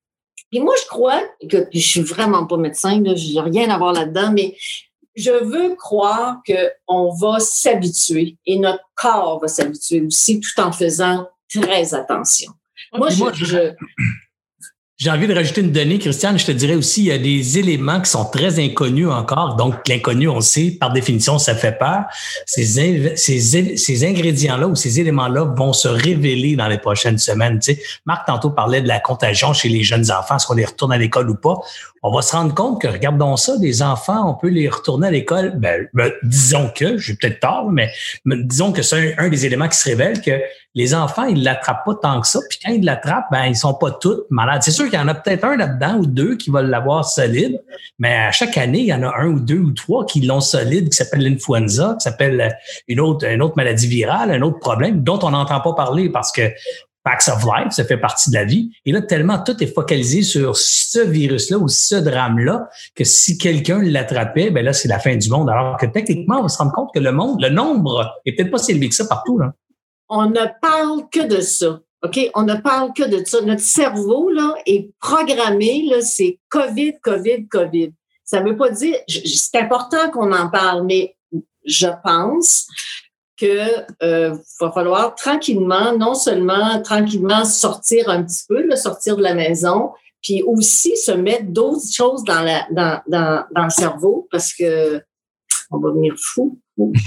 et moi, je crois que, puis je suis vraiment pas médecin, là, j'ai rien à voir là-dedans, mais je veux croire qu'on va s'habituer et notre corps va s'habituer aussi tout en faisant très attention. Okay, moi, je... Moi, je... je... J'ai envie de rajouter une donnée, Christiane. Je te dirais aussi, il y a des éléments qui sont très inconnus encore. Donc, l'inconnu, on le sait, par définition, ça fait peur. Ces, in- ces, ces ingrédients-là ou ces éléments-là vont se révéler dans les prochaines semaines. Tu sais, Marc, tantôt, parlait de la contagion chez les jeunes enfants. Est-ce qu'on les retourne à l'école ou pas? On va se rendre compte que, regardons ça, des enfants, on peut les retourner à l'école. Ben, ben disons que, j'ai peut-être tort, mais, mais disons que c'est un, un des éléments qui se révèle que les enfants, ils l'attrapent pas tant que ça. Puis quand ils l'attrapent, ben, ils sont pas tous malades. C'est sûr qu'il y en a peut-être un là-dedans ou deux qui vont l'avoir solide, mais à chaque année, il y en a un ou deux ou trois qui l'ont solide, qui s'appelle l'influenza, qui s'appelle une autre, une autre maladie virale, un autre problème dont on n'entend pas parler parce que Facts of Life, ça fait partie de la vie. Et là, tellement tout est focalisé sur ce virus-là ou ce drame-là que si quelqu'un l'attrapait, ben là, c'est la fin du monde. Alors que techniquement, on va se rendre compte que le monde, le nombre est peut-être pas si élevé que ça partout, là. On ne parle que de ça. OK? On ne parle que de ça. Notre cerveau, là, est programmé, là, c'est COVID, COVID, COVID. Ça veut pas dire, c'est important qu'on en parle, mais je pense que euh, va falloir tranquillement, non seulement tranquillement sortir un petit peu, là, sortir de la maison, puis aussi se mettre d'autres choses dans, la, dans, dans, dans le cerveau parce que on va devenir fou.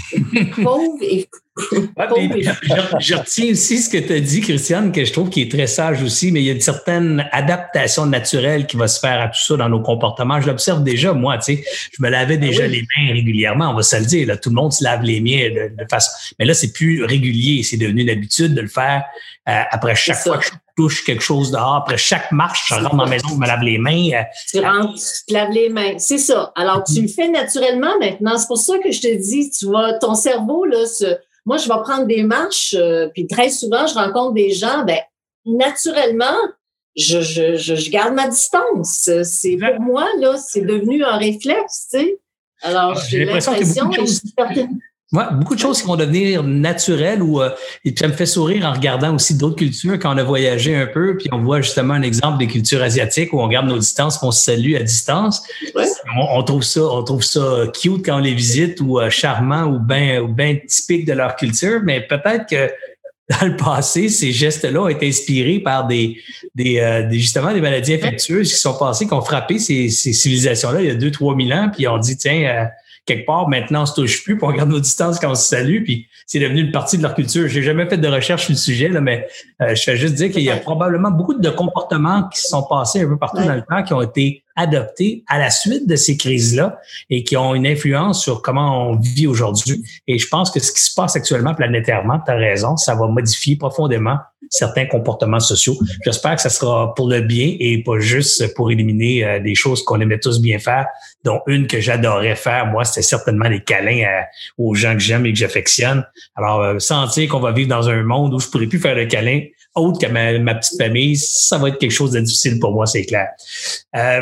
Pauvre et Ouais, puis, je, je retiens aussi ce que tu as dit, Christiane, que je trouve qui est très sage aussi, mais il y a une certaine adaptation naturelle qui va se faire à tout ça dans nos comportements. Je l'observe déjà, moi, tu sais, je me lavais déjà ah oui. les mains régulièrement, on va se le dire, là, tout le monde se lave les mains de, de façon... Mais là, c'est plus régulier, c'est devenu une habitude de le faire euh, après chaque fois que je touche quelque chose dehors, après chaque marche, je rentre dans la maison, je me lave les mains. Euh, tu rentres, tu te laves les mains, c'est ça. Alors, mm-hmm. tu le fais naturellement maintenant, c'est pour ça que je te dis, tu vois, ton cerveau, là, se... Moi, je vais prendre des marches, euh, puis très souvent, je rencontre des gens, ben naturellement, je, je, je, je garde ma distance. C'est pour moi, là, c'est devenu un réflexe, tu sais. Alors, ah, j'ai l'impression, l'impression que beaucoup de choses, ouais, beaucoup de choses qui vont devenir naturelles ou euh, et puis ça me fait sourire en regardant aussi d'autres cultures quand on a voyagé un peu, puis on voit justement un exemple des cultures asiatiques où on garde nos distances, qu'on se salue à distance. Ouais. On, on trouve ça, on trouve ça cute quand on les visite ou euh, charmant ou bien ou bien typique de leur culture, mais peut-être que dans le passé, ces gestes-là ont été inspirés par des, des, euh, des justement des maladies infectieuses qui sont passées, qui ont frappé ces, ces civilisations-là il y a deux, trois mille ans, puis on dit tiens. Euh, quelque part, maintenant, on se touche plus, puis on garde nos distances quand on se salue, puis c'est devenu une partie de leur culture. J'ai jamais fait de recherche sur le sujet, là, mais euh, je fais juste dire qu'il y a probablement beaucoup de comportements qui se sont passés un peu partout ouais. dans le temps, qui ont été adoptés à la suite de ces crises-là et qui ont une influence sur comment on vit aujourd'hui. Et je pense que ce qui se passe actuellement planétairement, tu as raison, ça va modifier profondément certains comportements sociaux. J'espère que ça sera pour le bien et pas juste pour éliminer euh, des choses qu'on aimait tous bien faire, dont une que j'adorais faire. Moi, c'était certainement les câlins à, aux gens que j'aime et que j'affectionne. Alors, euh, sentir qu'on va vivre dans un monde où je pourrais plus faire de câlins autre que ma, ma petite famille, ça va être quelque chose de difficile pour moi, c'est clair. Euh,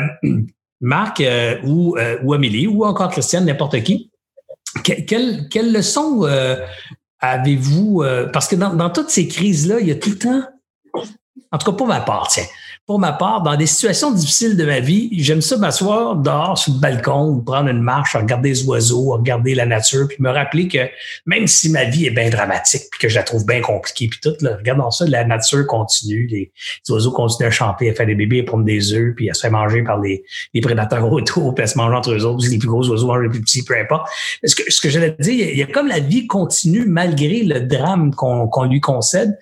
Marc euh, ou, euh, ou Amélie ou encore Christiane, n'importe qui, que, quelle, quelle leçon euh, avez-vous... Euh, parce que dans, dans toutes ces crises-là, il y a tout le temps... En tout cas, pour ma part, tiens. Pour ma part, dans des situations difficiles de ma vie, j'aime ça m'asseoir dehors sur le balcon ou prendre une marche, regarder les oiseaux, regarder la nature, puis me rappeler que même si ma vie est bien dramatique puis que je la trouve bien compliquée, puis tout, là, regardons ça, la nature continue, les, les oiseaux continuent à chanter, à faire des bébés, à prendre des œufs, puis à se faire manger par les, les prédateurs autour, puis à se manger entre eux autres, les plus gros oiseaux mangent les plus petits, peu importe. Ce que, ce que j'allais dire, il y a comme la vie continue malgré le drame qu'on, qu'on lui concède.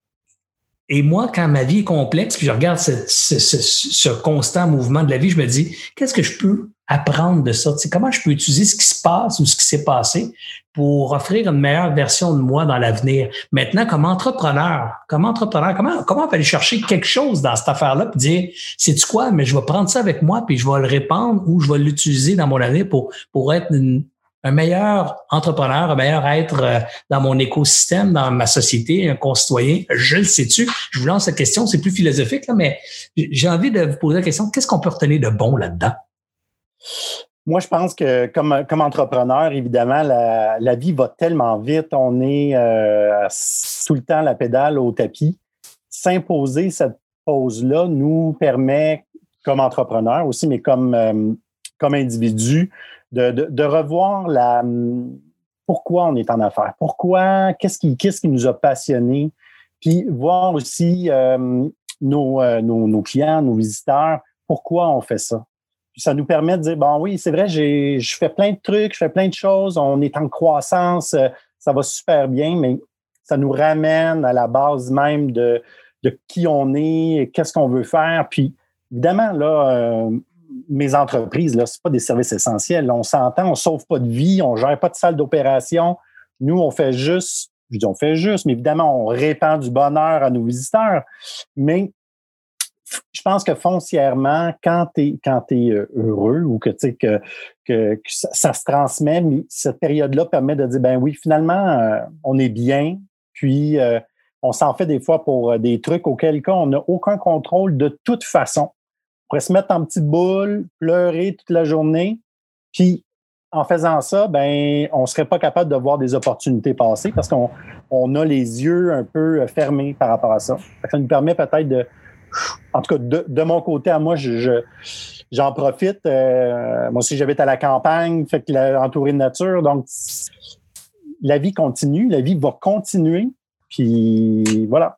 Et moi, quand ma vie est complexe, puis je regarde ce, ce, ce, ce constant mouvement de la vie, je me dis, qu'est-ce que je peux apprendre de ça? Tu sais, comment je peux utiliser ce qui se passe ou ce qui s'est passé pour offrir une meilleure version de moi dans l'avenir? Maintenant, comme entrepreneur, comme entrepreneur, comment, comment on peut aller chercher quelque chose dans cette affaire-là puis dire, sais-tu quoi, mais je vais prendre ça avec moi puis je vais le répandre ou je vais l'utiliser dans mon avenir pour, pour être une, un meilleur entrepreneur, un meilleur être dans mon écosystème, dans ma société, un concitoyen, je le sais-tu? Je vous lance cette question, c'est plus philosophique, là, mais j'ai envie de vous poser la question, qu'est-ce qu'on peut retenir de bon là-dedans? Moi, je pense que comme, comme entrepreneur, évidemment, la, la vie va tellement vite, on est euh, tout le temps la pédale au tapis. S'imposer cette pause-là nous permet, comme entrepreneur aussi, mais comme, euh, comme individu, De, de, de revoir la, pourquoi on est en affaires, pourquoi, qu'est-ce qui, qu'est-ce qui nous a passionnés, puis voir aussi euh, nos, euh, nos, nos clients, nos visiteurs, pourquoi on fait ça. Puis ça nous permet de dire, bon oui, c'est vrai, j'ai, je fais plein de trucs, je fais plein de choses, on est en croissance, ça va super bien, mais ça nous ramène à la base même de, de qui on est, qu'est-ce qu'on veut faire, puis évidemment, là, euh, mes entreprises, là, c'est pas des services essentiels. Là, on s'entend, on sauve pas de vie, on gère pas de salle d'opération. Nous, on fait juste, je dis on fait juste, mais évidemment, on répand du bonheur à nos visiteurs. Mais je pense que foncièrement, quand tu es quand t'es heureux ou que tu sais que, que, que ça, ça se transmet, mais cette période-là permet de dire ben oui, finalement, euh, on est bien, puis euh, on s'en fait des fois pour des trucs auxquels cas on n'a aucun contrôle de toute façon. On pourrait se mettre en petite boule, pleurer toute la journée, puis en faisant ça, ben on serait pas capable de voir des opportunités passer parce qu'on on a les yeux un peu fermés par rapport à ça. Ça nous permet peut-être de, en tout cas de, de mon côté à moi, je, je j'en profite. Euh, moi aussi, j'habite à la campagne, fait que la, entouré de nature, donc la vie continue, la vie va continuer, puis voilà.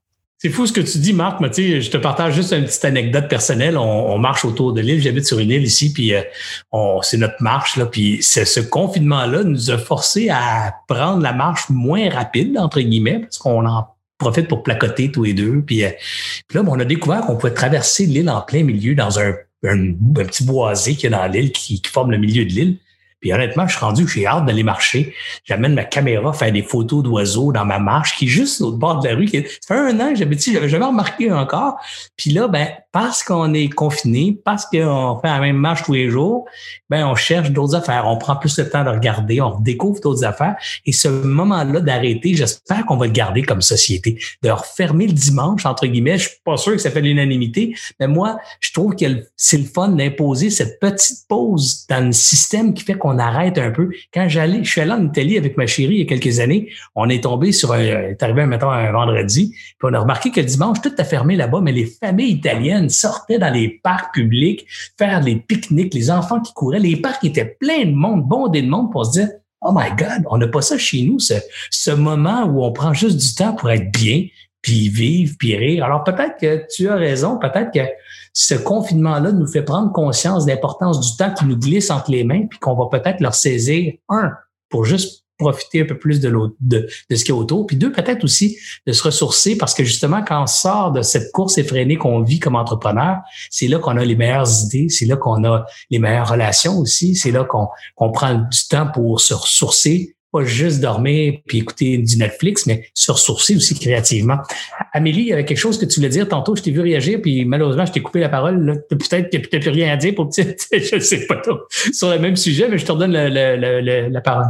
C'est fou ce que tu dis, Marc, mais tu sais, je te partage juste une petite anecdote personnelle. On, on marche autour de l'île. J'habite sur une île ici, puis euh, on, c'est notre marche, là. Puis c'est, ce confinement-là nous a forcé à prendre la marche moins rapide, entre guillemets, parce qu'on en profite pour placoter tous les deux. Puis, euh, puis là, on a découvert qu'on pouvait traverser l'île en plein milieu dans un, un, un petit boisé qu'il y a dans l'île qui, qui forme le milieu de l'île. Puis honnêtement, je suis rendu que j'ai hâte d'aller marcher. J'amène ma caméra, faire des photos d'oiseaux dans ma marche, qui est juste au bord de la rue. Ça fait un an que j'habite ici, j'avais jamais remarqué encore. Puis là, ben, parce qu'on est confiné, parce qu'on fait la même marche tous les jours, ben, on cherche d'autres affaires. On prend plus le temps de regarder, on redécouvre d'autres affaires. Et ce moment-là d'arrêter, j'espère qu'on va le garder comme société. De refermer le dimanche, entre guillemets, je suis pas sûr que ça fait l'unanimité, mais moi, je trouve que c'est le fun d'imposer cette petite pause dans le système qui fait qu'on arrête un peu. Quand j'allais, je suis allé en Italie avec ma chérie il y a quelques années, on est tombé sur un, est arrivé, mettons, un vendredi, puis on a remarqué que le dimanche, tout a fermé là-bas, mais les familles italiennes sortaient dans les parcs publics, faire les pique-niques, les enfants qui couraient, les parcs étaient pleins de monde, bondés de monde pour se dire, oh my God, on n'a pas ça chez nous, ce, ce moment où on prend juste du temps pour être bien, puis vivre, puis rire. Alors peut-être que tu as raison, peut-être que ce confinement-là nous fait prendre conscience de l'importance du temps qui nous glisse entre les mains, puis qu'on va peut-être leur saisir, un, pour juste profiter un peu plus de l'autre, de, de ce qu'il y a autour, puis deux, peut-être aussi de se ressourcer, parce que justement, quand on sort de cette course effrénée qu'on vit comme entrepreneur, c'est là qu'on a les meilleures idées, c'est là qu'on a les meilleures relations aussi, c'est là qu'on, qu'on prend du temps pour se ressourcer, pas juste dormir puis écouter du Netflix, mais se ressourcer aussi créativement. Amélie, il y avait quelque chose que tu voulais dire tantôt, je t'ai vu réagir, puis malheureusement, je t'ai coupé la parole. Là. Peut-être que tu n'as plus rien à dire pour peut-être, je ne sais pas trop, sur le même sujet, mais je te redonne le, le, le, le, la parole.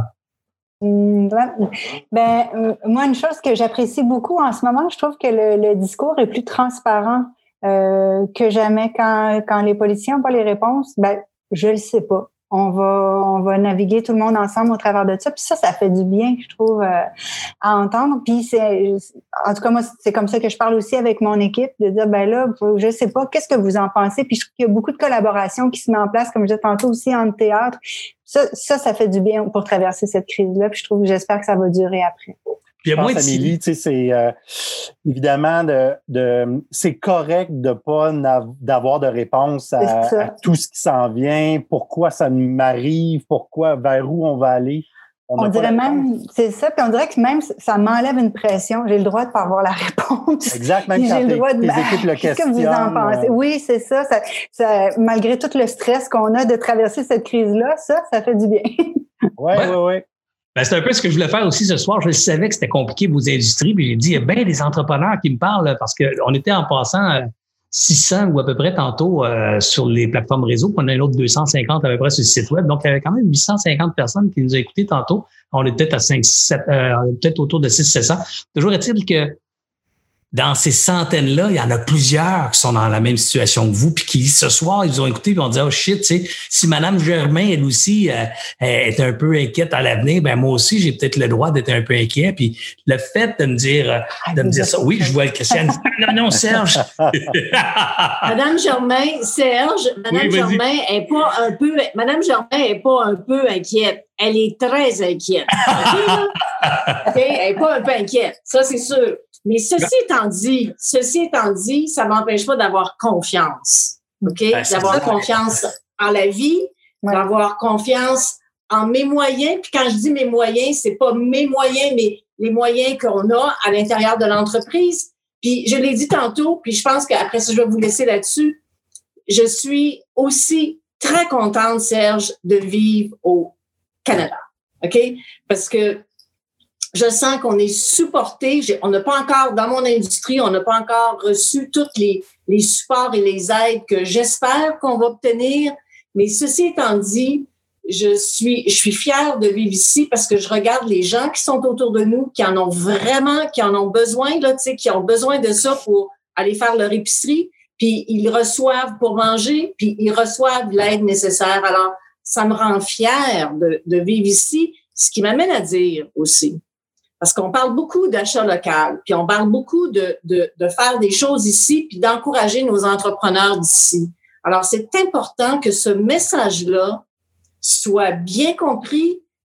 Ben, moi, une chose que j'apprécie beaucoup en ce moment, je trouve que le, le discours est plus transparent euh, que jamais. Quand, quand les policiers n'ont pas les réponses, ben, je le sais pas. On va, on va naviguer tout le monde ensemble au travers de ça. Puis ça, ça fait du bien, je trouve, euh, à entendre. Puis c'est, en tout cas, moi, c'est comme ça que je parle aussi avec mon équipe, de dire, ben là, je sais pas, qu'est-ce que vous en pensez? Puis je trouve qu'il y a beaucoup de collaboration qui se met en place, comme je disais tantôt aussi, en théâtre. Ça, ça, ça fait du bien pour traverser cette crise-là. Puis je trouve, j'espère que ça va durer après. Je pense, Amélie, tu sais, c'est euh, évidemment de, de c'est correct de pas d'avoir de réponse à, à tout ce qui s'en vient, pourquoi ça m'arrive, pourquoi, vers où on va aller. On, on dirait même, c'est ça, puis on dirait que même ça m'enlève une pression. J'ai le droit de pas avoir la réponse. Exact, même quand j'ai le droit de, tes équipes le qu'est-ce que vous en pensez? Oui, c'est ça, ça, ça. Malgré tout le stress qu'on a de traverser cette crise-là, ça, ça fait du bien. Oui, oui, oui. Ben, c'est un peu ce que je voulais faire aussi ce soir. Je savais que c'était compliqué, vos industries, puis j'ai dit, il y a bien des entrepreneurs qui me parlent parce qu'on était en passant six cents ou à peu près tantôt euh, sur les plateformes réseau, puis on a un autre deux cent cinquante à peu près sur le site web. Donc, il y avait quand même huit cent cinquante personnes qui nous ont écoutés tantôt. On est peut-être à cinq, sept, euh, peut-être autour de six cents, sept cents. Toujours est-il que dans ces centaines-là, il y en a plusieurs qui sont dans la même situation que vous, puis qui, ce soir, ils ont écouté, puis on dit, oh shit, tu sais, si Madame Germain, elle aussi, euh, est un peu inquiète à l'avenir, ben moi aussi, j'ai peut-être le droit d'être un peu inquiet. Puis le fait de me dire, de me dire ça, oui, je vois le Christian. Non, non, Serge. Madame Germain, Serge, Madame oui, Germain est pas un peu, Madame Germain est pas un peu inquiète. Elle est très inquiète. OK? Okay? Elle est pas un peu inquiète. Ça, c'est sûr. Mais ceci étant dit, ceci étant dit, ça m'empêche pas d'avoir confiance. OK? Ben, d'avoir confiance en la vie, ouais. D'avoir confiance en mes moyens. Puis quand je dis mes moyens, c'est pas mes moyens, mais les moyens qu'on a à l'intérieur de l'entreprise. Puis je l'ai dit tantôt, puis je pense qu'après ça, je vais vous laisser là-dessus. Je suis aussi très contente, Serge, de vivre au Canada. OK? Parce que je sens qu'on est supporté. On n'a pas encore, dans mon industrie, on n'a pas encore reçu tous les, les supports et les aides que j'espère qu'on va obtenir. Mais ceci étant dit, je suis, je suis fière de vivre ici parce que je regarde les gens qui sont autour de nous, qui en ont vraiment, qui en ont besoin, là, tu sais, qui ont besoin de ça pour aller faire leur épicerie. Puis ils reçoivent pour manger, puis ils reçoivent l'aide nécessaire. Alors, ça me rend fière de, de vivre ici, ce qui m'amène à dire aussi, parce qu'on parle beaucoup d'achat local, puis on parle beaucoup de, de, de faire des choses ici, puis d'encourager nos entrepreneurs d'ici. Alors, c'est important que ce message-là soit bien compris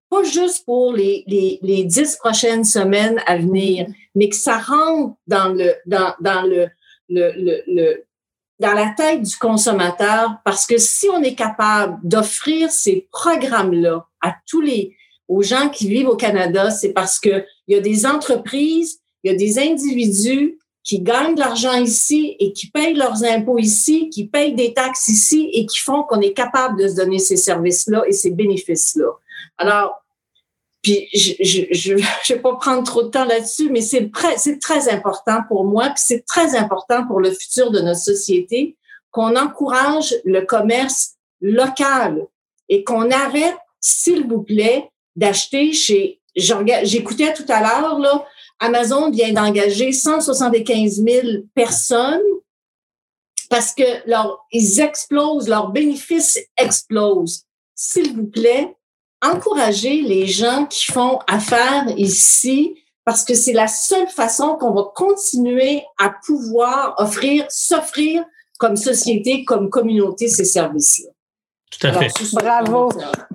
pas juste pour les, les, les dix prochaines semaines à venir, mais que ça rentre dans le, dans, dans le, le, le, le, dans la tête du consommateur, parce que si on est capable d'offrir ces programmes-là à tous les, aux gens qui vivent au Canada, c'est parce que il y a des entreprises, il y a des individus qui gagnent de l'argent ici et qui payent leurs impôts ici, qui payent des taxes ici et qui font qu'on est capable de se donner ces services-là et ces bénéfices-là. Alors, puis je je je, je vais pas prendre trop de temps là-dessus, mais c'est très, c'est très important pour moi, puis c'est très important pour le futur de notre société qu'on encourage le commerce local et qu'on arrête, s'il vous plaît, d'acheter chez. J'écoutais tout à l'heure là. Amazon vient d'engager cent soixante-quinze mille personnes parce que leur, ils explosent, leurs bénéfices explosent. S'il vous plaît, encouragez les gens qui font affaire ici parce que c'est la seule façon qu'on va continuer à pouvoir offrir, s'offrir comme société, comme communauté, ces services-là. Tout à fait. Alors, bravo.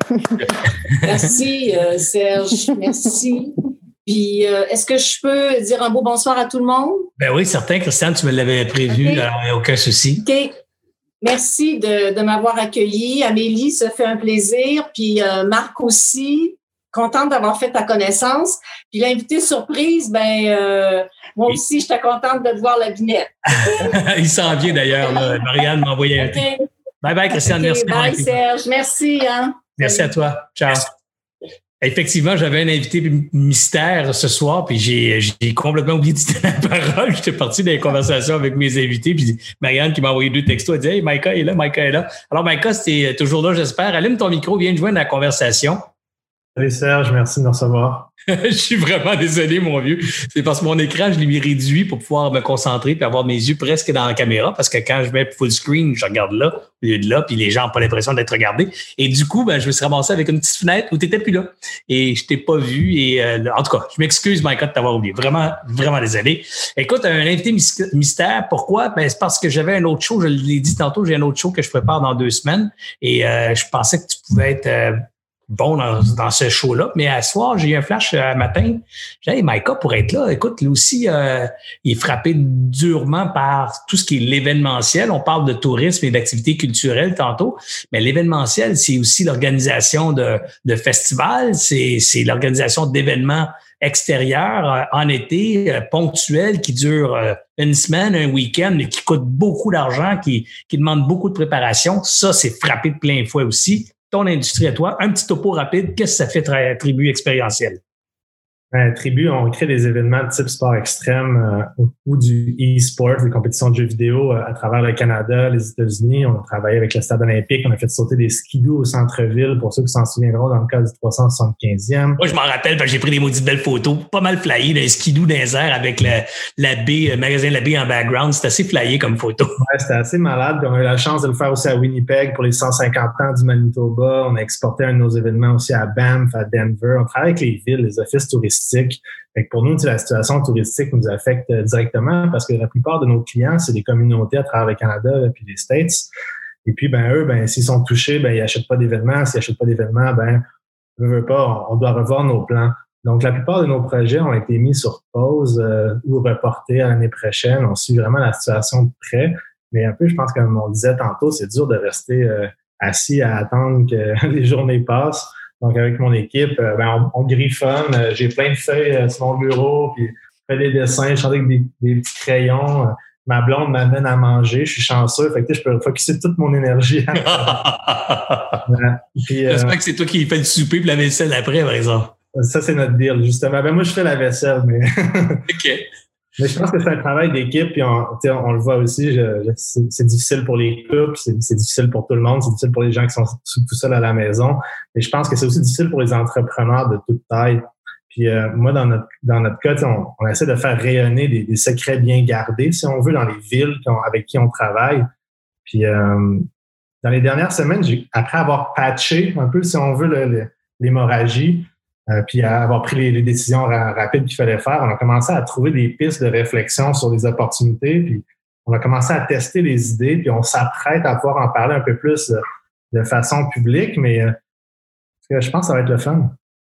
Merci, euh, Serge. Merci. Puis, euh, est-ce que je peux dire un beau bonsoir à tout le monde? Ben oui, certain, Christiane, tu me l'avais prévu, okay. Alors il n'y a aucun souci. OK. Merci de, de m'avoir accueilli. Amélie, ça fait un plaisir. Puis euh, Marc aussi, contente d'avoir fait ta connaissance. Puis l'invité surprise, ben euh, moi oui. aussi, j'étais contente de te voir la binette. Il s'en vient d'ailleurs. Là. Marianne m'a envoyé un okay. Bye bye, Christiane. Okay, merci. Bye, Serge. Merci. Hein? Merci Salut. À toi. Ciao. Effectivement, j'avais un invité mystère ce soir, puis j'ai, j'ai complètement oublié de dire la parole. J'étais parti dans les conversations avec mes invités, puis Marianne qui m'a envoyé deux textos, elle dit « Hey, Maïka est là, Maïka est là. » Alors, Maïka, c'est toujours là, j'espère. Allume ton micro, viens de joindre la conversation. Salut Serge, merci de me recevoir. Je suis vraiment désolé, mon vieux. C'est parce que mon écran, je l'ai réduit pour pouvoir me concentrer et avoir mes yeux presque dans la caméra parce que quand je mets full screen, je regarde là, au lieu de là, puis les gens n'ont pas l'impression d'être regardés. Et du coup, ben, je me suis ramassé avec une petite fenêtre où tu n'étais plus là. Et je t'ai pas vu. Et euh, en tout cas, je m'excuse, Maïka, de t'avoir oublié. Vraiment, vraiment désolé. Écoute, un invité mystère, pourquoi? Ben, c'est parce que j'avais un autre show, je l'ai dit tantôt, j'ai un autre show que je prépare dans deux semaines. Et euh, je pensais que tu pouvais être... Euh, bon dans, dans ce show-là. Mais à ce soir, j'ai eu un flash un matin. J'ai dit, hey, Maïka, pour être là, écoute, lui aussi, euh, il est frappé durement par tout ce qui est l'événementiel. On parle de tourisme et d'activités culturelles tantôt, mais l'événementiel, c'est aussi l'organisation de, de festivals, c'est, c'est l'organisation d'événements extérieurs euh, en été, euh, ponctuels, qui durent euh, une semaine, un week-end, mais qui coûtent beaucoup d'argent, qui, qui demandent beaucoup de préparation. Ça, c'est frappé de plein fouet aussi. Ton industrie à toi. Un petit topo rapide, qu'est-ce que ça fait tra- Tribu expérientiel? Ben, Tribu, on crée des événements de type sport extrême euh, ou du e-sport, des compétitions de jeux vidéo euh, à travers le Canada, les États-Unis. On a travaillé avec le Stade olympique. On a fait sauter des skidoo au centre-ville, pour ceux qui s'en souviendront, dans le cas du trois cent soixante-quinzième. Moi, je m'en rappelle, parce que j'ai pris des maudites belles photos, pas mal flyées, d'un skidoo dans les airs avec le, la baie, le magasin de la baie en background. C'était assez flyé comme photo. Ouais, c'était assez malade. Puis on a eu la chance de le faire aussi à Winnipeg pour les cent cinquante ans du Manitoba. On a exporté un de nos événements aussi à Banff, à Denver. On travaille avec les villes, les offices touristiques. Fait que pour nous, la situation touristique nous affecte directement parce que la plupart de nos clients, c'est des communautés à travers le Canada et puis les States. Et puis, ben eux, ben s'ils sont touchés, ben ils n'achètent pas d'événements. S'ils n'achètent pas d'événements, ben on veut pas, on doit revoir nos plans. Donc, la plupart de nos projets ont été mis sur pause euh, ou reportés à l'année prochaine. On suit vraiment la situation de près. Mais un peu, je pense, comme on disait tantôt, c'est dur de rester euh, assis à attendre que les journées passent. Donc, avec mon équipe, euh, ben, on, on griffonne. Euh, j'ai plein de feuilles euh, sur mon bureau, puis je fais des dessins, je chante avec des, des petits crayons. Euh, ma blonde m'amène à manger. Je suis chanceux. Fait que je peux focusser toute mon énergie. Voilà. Puis, euh, j'espère que c'est toi qui fais le souper et la vaisselle après, par exemple. Ça, c'est notre deal, justement. Ben, moi, je fais la vaisselle, mais... OK. Mais je pense que c'est un travail d'équipe, puis on, on le voit aussi, je, je, c'est, c'est difficile pour les couples, c'est, c'est difficile pour tout le monde, c'est difficile pour les gens qui sont tout seuls à la maison. Mais je pense que c'est aussi difficile pour les entrepreneurs de toute taille. Puis euh, moi, dans notre dans notre cas, on, on essaie de faire rayonner des, des secrets bien gardés, si on veut, dans les villes avec qui on travaille. Puis euh, dans les dernières semaines, j'ai, après avoir patché un peu, si on veut, le, le, l'hémorragie, Euh, puis à avoir pris les, les décisions ra- rapides qu'il fallait faire, on a commencé à trouver des pistes de réflexion sur les opportunités, puis on a commencé à tester les idées, puis on s'apprête à pouvoir en parler un peu plus de, de façon publique, mais euh, je pense que ça va être le fun.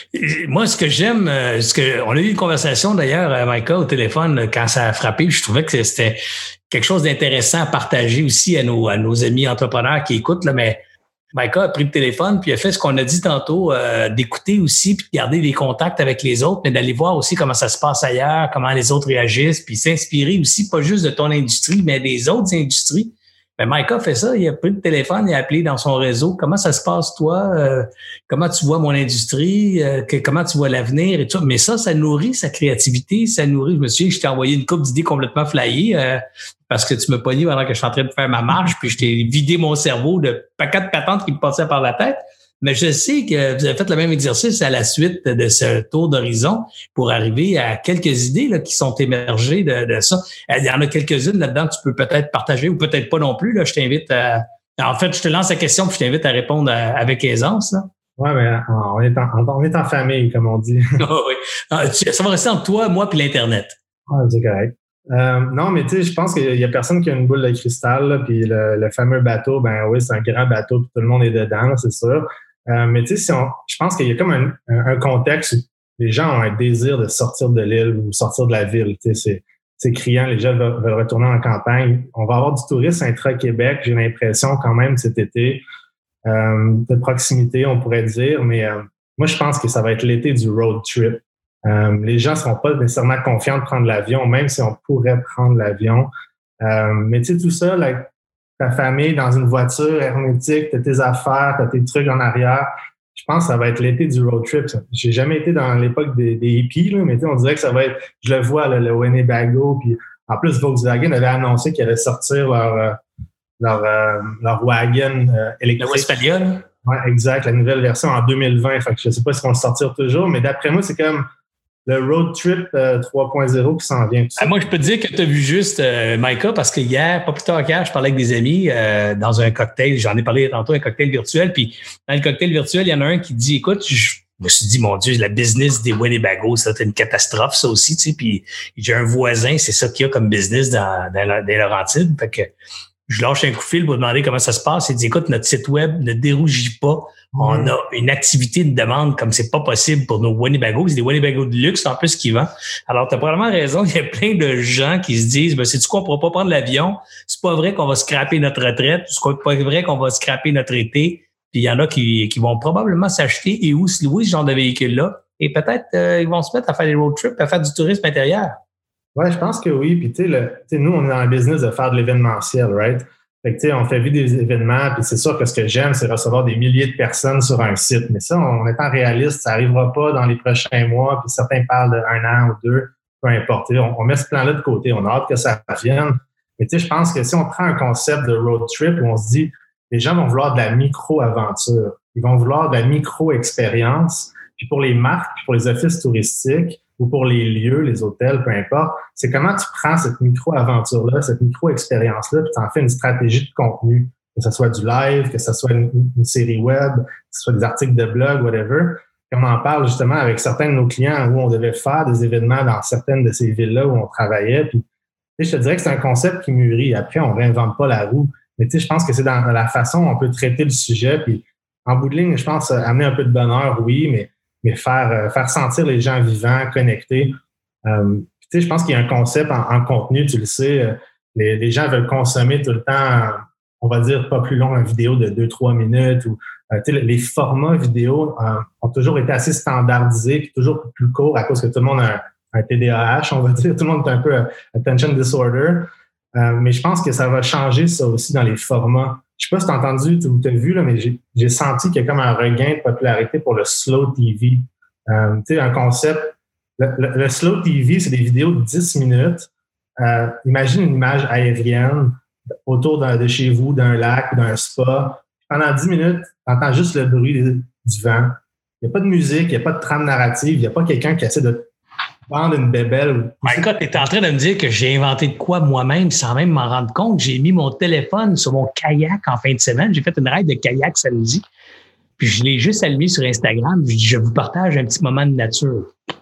Moi, ce que j'aime, ce que on a eu une conversation d'ailleurs, Micah, au téléphone quand ça a frappé. Je trouvais que c'était quelque chose d'intéressant à partager aussi à nos à nos amis entrepreneurs qui écoutent là, mais Micah a pris le téléphone puis a fait ce qu'on a dit tantôt, euh, d'écouter aussi puis de garder des contacts avec les autres, mais d'aller voir aussi comment ça se passe ailleurs, comment les autres réagissent, puis s'inspirer aussi pas juste de ton industrie, mais des autres industries. Ben Micah fait ça, il a pris le téléphone, il a appelé dans son réseau. Comment ça se passe, toi? Euh, comment tu vois mon industrie? Euh, que, comment tu vois l'avenir et tout ça? Mais ça, ça nourrit sa créativité, ça nourrit. Je me souviens, je t'ai envoyé une couple d'idées complètement flyées euh, parce que tu me pognais pendant que je suis en train de faire ma marche, puis je t'ai vidé mon cerveau de paquets de patentes qui me passaient par la tête. Mais je sais que vous avez fait le même exercice à la suite de ce tour d'horizon pour arriver à quelques idées là, qui sont émergées de, de ça. Il y en a quelques-unes là-dedans que tu peux peut-être partager ou peut-être pas non plus. Là. Je t'invite à... En fait, je te lance la question puis je t'invite à répondre à, avec aisance. Là. Oui, mais on est, en, on est en famille, comme on dit. Oh, oui. Ça va rester entre toi, moi puis l'Internet. Ah, c'est correct. Euh, non, mais tu sais, je pense qu'il y a personne qui a une boule de cristal. Là, puis le, le fameux bateau, ben oui, c'est un grand bateau puis tout le monde est dedans, là, c'est sûr. Euh, mais tu sais, si on, je pense qu'il y a comme un, un, un contexte où les gens ont un désir de sortir de l'île ou sortir de la ville. Tu sais, c'est, c'est criant, les gens veulent, veulent retourner en campagne. On va avoir du tourisme intra-Québec, j'ai l'impression quand même cet été, euh, de proximité, on pourrait dire. Mais euh, moi, je pense que ça va être l'été du road trip. Euh, les gens ne seront pas nécessairement confiants de prendre l'avion, même si on pourrait prendre l'avion. Euh, mais tu sais, tout ça, là, ta famille dans une voiture hermétique, t'as tes affaires, t'as tes trucs en arrière. Je pense que ça va être l'été du road trip. Ça. J'ai jamais été dans l'époque des, des hippies, là, mais on dirait que ça va être, je le vois, là, le Winnebago. Puis en plus, Volkswagen avait annoncé qu'ils allaient sortir leur euh, leur, euh, leur wagon euh, électrique. Le Westphalia, là? Oui, exact. La nouvelle version en deux mille vingt. Fait que je sais pas si on le sortir toujours, mais d'après moi, c'est comme le road trip euh, trois point zéro qui s'en vient. Ah, moi, je peux te dire que tu as vu juste euh, Micah parce que hier, pas plus tard qu'hier, je parlais avec des amis euh, dans un cocktail. J'en ai parlé tantôt, un cocktail virtuel. Puis dans le cocktail virtuel, il y en a un qui dit, écoute, je me suis dit, mon Dieu, la business des Winnebago, ça, c'est une catastrophe, ça aussi. Tu sais. Puis j'ai un voisin, c'est ça qu'il y a comme business dans, dans, dans les Laurentides. Fait que je lâche un coup de fil pour demander comment ça se passe. Il dit, écoute, notre site web ne dérougit pas. On a une activité de demande comme c'est pas possible pour nos Winnebago. C'est des Winnebago de luxe en plus qui vendent. Alors, tu as probablement raison. Il y a plein de gens qui se disent, ben, c'est-tu quoi, on pourra pas prendre l'avion. C'est pas vrai qu'on va scraper notre retraite. C'est pas vrai qu'on va scraper notre été. Puis il y en a qui, qui vont probablement s'acheter et ou se louer ce genre de véhicule-là. Et peut-être, euh, ils vont se mettre à faire des road trips, à faire du tourisme intérieur. Ouais, je pense que oui. Puis, tu sais, nous, on est dans le business de faire de l'événementiel, right? Fait que, tu sais, on fait vivre des événements, puis c'est sûr que ce que j'aime, c'est recevoir des milliers de personnes sur un site. Mais ça, en étant réaliste, ça n'arrivera pas dans les prochains mois, puis certains parlent d'un an ou deux, peu importe. On, on met ce plan-là de côté, on a hâte que ça revienne. Mais tu sais, je pense que si on prend un concept de road trip où on se dit, les gens vont vouloir de la micro-aventure, ils vont vouloir de la micro-expérience, puis pour les marques, puis pour les offices touristiques, ou pour les lieux, les hôtels, peu importe, c'est comment tu prends cette micro-aventure-là, cette micro-expérience-là, puis tu en fais une stratégie de contenu, que ce soit du live, que ce soit une, une série web, que ce soit des articles de blog, whatever. Et on en parle justement avec certains de nos clients où on devait faire des événements dans certaines de ces villes-là où on travaillait. Puis, tu sais, je te dirais que c'est un concept qui mûrit. Après, on réinvente pas la roue. Mais tu sais, je pense que c'est dans la façon dont on peut traiter le sujet. Puis, en bout de ligne, je pense amener un peu de bonheur, oui, mais mais faire euh, faire sentir les gens vivants, connectés. Euh, tu sais, je pense qu'il y a un concept en, en contenu, tu le sais, euh, les, les gens veulent consommer tout le temps, on va dire, pas plus long, une vidéo de deux trois minutes. Ou euh, tu sais, les formats vidéo euh, ont toujours été assez standardisés, puis toujours plus courts à cause que tout le monde a un, un T D A H, on va dire. Tout le monde est un peu uh, attention disorder. Euh, mais je pense que ça va changer ça aussi dans les formats. Je sais pas si tu as entendu ou tu as vu, là, mais j'ai, j'ai senti qu'il y a comme un regain de popularité pour le slow T V. Euh, tu sais, un concept. Le, le, le slow T V, c'est des vidéos de dix minutes. Euh, imagine une image aérienne autour de chez vous, d'un lac ou d'un spa. Pendant dix minutes, tu entends juste le bruit du vent. Il n'y a pas de musique, il n'y a pas de trame narrative, il n'y a pas quelqu'un qui essaie de vendre une bébelle. Écoute, tu es en train de me dire que j'ai inventé de quoi moi-même sans même m'en rendre compte. J'ai mis mon téléphone sur mon kayak en fin de semaine. J'ai fait une ride de kayak samedi. Puis je l'ai juste allumé sur Instagram. Je dis, je vous partage un petit moment de nature.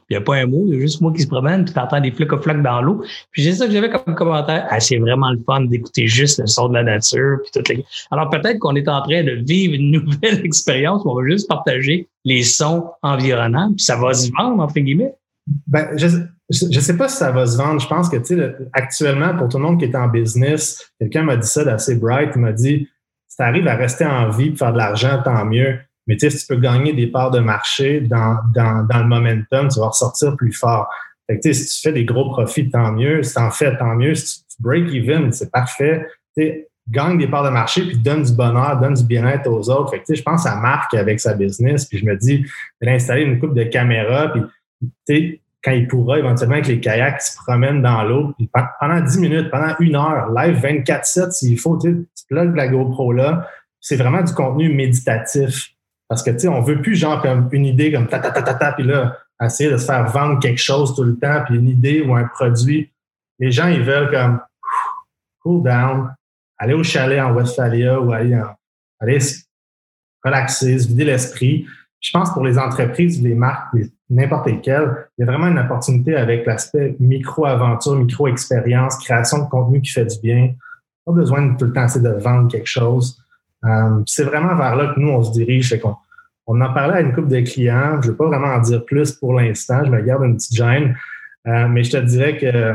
il n'y a pas un mot, il y a juste moi qui se promène, puis tu entends des flics flacs dans l'eau. Puis c'est ça que j'avais comme commentaire. Ah, c'est vraiment le fun d'écouter juste le son de la nature. Puis toutes les... Alors peut-être qu'on est en train de vivre une nouvelle expérience où on va juste partager les sons environnants, puis ça va se vendre, entre guillemets. Ben, je je sais pas si ça va se vendre. Je pense que, tu sais, actuellement, pour tout le monde qui est en business, quelqu'un m'a dit ça d'assez bright. Il m'a dit, si tu arrives à rester en vie et faire de l'argent, tant mieux. Mais tu sais, si tu peux gagner des parts de marché dans, dans, dans le momentum, tu vas ressortir plus fort. Fait que, tu sais, si tu fais des gros profits, tant mieux. Si tu en fais, tant mieux. Si tu break even, c'est parfait. Tu sais, gagne des parts de marché puis donne du bonheur, donne du bien-être aux autres. Fait que, tu sais, je pense à Marc avec sa business. Puis je me dis, il a installé une couple de caméras. Puis, tu sais, quand il pourra, éventuellement, avec les kayaks, qui se promènent dans l'eau. Puis pendant dix minutes, pendant une heure, live vingt-quatre sept, s'il faut, tu sais, tu plugues la GoPro là. C'est vraiment du contenu méditatif. Parce que, tu sais, on veut plus genre comme une idée comme ta ta ta ta ta, puis là, essayer de se faire vendre quelque chose tout le temps, puis une idée ou un produit. Les gens, ils veulent comme cool down, aller au chalet en Westphalia ou aller, en, aller se relaxer, se vider l'esprit. Je pense pour les entreprises, les marques, les, n'importe lesquelles, il y a vraiment une opportunité avec l'aspect micro-aventure, micro-expérience, création de contenu qui fait du bien. Pas besoin de tout le temps essayer de vendre quelque chose. Euh, c'est vraiment vers là que nous, on se dirige. Fait qu'on, on en parlait à une couple de clients. Je ne vais pas vraiment en dire plus pour l'instant. Je me garde une petite gêne. Euh, mais je te dirais que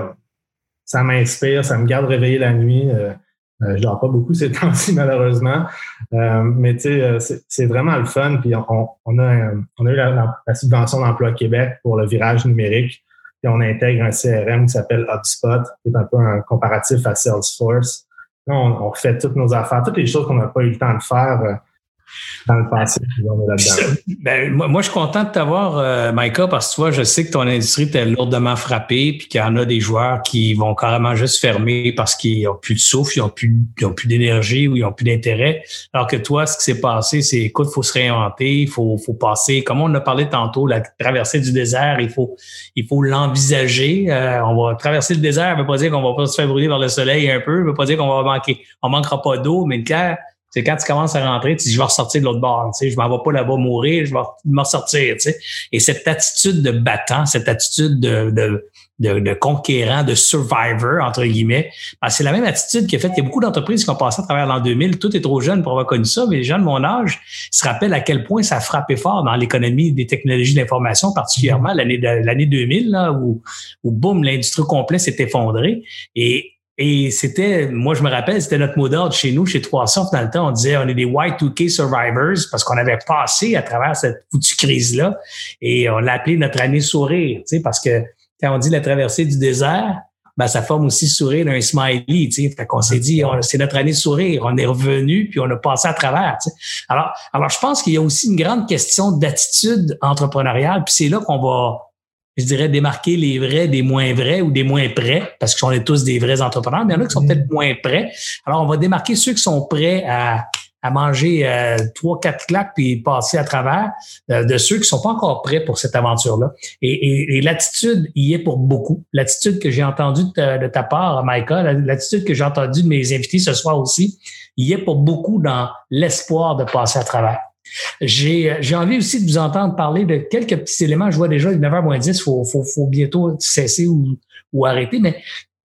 ça m'inspire, ça me garde réveillé la nuit. Euh, euh, je dors pas beaucoup ces temps-ci, malheureusement. Euh, mais tu sais, c'est, c'est vraiment le fun. Puis on, on, a, on a eu la, la subvention d'Emploi Québec pour le virage numérique. Puis on intègre un C R M qui s'appelle HubSpot, qui est un peu un comparatif à Salesforce. Là, on, on refait toutes nos affaires, toutes les choses qu'on n'a pas eu le temps de faire euh, dans le passé. On est là-dedans. Ben, moi, moi, je suis content de t'avoir, euh, Micah, parce que toi, je sais que ton industrie t'est lourdement frappée, puis qu'il y en a des joueurs qui vont carrément juste fermer parce qu'ils n'ont plus de souffle, ils n'ont plus, ils ont plus d'énergie ou ils n'ont plus d'intérêt. Alors que toi, ce qui s'est passé, c'est, écoute, il faut se réinventer, il faut, faut passer, comme on a parlé tantôt, la traversée du désert, il faut, il faut l'envisager. Euh, on va traverser le désert, ça ne veut pas dire qu'on va pas se faire brûler par le soleil un peu, ça ne veut pas dire qu'on va manquer, on manquera pas d'eau, mais clair, c'est quand tu commences à rentrer, tu dis, je vais ressortir de l'autre bord, tu sais, je m'en vais pas là-bas mourir, je vais me ressortir, tu sais. Et cette attitude de battant, cette attitude de, de, de, de conquérant, de survivor, entre guillemets, ben, c'est la même attitude qui a fait qu'il y a beaucoup d'entreprises qui ont passé à travers l'an deux mille. Tout est trop jeune pour avoir connu ça, mais les gens de mon âge se rappellent à quel point ça a frappé fort dans l'économie des technologies de l'information, particulièrement l'année, de, l'année deux mille, là, où, où boum, l'industrie complète s'est effondrée. Et Et c'était, moi je me rappelle, c'était notre mot d'ordre chez nous, chez trois cents, dans le temps, on disait on est des Y deux K survivors parce qu'on avait passé à travers cette foutue crise-là et on l'a appelé notre année sourire, tu sais, parce que quand on dit la traversée du désert, ben ça forme aussi sourire d'un smiley, tu sais, fait qu'on s'est dit on, c'est notre année sourire, on est revenu puis on a passé à travers, tu sais. Alors, alors je pense qu'il y a aussi une grande question d'attitude entrepreneuriale, puis c'est là qu'on va, je dirais, démarquer les vrais des moins vrais ou des moins prêts, parce qu'on est tous des vrais entrepreneurs, mais il y en a qui sont peut-être moins prêts. Alors, on va démarquer ceux qui sont prêts à, à manger euh, trois, quatre claques puis passer à travers euh, de ceux qui sont pas encore prêts pour cette aventure-là. Et, et, et l'attitude y est pour beaucoup. L'attitude que j'ai entendue de ta, de ta part, Micah, l'attitude que j'ai entendue de mes invités ce soir aussi, y est pour beaucoup dans l'espoir de passer à travers. J'ai, j'ai envie aussi de vous entendre parler de quelques petits éléments. Je vois déjà, il est neuf heures moins dix, il faut, faut, faut bientôt cesser ou, ou arrêter, mais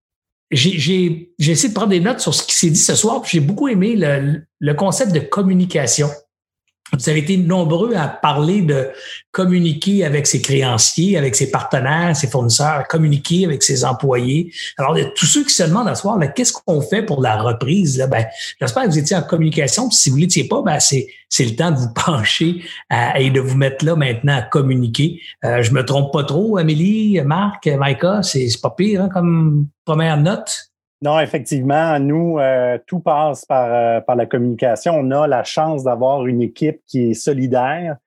j'ai, j'ai, j'ai essayé de prendre des notes sur ce qui s'est dit ce soir, puis j'ai beaucoup aimé le, le concept de communication. Vous avez été nombreux à parler de communiquer avec ses créanciers, avec ses partenaires, ses fournisseurs, communiquer avec ses employés. Alors, de tous ceux qui se demandent à ce soir, là, qu'est-ce qu'on fait pour la reprise? Là, ben, j'espère que vous étiez en communication. Puis si vous ne l'étiez pas, ben, c'est, c'est le temps de vous pencher à, et de vous mettre là maintenant à communiquer. Euh, je me trompe pas trop, Amélie, Marc, Micah, c'est, c'est pas pire hein, comme première note? Non, effectivement, nous, euh, tout passe par, euh, par la communication. On a la chance d'avoir une équipe qui est solidaire,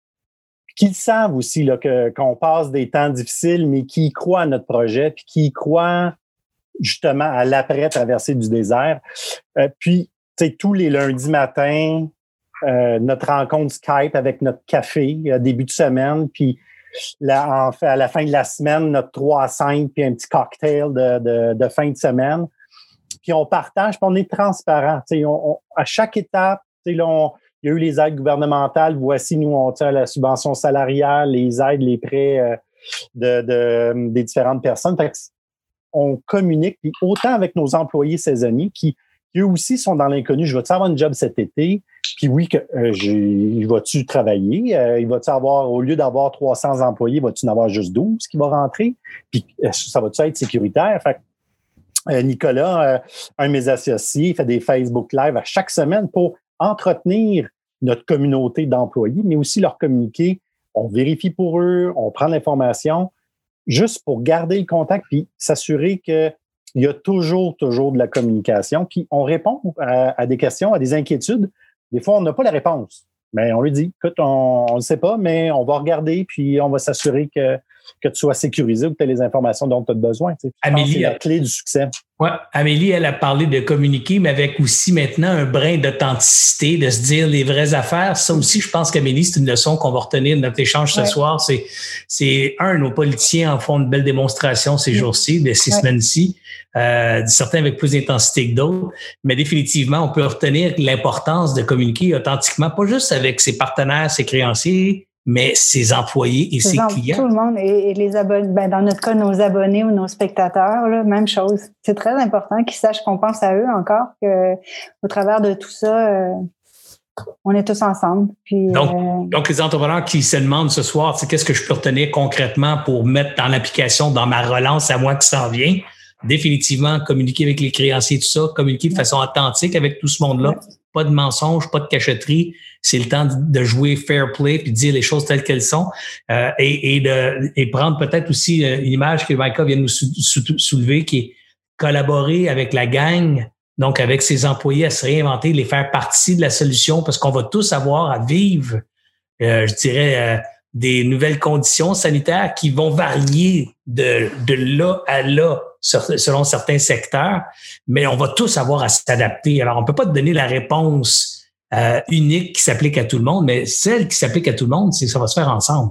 qui savent aussi là, que, qu'on passe des temps difficiles, mais qui croient à notre projet, puis qui croient justement à l'après-traversée du désert. Euh, puis, tu sais, tous les lundis matins, euh, notre rencontre Skype avec notre café, euh, début de semaine, puis Là, en fait, à la fin de la semaine, notre trois à cinq, puis un petit cocktail de, de, de fin de semaine. Puis on partage, puis on est transparent. On, on, à chaque étape, là, on, il y a eu les aides gouvernementales. Voici, nous, on tire la subvention salariale, les aides, les prêts, euh, de, de, des différentes personnes. Fait on communique, puis autant avec nos employés saisonniers qui, qui eux aussi sont dans l'inconnu. Je vais-tu avoir une job cet été? Puis oui, que, euh, il va-tu travailler? Euh, il va-tu avoir, au lieu d'avoir trois cents employés, va-tu en avoir juste douze qui vont rentrer? Puis ça va-tu être sécuritaire? Fait euh, Nicolas, euh, un de mes associés, fait des Facebook Live à chaque semaine pour entretenir notre communauté d'employés, mais aussi leur communiquer. On vérifie pour eux, on prend l'information, juste pour garder le contact puis s'assurer qu'il y a toujours, toujours de la communication. Puis on répond à, à des questions, à des inquiétudes. Des fois, on n'a pas la réponse. Mais on lui dit, écoute, on ne le sait pas, mais on va regarder puis on va s'assurer que, que tu sois sécurisé ou que tu as les informations dont tu as besoin. Tu sais. Amélie, c'est la clé du succès. Ouais, Amélie, elle a parlé de communiquer, mais avec aussi maintenant un brin d'authenticité, de se dire les vraies affaires. Ça aussi, je pense qu'Amélie, c'est une leçon qu'on va retenir de notre échange ouais. ce soir. C'est, c'est un, nos politiciens en font une belle démonstration ces jours-ci, de ces ouais. semaines-ci, euh, certains avec plus d'intensité que d'autres. Mais définitivement, on peut retenir l'importance de communiquer authentiquement, pas juste avec ses partenaires, ses créanciers, mais ses employés et ses gens, clients. Tout le monde et, et les abonnés, ben dans notre cas, nos abonnés ou nos spectateurs, là, même chose. C'est très important qu'ils sachent qu'on pense à eux encore, que au travers de tout ça, euh, on est tous ensemble. Puis, donc, euh, donc, les entrepreneurs qui se demandent ce soir, c'est qu'est-ce que je peux retenir concrètement pour mettre dans l'application, dans ma relance à moi qui s'en vient? Définitivement, communiquer avec les créanciers, tout ça, communiquer de façon authentique avec tout ce monde-là. Ouais. Pas de mensonges, pas de cachotterie. C'est le temps de jouer fair play puis de dire les choses telles qu'elles sont euh, et, et de et prendre peut-être aussi une image que Micah vient de nous sou, sou, soulever, qui est collaborer avec la gang, donc avec ses employés à se réinventer, les faire partie de la solution parce qu'on va tous avoir à vivre, euh, je dirais, euh, des nouvelles conditions sanitaires qui vont varier de, de là à là selon certains secteurs, mais on va tous avoir à s'adapter. Alors, on peut pas te donner la réponse euh, unique qui s'applique à tout le monde, mais celle qui s'applique à tout le monde, c'est que ça va se faire ensemble.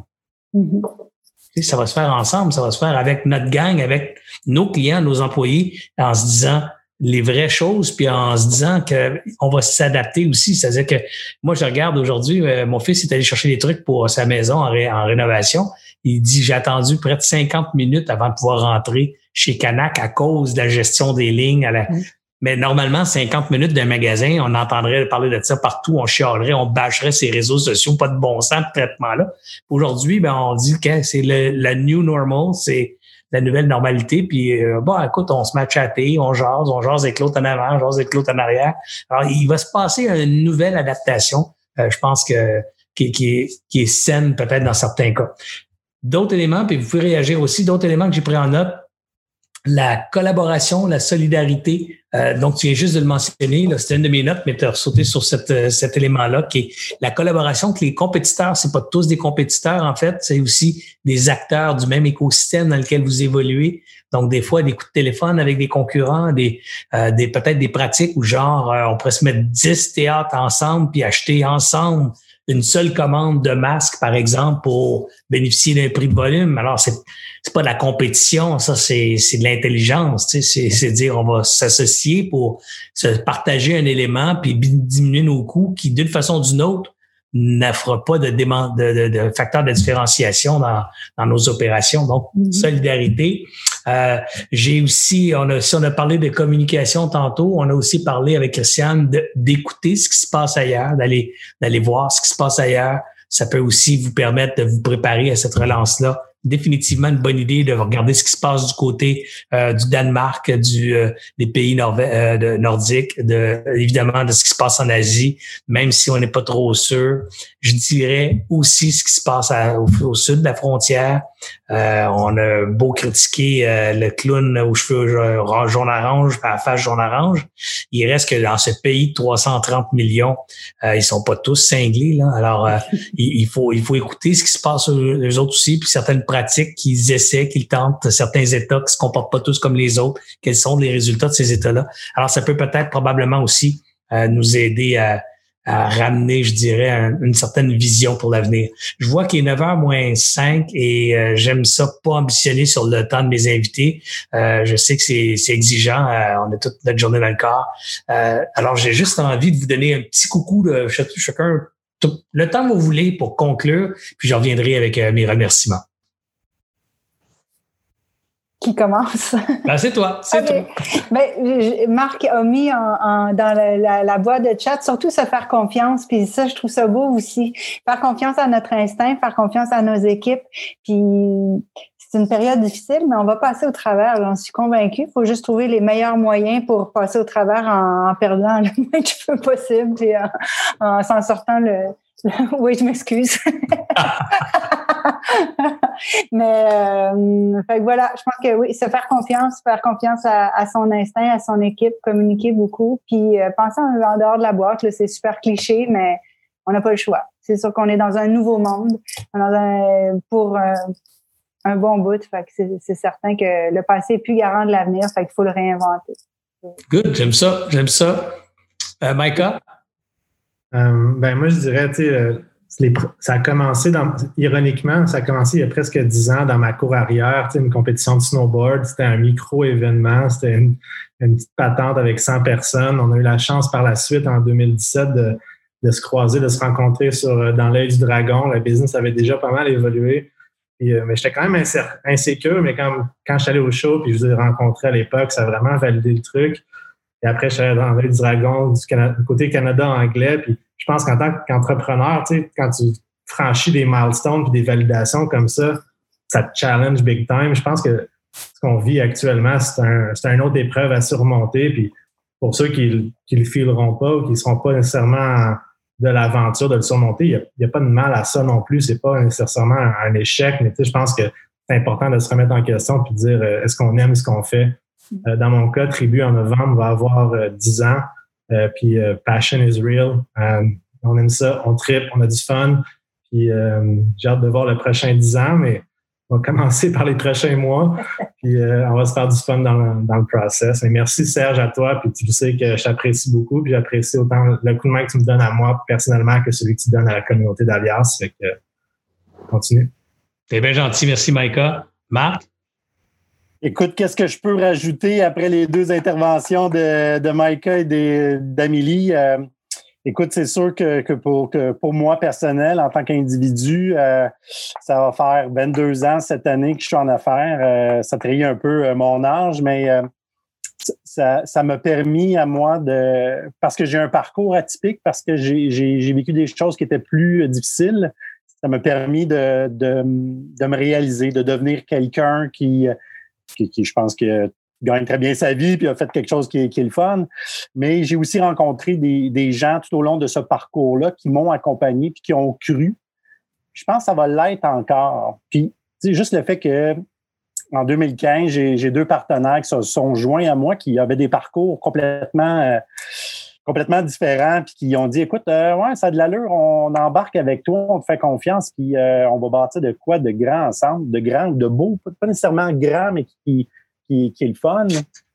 Mm-hmm. Ça va se faire ensemble, ça va se faire avec notre gang, avec nos clients, nos employés, en se disant les vraies choses, puis en se disant que on va s'adapter aussi. C'est-à-dire que moi, je regarde aujourd'hui, euh, mon fils est allé chercher des trucs pour sa maison en, ré, en rénovation. Il dit, j'ai attendu près de cinquante minutes avant de pouvoir rentrer chez Canac à cause de la gestion des lignes. À la... mmh. Mais normalement, cinquante minutes d'un magasin, on entendrait parler de ça partout, on chialerait, on bâcherait ses réseaux sociaux, pas de bon sens de traitement-là. Aujourd'hui, ben on dit que c'est le, la new normal, c'est la nouvelle normalité, puis euh, bon, écoute, on se met à chatter, on jase, on jase avec l'autre en avant, on jase avec l'autre en arrière. Alors, il va se passer une nouvelle adaptation, euh, je pense que qui, qui, est, qui est saine peut-être dans certains cas. D'autres éléments, puis vous pouvez réagir aussi, d'autres éléments que j'ai pris en note, la collaboration, la solidarité. Euh, donc, tu viens juste de le mentionner, là, c'était une de mes notes, mais tu as sauté sur cette, cet élément-là, qui est la collaboration que les compétiteurs, c'est pas tous des compétiteurs, en fait, c'est aussi des acteurs du même écosystème dans lequel vous évoluez. Donc, des fois, des coups de téléphone avec des concurrents, des, euh, des peut-être des pratiques où genre, euh, on pourrait se mettre dix théâtres ensemble puis acheter ensemble une seule commande de masque, par exemple, pour bénéficier d'un prix de volume. Alors, c'est c'est pas de la compétition, ça, c'est c'est de l'intelligence, tu sais, c'est c'est dire on va s'associer pour se partager un élément puis diminuer nos coûts qui, d'une façon ou d'une autre, n'offre pas de, déman- de, de, de facteur de différenciation dans, dans nos opérations. Donc, mm-hmm. solidarité. Euh, j'ai aussi, on a, si on a parlé de communication tantôt, on a aussi parlé avec Christiane de, d'écouter ce qui se passe ailleurs, d'aller, d'aller voir ce qui se passe ailleurs. Ça peut aussi vous permettre de vous préparer à cette relance-là. Définitivement une bonne idée de regarder ce qui se passe du côté euh, du Danemark, du euh, des pays norvé- euh, de, nordiques, de évidemment de ce qui se passe en Asie, même si on n'est pas trop sûr. Je dirais aussi ce qui se passe à, au, au sud de la frontière. Euh, on a beau critiquer euh, le clown aux cheveux jaune-orange, à la face jaune-orange. Il reste que dans ce pays de trois cent trente millions, euh, ils sont pas tous cinglés, là. Alors, euh, il, il faut il faut écouter ce qui se passe eux autres aussi, puis certaines pratiques qu'ils essaient, qu'ils tentent, certains États qui se comportent pas tous comme les autres, quels sont les résultats de ces États-là. Alors, ça peut peut-être probablement aussi euh, nous aider à, à ramener, je dirais, un, une certaine vision pour l'avenir. Je vois qu'il est neuf heures moins cinq et euh, j'aime ça pas ambitionner sur le temps de mes invités. Euh, je sais que c'est, c'est exigeant. Euh, on a toute notre journée dans le corps. Euh, alors, j'ai juste envie de vous donner un petit coucou de chacun, tout, le temps que vous voulez pour conclure, puis je reviendrai avec euh, mes remerciements. Qui commence? Ben, c'est toi, c'est okay. toi. Ben, Marc a mis en, en, dans la, la, la boîte de chat, surtout se faire confiance, puis ça, je trouve ça beau aussi. Faire confiance à notre instinct, faire confiance à nos équipes, puis c'est une période difficile, mais on va passer au travers, j'en suis convaincue. Il faut juste trouver les meilleurs moyens pour passer au travers en, en perdant le moins de cheveux possible, puis en, en s'en sortant le... le oui, je m'excuse. Mais euh, fait que voilà, je pense que oui, se faire confiance, faire confiance à, à son instinct, à son équipe, communiquer beaucoup, puis euh, penser en, en dehors de la boîte, là, c'est super cliché, mais on n'a pas le choix. C'est sûr qu'on est dans un nouveau monde, dans un, pour euh, un bon bout, fait que c'est, c'est certain que le passé est plus garant de l'avenir, fait qu'il faut le réinventer. Good, j'aime ça, j'aime ça. Euh, Micah? Euh, ben moi, je dirais, tu sais, euh, Les, ça a commencé, dans, ironiquement, ça a commencé il y a presque dix ans dans ma cour arrière, une compétition de snowboard. C'était un micro-événement, c'était une, une petite patente avec cent personnes. On a eu la chance par la suite, en deux mille dix-sept, de, de se croiser, de se rencontrer sur, dans l'œil du dragon. Le business avait déjà pas mal évolué. Puis, euh, mais j'étais quand même insécure, insécure mais quand, quand je suis allé au show puis je vous ai rencontré à l'époque, ça a vraiment validé le truc. Et après, je suis allé dans l'œil du dragon du, Canada, du côté Canada anglais. Puis je pense qu'en tant qu'entrepreneur, tu sais, quand tu franchis des milestones et des validations comme ça, ça te challenge big time. Je pense que ce qu'on vit actuellement, c'est un, c'est une autre épreuve à surmonter. Puis pour ceux qui ne le fileront pas ou qui ne seront pas nécessairement de l'aventure de le surmonter, il n'y a, a pas de mal à ça non plus. C'est pas nécessairement un, un échec, mais tu sais, je pense que c'est important de se remettre en question et de dire euh, est-ce qu'on aime ce qu'on fait. Euh, dans mon cas, Tribu en novembre va avoir euh, dix ans. Euh, puis euh, Passion is real. Euh, on aime ça, on tripe, on a du fun. Puis euh, j'ai hâte de voir le prochain dix ans, mais on va commencer par les prochains mois. Puis euh, on va se faire du fun dans le, dans le process. Et merci Serge à toi. Puis tu sais que je t'apprécie beaucoup. Puis j'apprécie autant le coup de main que tu me donnes à moi personnellement que celui que tu donnes à la communauté d'Alias. Fait que euh, continue. T'es bien gentil. Merci Micah. Marc? Écoute, qu'est-ce que je peux rajouter après les deux interventions de, de Micah et de, d'Amélie? Euh, écoute, c'est sûr que, que, pour, que pour moi, personnel, en tant qu'individu, euh, ça va faire vingt-deux ans cette année que je suis en affaires. Euh, ça trahit un peu euh, mon âge, mais euh, ça, ça m'a permis à moi de... Parce que j'ai un parcours atypique, parce que j'ai, j'ai, j'ai vécu des choses qui étaient plus difficiles, ça m'a permis de, de, de me réaliser, de devenir quelqu'un qui... Qui, qui, je pense, que gagne très bien sa vie puis a fait quelque chose qui est, qui est le fun. Mais j'ai aussi rencontré des, des gens tout au long de ce parcours-là qui m'ont accompagné puis qui ont cru. Je pense que ça va l'être encore. Puis, tu sais, juste le fait que en deux mille quinze, j'ai, j'ai deux partenaires qui se sont joints à moi, qui avaient des parcours complètement, euh, complètement différents puis qui ont dit, écoute, euh, ouais, ça a de l'allure, on embarque avec toi, on te fait confiance puis euh, on va bâtir de quoi de grand ensemble, de grand, de beau, pas nécessairement grand, mais qui, qui, qui est le fun.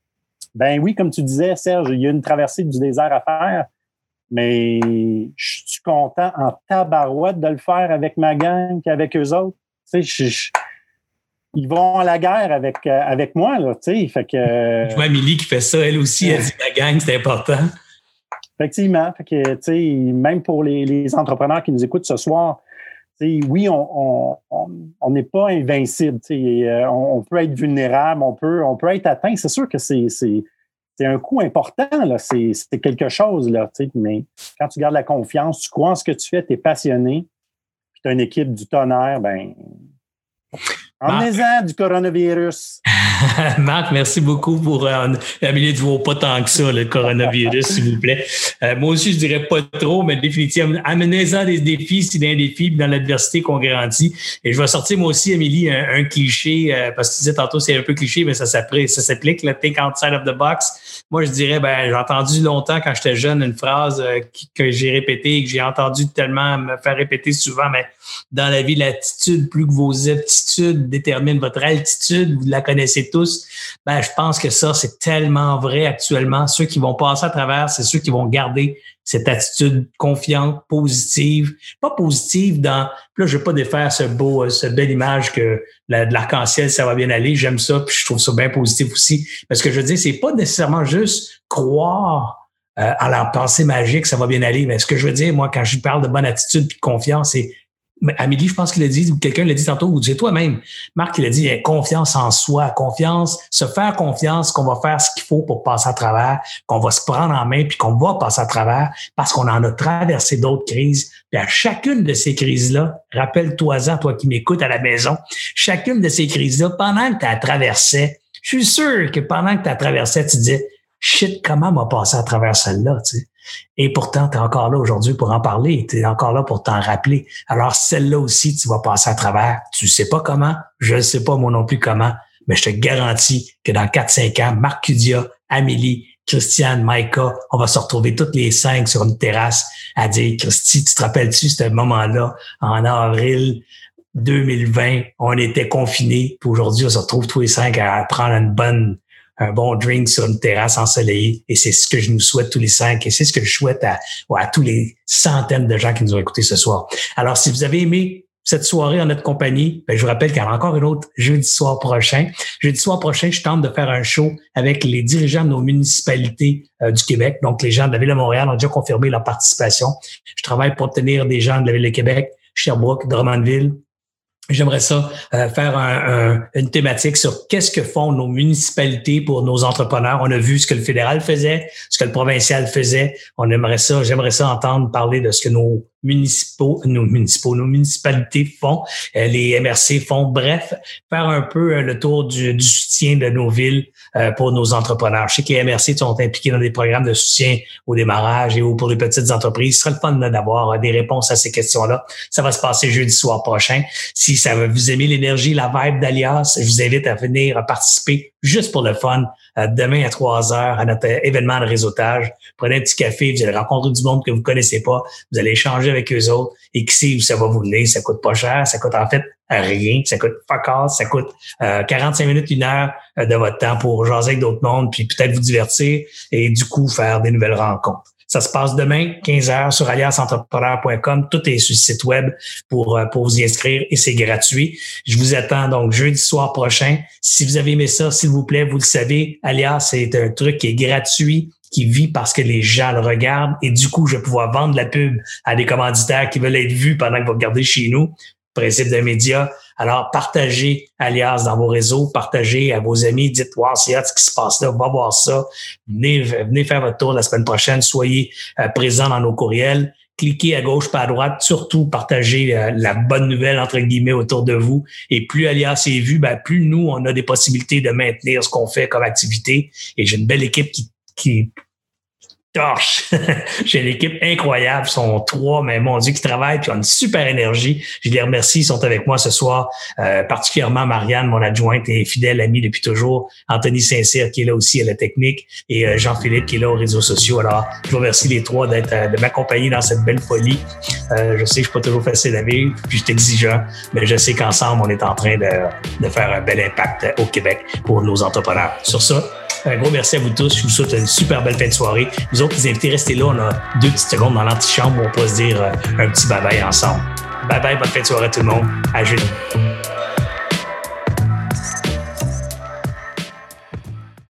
Ben oui, comme tu disais, Serge, il y a une traversée du désert à faire, mais je suis content en tabarouette de le faire avec ma gang et avec eux autres. Tu sais, je, je, ils vont à la guerre avec, avec moi, là, tu sais, fait que... Je vois Amélie qui fait ça, elle aussi, elle dit ma gang, c'est important. Effectivement. Fait que, tu sais, même pour les, les entrepreneurs qui nous écoutent ce soir, tu sais, oui, on on, on n'est pas invincible. Tu sais, euh, on, on peut être vulnérable, on peut, on peut être atteint. C'est sûr que c'est, c'est, c'est un coup important, là. C'est, c'est quelque chose, là, tu sais, mais quand tu gardes la confiance, tu crois en ce que tu fais, tu es passionné, puis tu as une équipe du tonnerre, ben emmenez-en du coronavirus. Marc, merci beaucoup pour euh, Amélie, ne vaut pas tant que ça, le coronavirus, s'il vous plaît. Euh, moi aussi, je dirais pas trop, mais définitivement, amenez-en des défis, c'est un défi, puis dans l'adversité qu'on grandit. Et je vais sortir moi aussi, Amélie, un, un cliché, euh, parce que tu disais tantôt, c'est un peu cliché, mais ça s'applique, ça s'applique, le think outside of the box. Moi, je dirais, ben, j'ai entendu longtemps quand j'étais jeune une phrase euh, qui, que j'ai répétée, que j'ai entendu tellement me faire répéter souvent, mais dans la vie, l'attitude, plus que vos aptitudes déterminent votre altitude, vous la connaissez tous. Ben, je pense que ça, c'est tellement vrai actuellement. Ceux qui vont passer à travers, c'est ceux qui vont garder cette attitude confiante, positive. Pas positive dans... Là, je ne vais pas défaire ce beau, cette belle image que la, de l'arc-en-ciel, ça va bien aller. J'aime ça, puis je trouve ça bien positif aussi. Parce que je veux dire, c'est pas nécessairement juste croire euh, en la pensée magique, ça va bien aller. Mais ce que je veux dire, moi, quand je parle de bonne attitude et de confiance, c'est Amélie, je pense qu'il l'a dit, ou quelqu'un l'a dit tantôt, ou c'est toi-même. Marc, il a dit, confiance en soi, confiance, se faire confiance qu'on va faire ce qu'il faut pour passer à travers, qu'on va se prendre en main puis qu'on va passer à travers parce qu'on en a traversé d'autres crises. Puis à chacune de ces crises-là, rappelle-toi-en, toi qui m'écoutes à la maison, chacune de ces crises-là, pendant que tu as traversé, je suis sûr que pendant que tu as traversé, tu disais, shit, comment m'a passé à travers celle-là, tu sais. Et pourtant, tu es encore là aujourd'hui pour en parler. Tu es encore là pour t'en rappeler. Alors, celle-là aussi, tu vas passer à travers. Tu sais pas comment. Je ne sais pas moi non plus comment. Mais je te garantis que dans quatre cinq ans, Marc Cudia, Amélie, Christiane, Maïka, on va se retrouver toutes les cinq sur une terrasse à dire, Christy, tu te rappelles-tu ce moment-là, en avril deux mille vingt, on était confinés. Puis aujourd'hui, on se retrouve tous les cinq à prendre une bonne un bon drink sur une terrasse ensoleillée. Et c'est ce que je nous souhaite tous les cinq. Et c'est ce que je souhaite à, à tous les centaines de gens qui nous ont écoutés ce soir. Alors, si vous avez aimé cette soirée en notre compagnie, ben, je vous rappelle qu'il y en a encore une autre jeudi soir prochain. Jeudi soir prochain, je tente de faire un show avec les dirigeants de nos municipalités euh, du Québec. Donc, les gens de la Ville de Montréal ont déjà confirmé leur participation. Je travaille pour obtenir des gens de la Ville de Québec, Sherbrooke, Drummondville. J'aimerais ça euh, faire un, un, une thématique sur qu'est-ce que font nos municipalités pour nos entrepreneurs. On a vu ce que le fédéral faisait, ce que le provincial faisait. On aimerait ça, j'aimerais ça entendre parler de ce que nos municipaux, nos municipaux, nos municipalités font, euh, les M R C font. Bref, faire un peu euh, le tour du, du soutien de nos villes euh, pour nos entrepreneurs. Je sais que les M R C sont impliqués dans des programmes de soutien au démarrage et pour les petites entreprises. Ce serait le fun là, d'avoir euh, des réponses à ces questions-là. Ça va se passer jeudi soir prochain. Si ça va vous aimer l'énergie, la vibe d'Alias, je vous invite à venir participer juste pour le fun euh, demain à trois heures à notre euh, événement de réseautage. Prenez un petit café, vous allez rencontrer du monde que vous connaissez pas, vous allez échanger avec eux autres et qui sait où ça va vous mener. Ça coûte pas cher, ça coûte en fait rien, ça coûte fuck all, ça coûte euh, quarante-cinq minutes, une heure euh, de votre temps pour jaser avec d'autres mondes puis peut-être vous divertir et du coup faire des nouvelles rencontres. Ça se passe demain, quinze heures, sur alias entrepreneur point com. Tout est sur le site web pour, pour vous y inscrire et c'est gratuit. Je vous attends donc jeudi soir prochain. Si vous avez aimé ça, s'il vous plaît, vous le savez, Alias, c'est un truc qui est gratuit, qui vit parce que les gens le regardent et du coup, je vais pouvoir vendre la pub à des commanditaires qui veulent être vus pendant que vous regardez chez nous. Principe d'un média. Alors, partagez Alias dans vos réseaux, partagez à vos amis, dites, wow, c'est hot ce qui se passe là, va voir ça. Venez, venez faire votre tour la semaine prochaine, soyez euh, présents dans nos courriels. Cliquez à gauche, pas à droite, surtout partagez euh, la bonne nouvelle, entre guillemets, autour de vous. Et plus Alias est vu, ben, plus nous, on a des possibilités de maintenir ce qu'on fait comme activité. Et j'ai une belle équipe qui, qui torche. J'ai une équipe incroyable. Ils sont trois, mais mon Dieu, qui travaillent puis ont une super énergie. Je les remercie. Ils sont avec moi ce soir, euh, particulièrement Marianne, mon adjointe et fidèle amie depuis toujours. Anthony Saint-Cyr, qui est là aussi à la technique, et euh, Jean-Philippe, qui est là aux réseaux sociaux. Alors, je vous remercie les trois d'être, euh, de m'accompagner dans cette belle folie. Euh, je sais que je suis pas toujours facile à vivre, puis je suis exigeant, mais je sais qu'ensemble, on est en train de, de faire un bel impact au Québec pour nos entrepreneurs. Sur ça, un gros merci à vous tous. Je vous souhaite une super belle fin de soirée. Vous autres, les invités, restez là. On a deux petites secondes dans l'antichambre où on peut se dire un petit bye-bye ensemble. Bye-bye, bonne fin de soirée à tout le monde. À jeudi.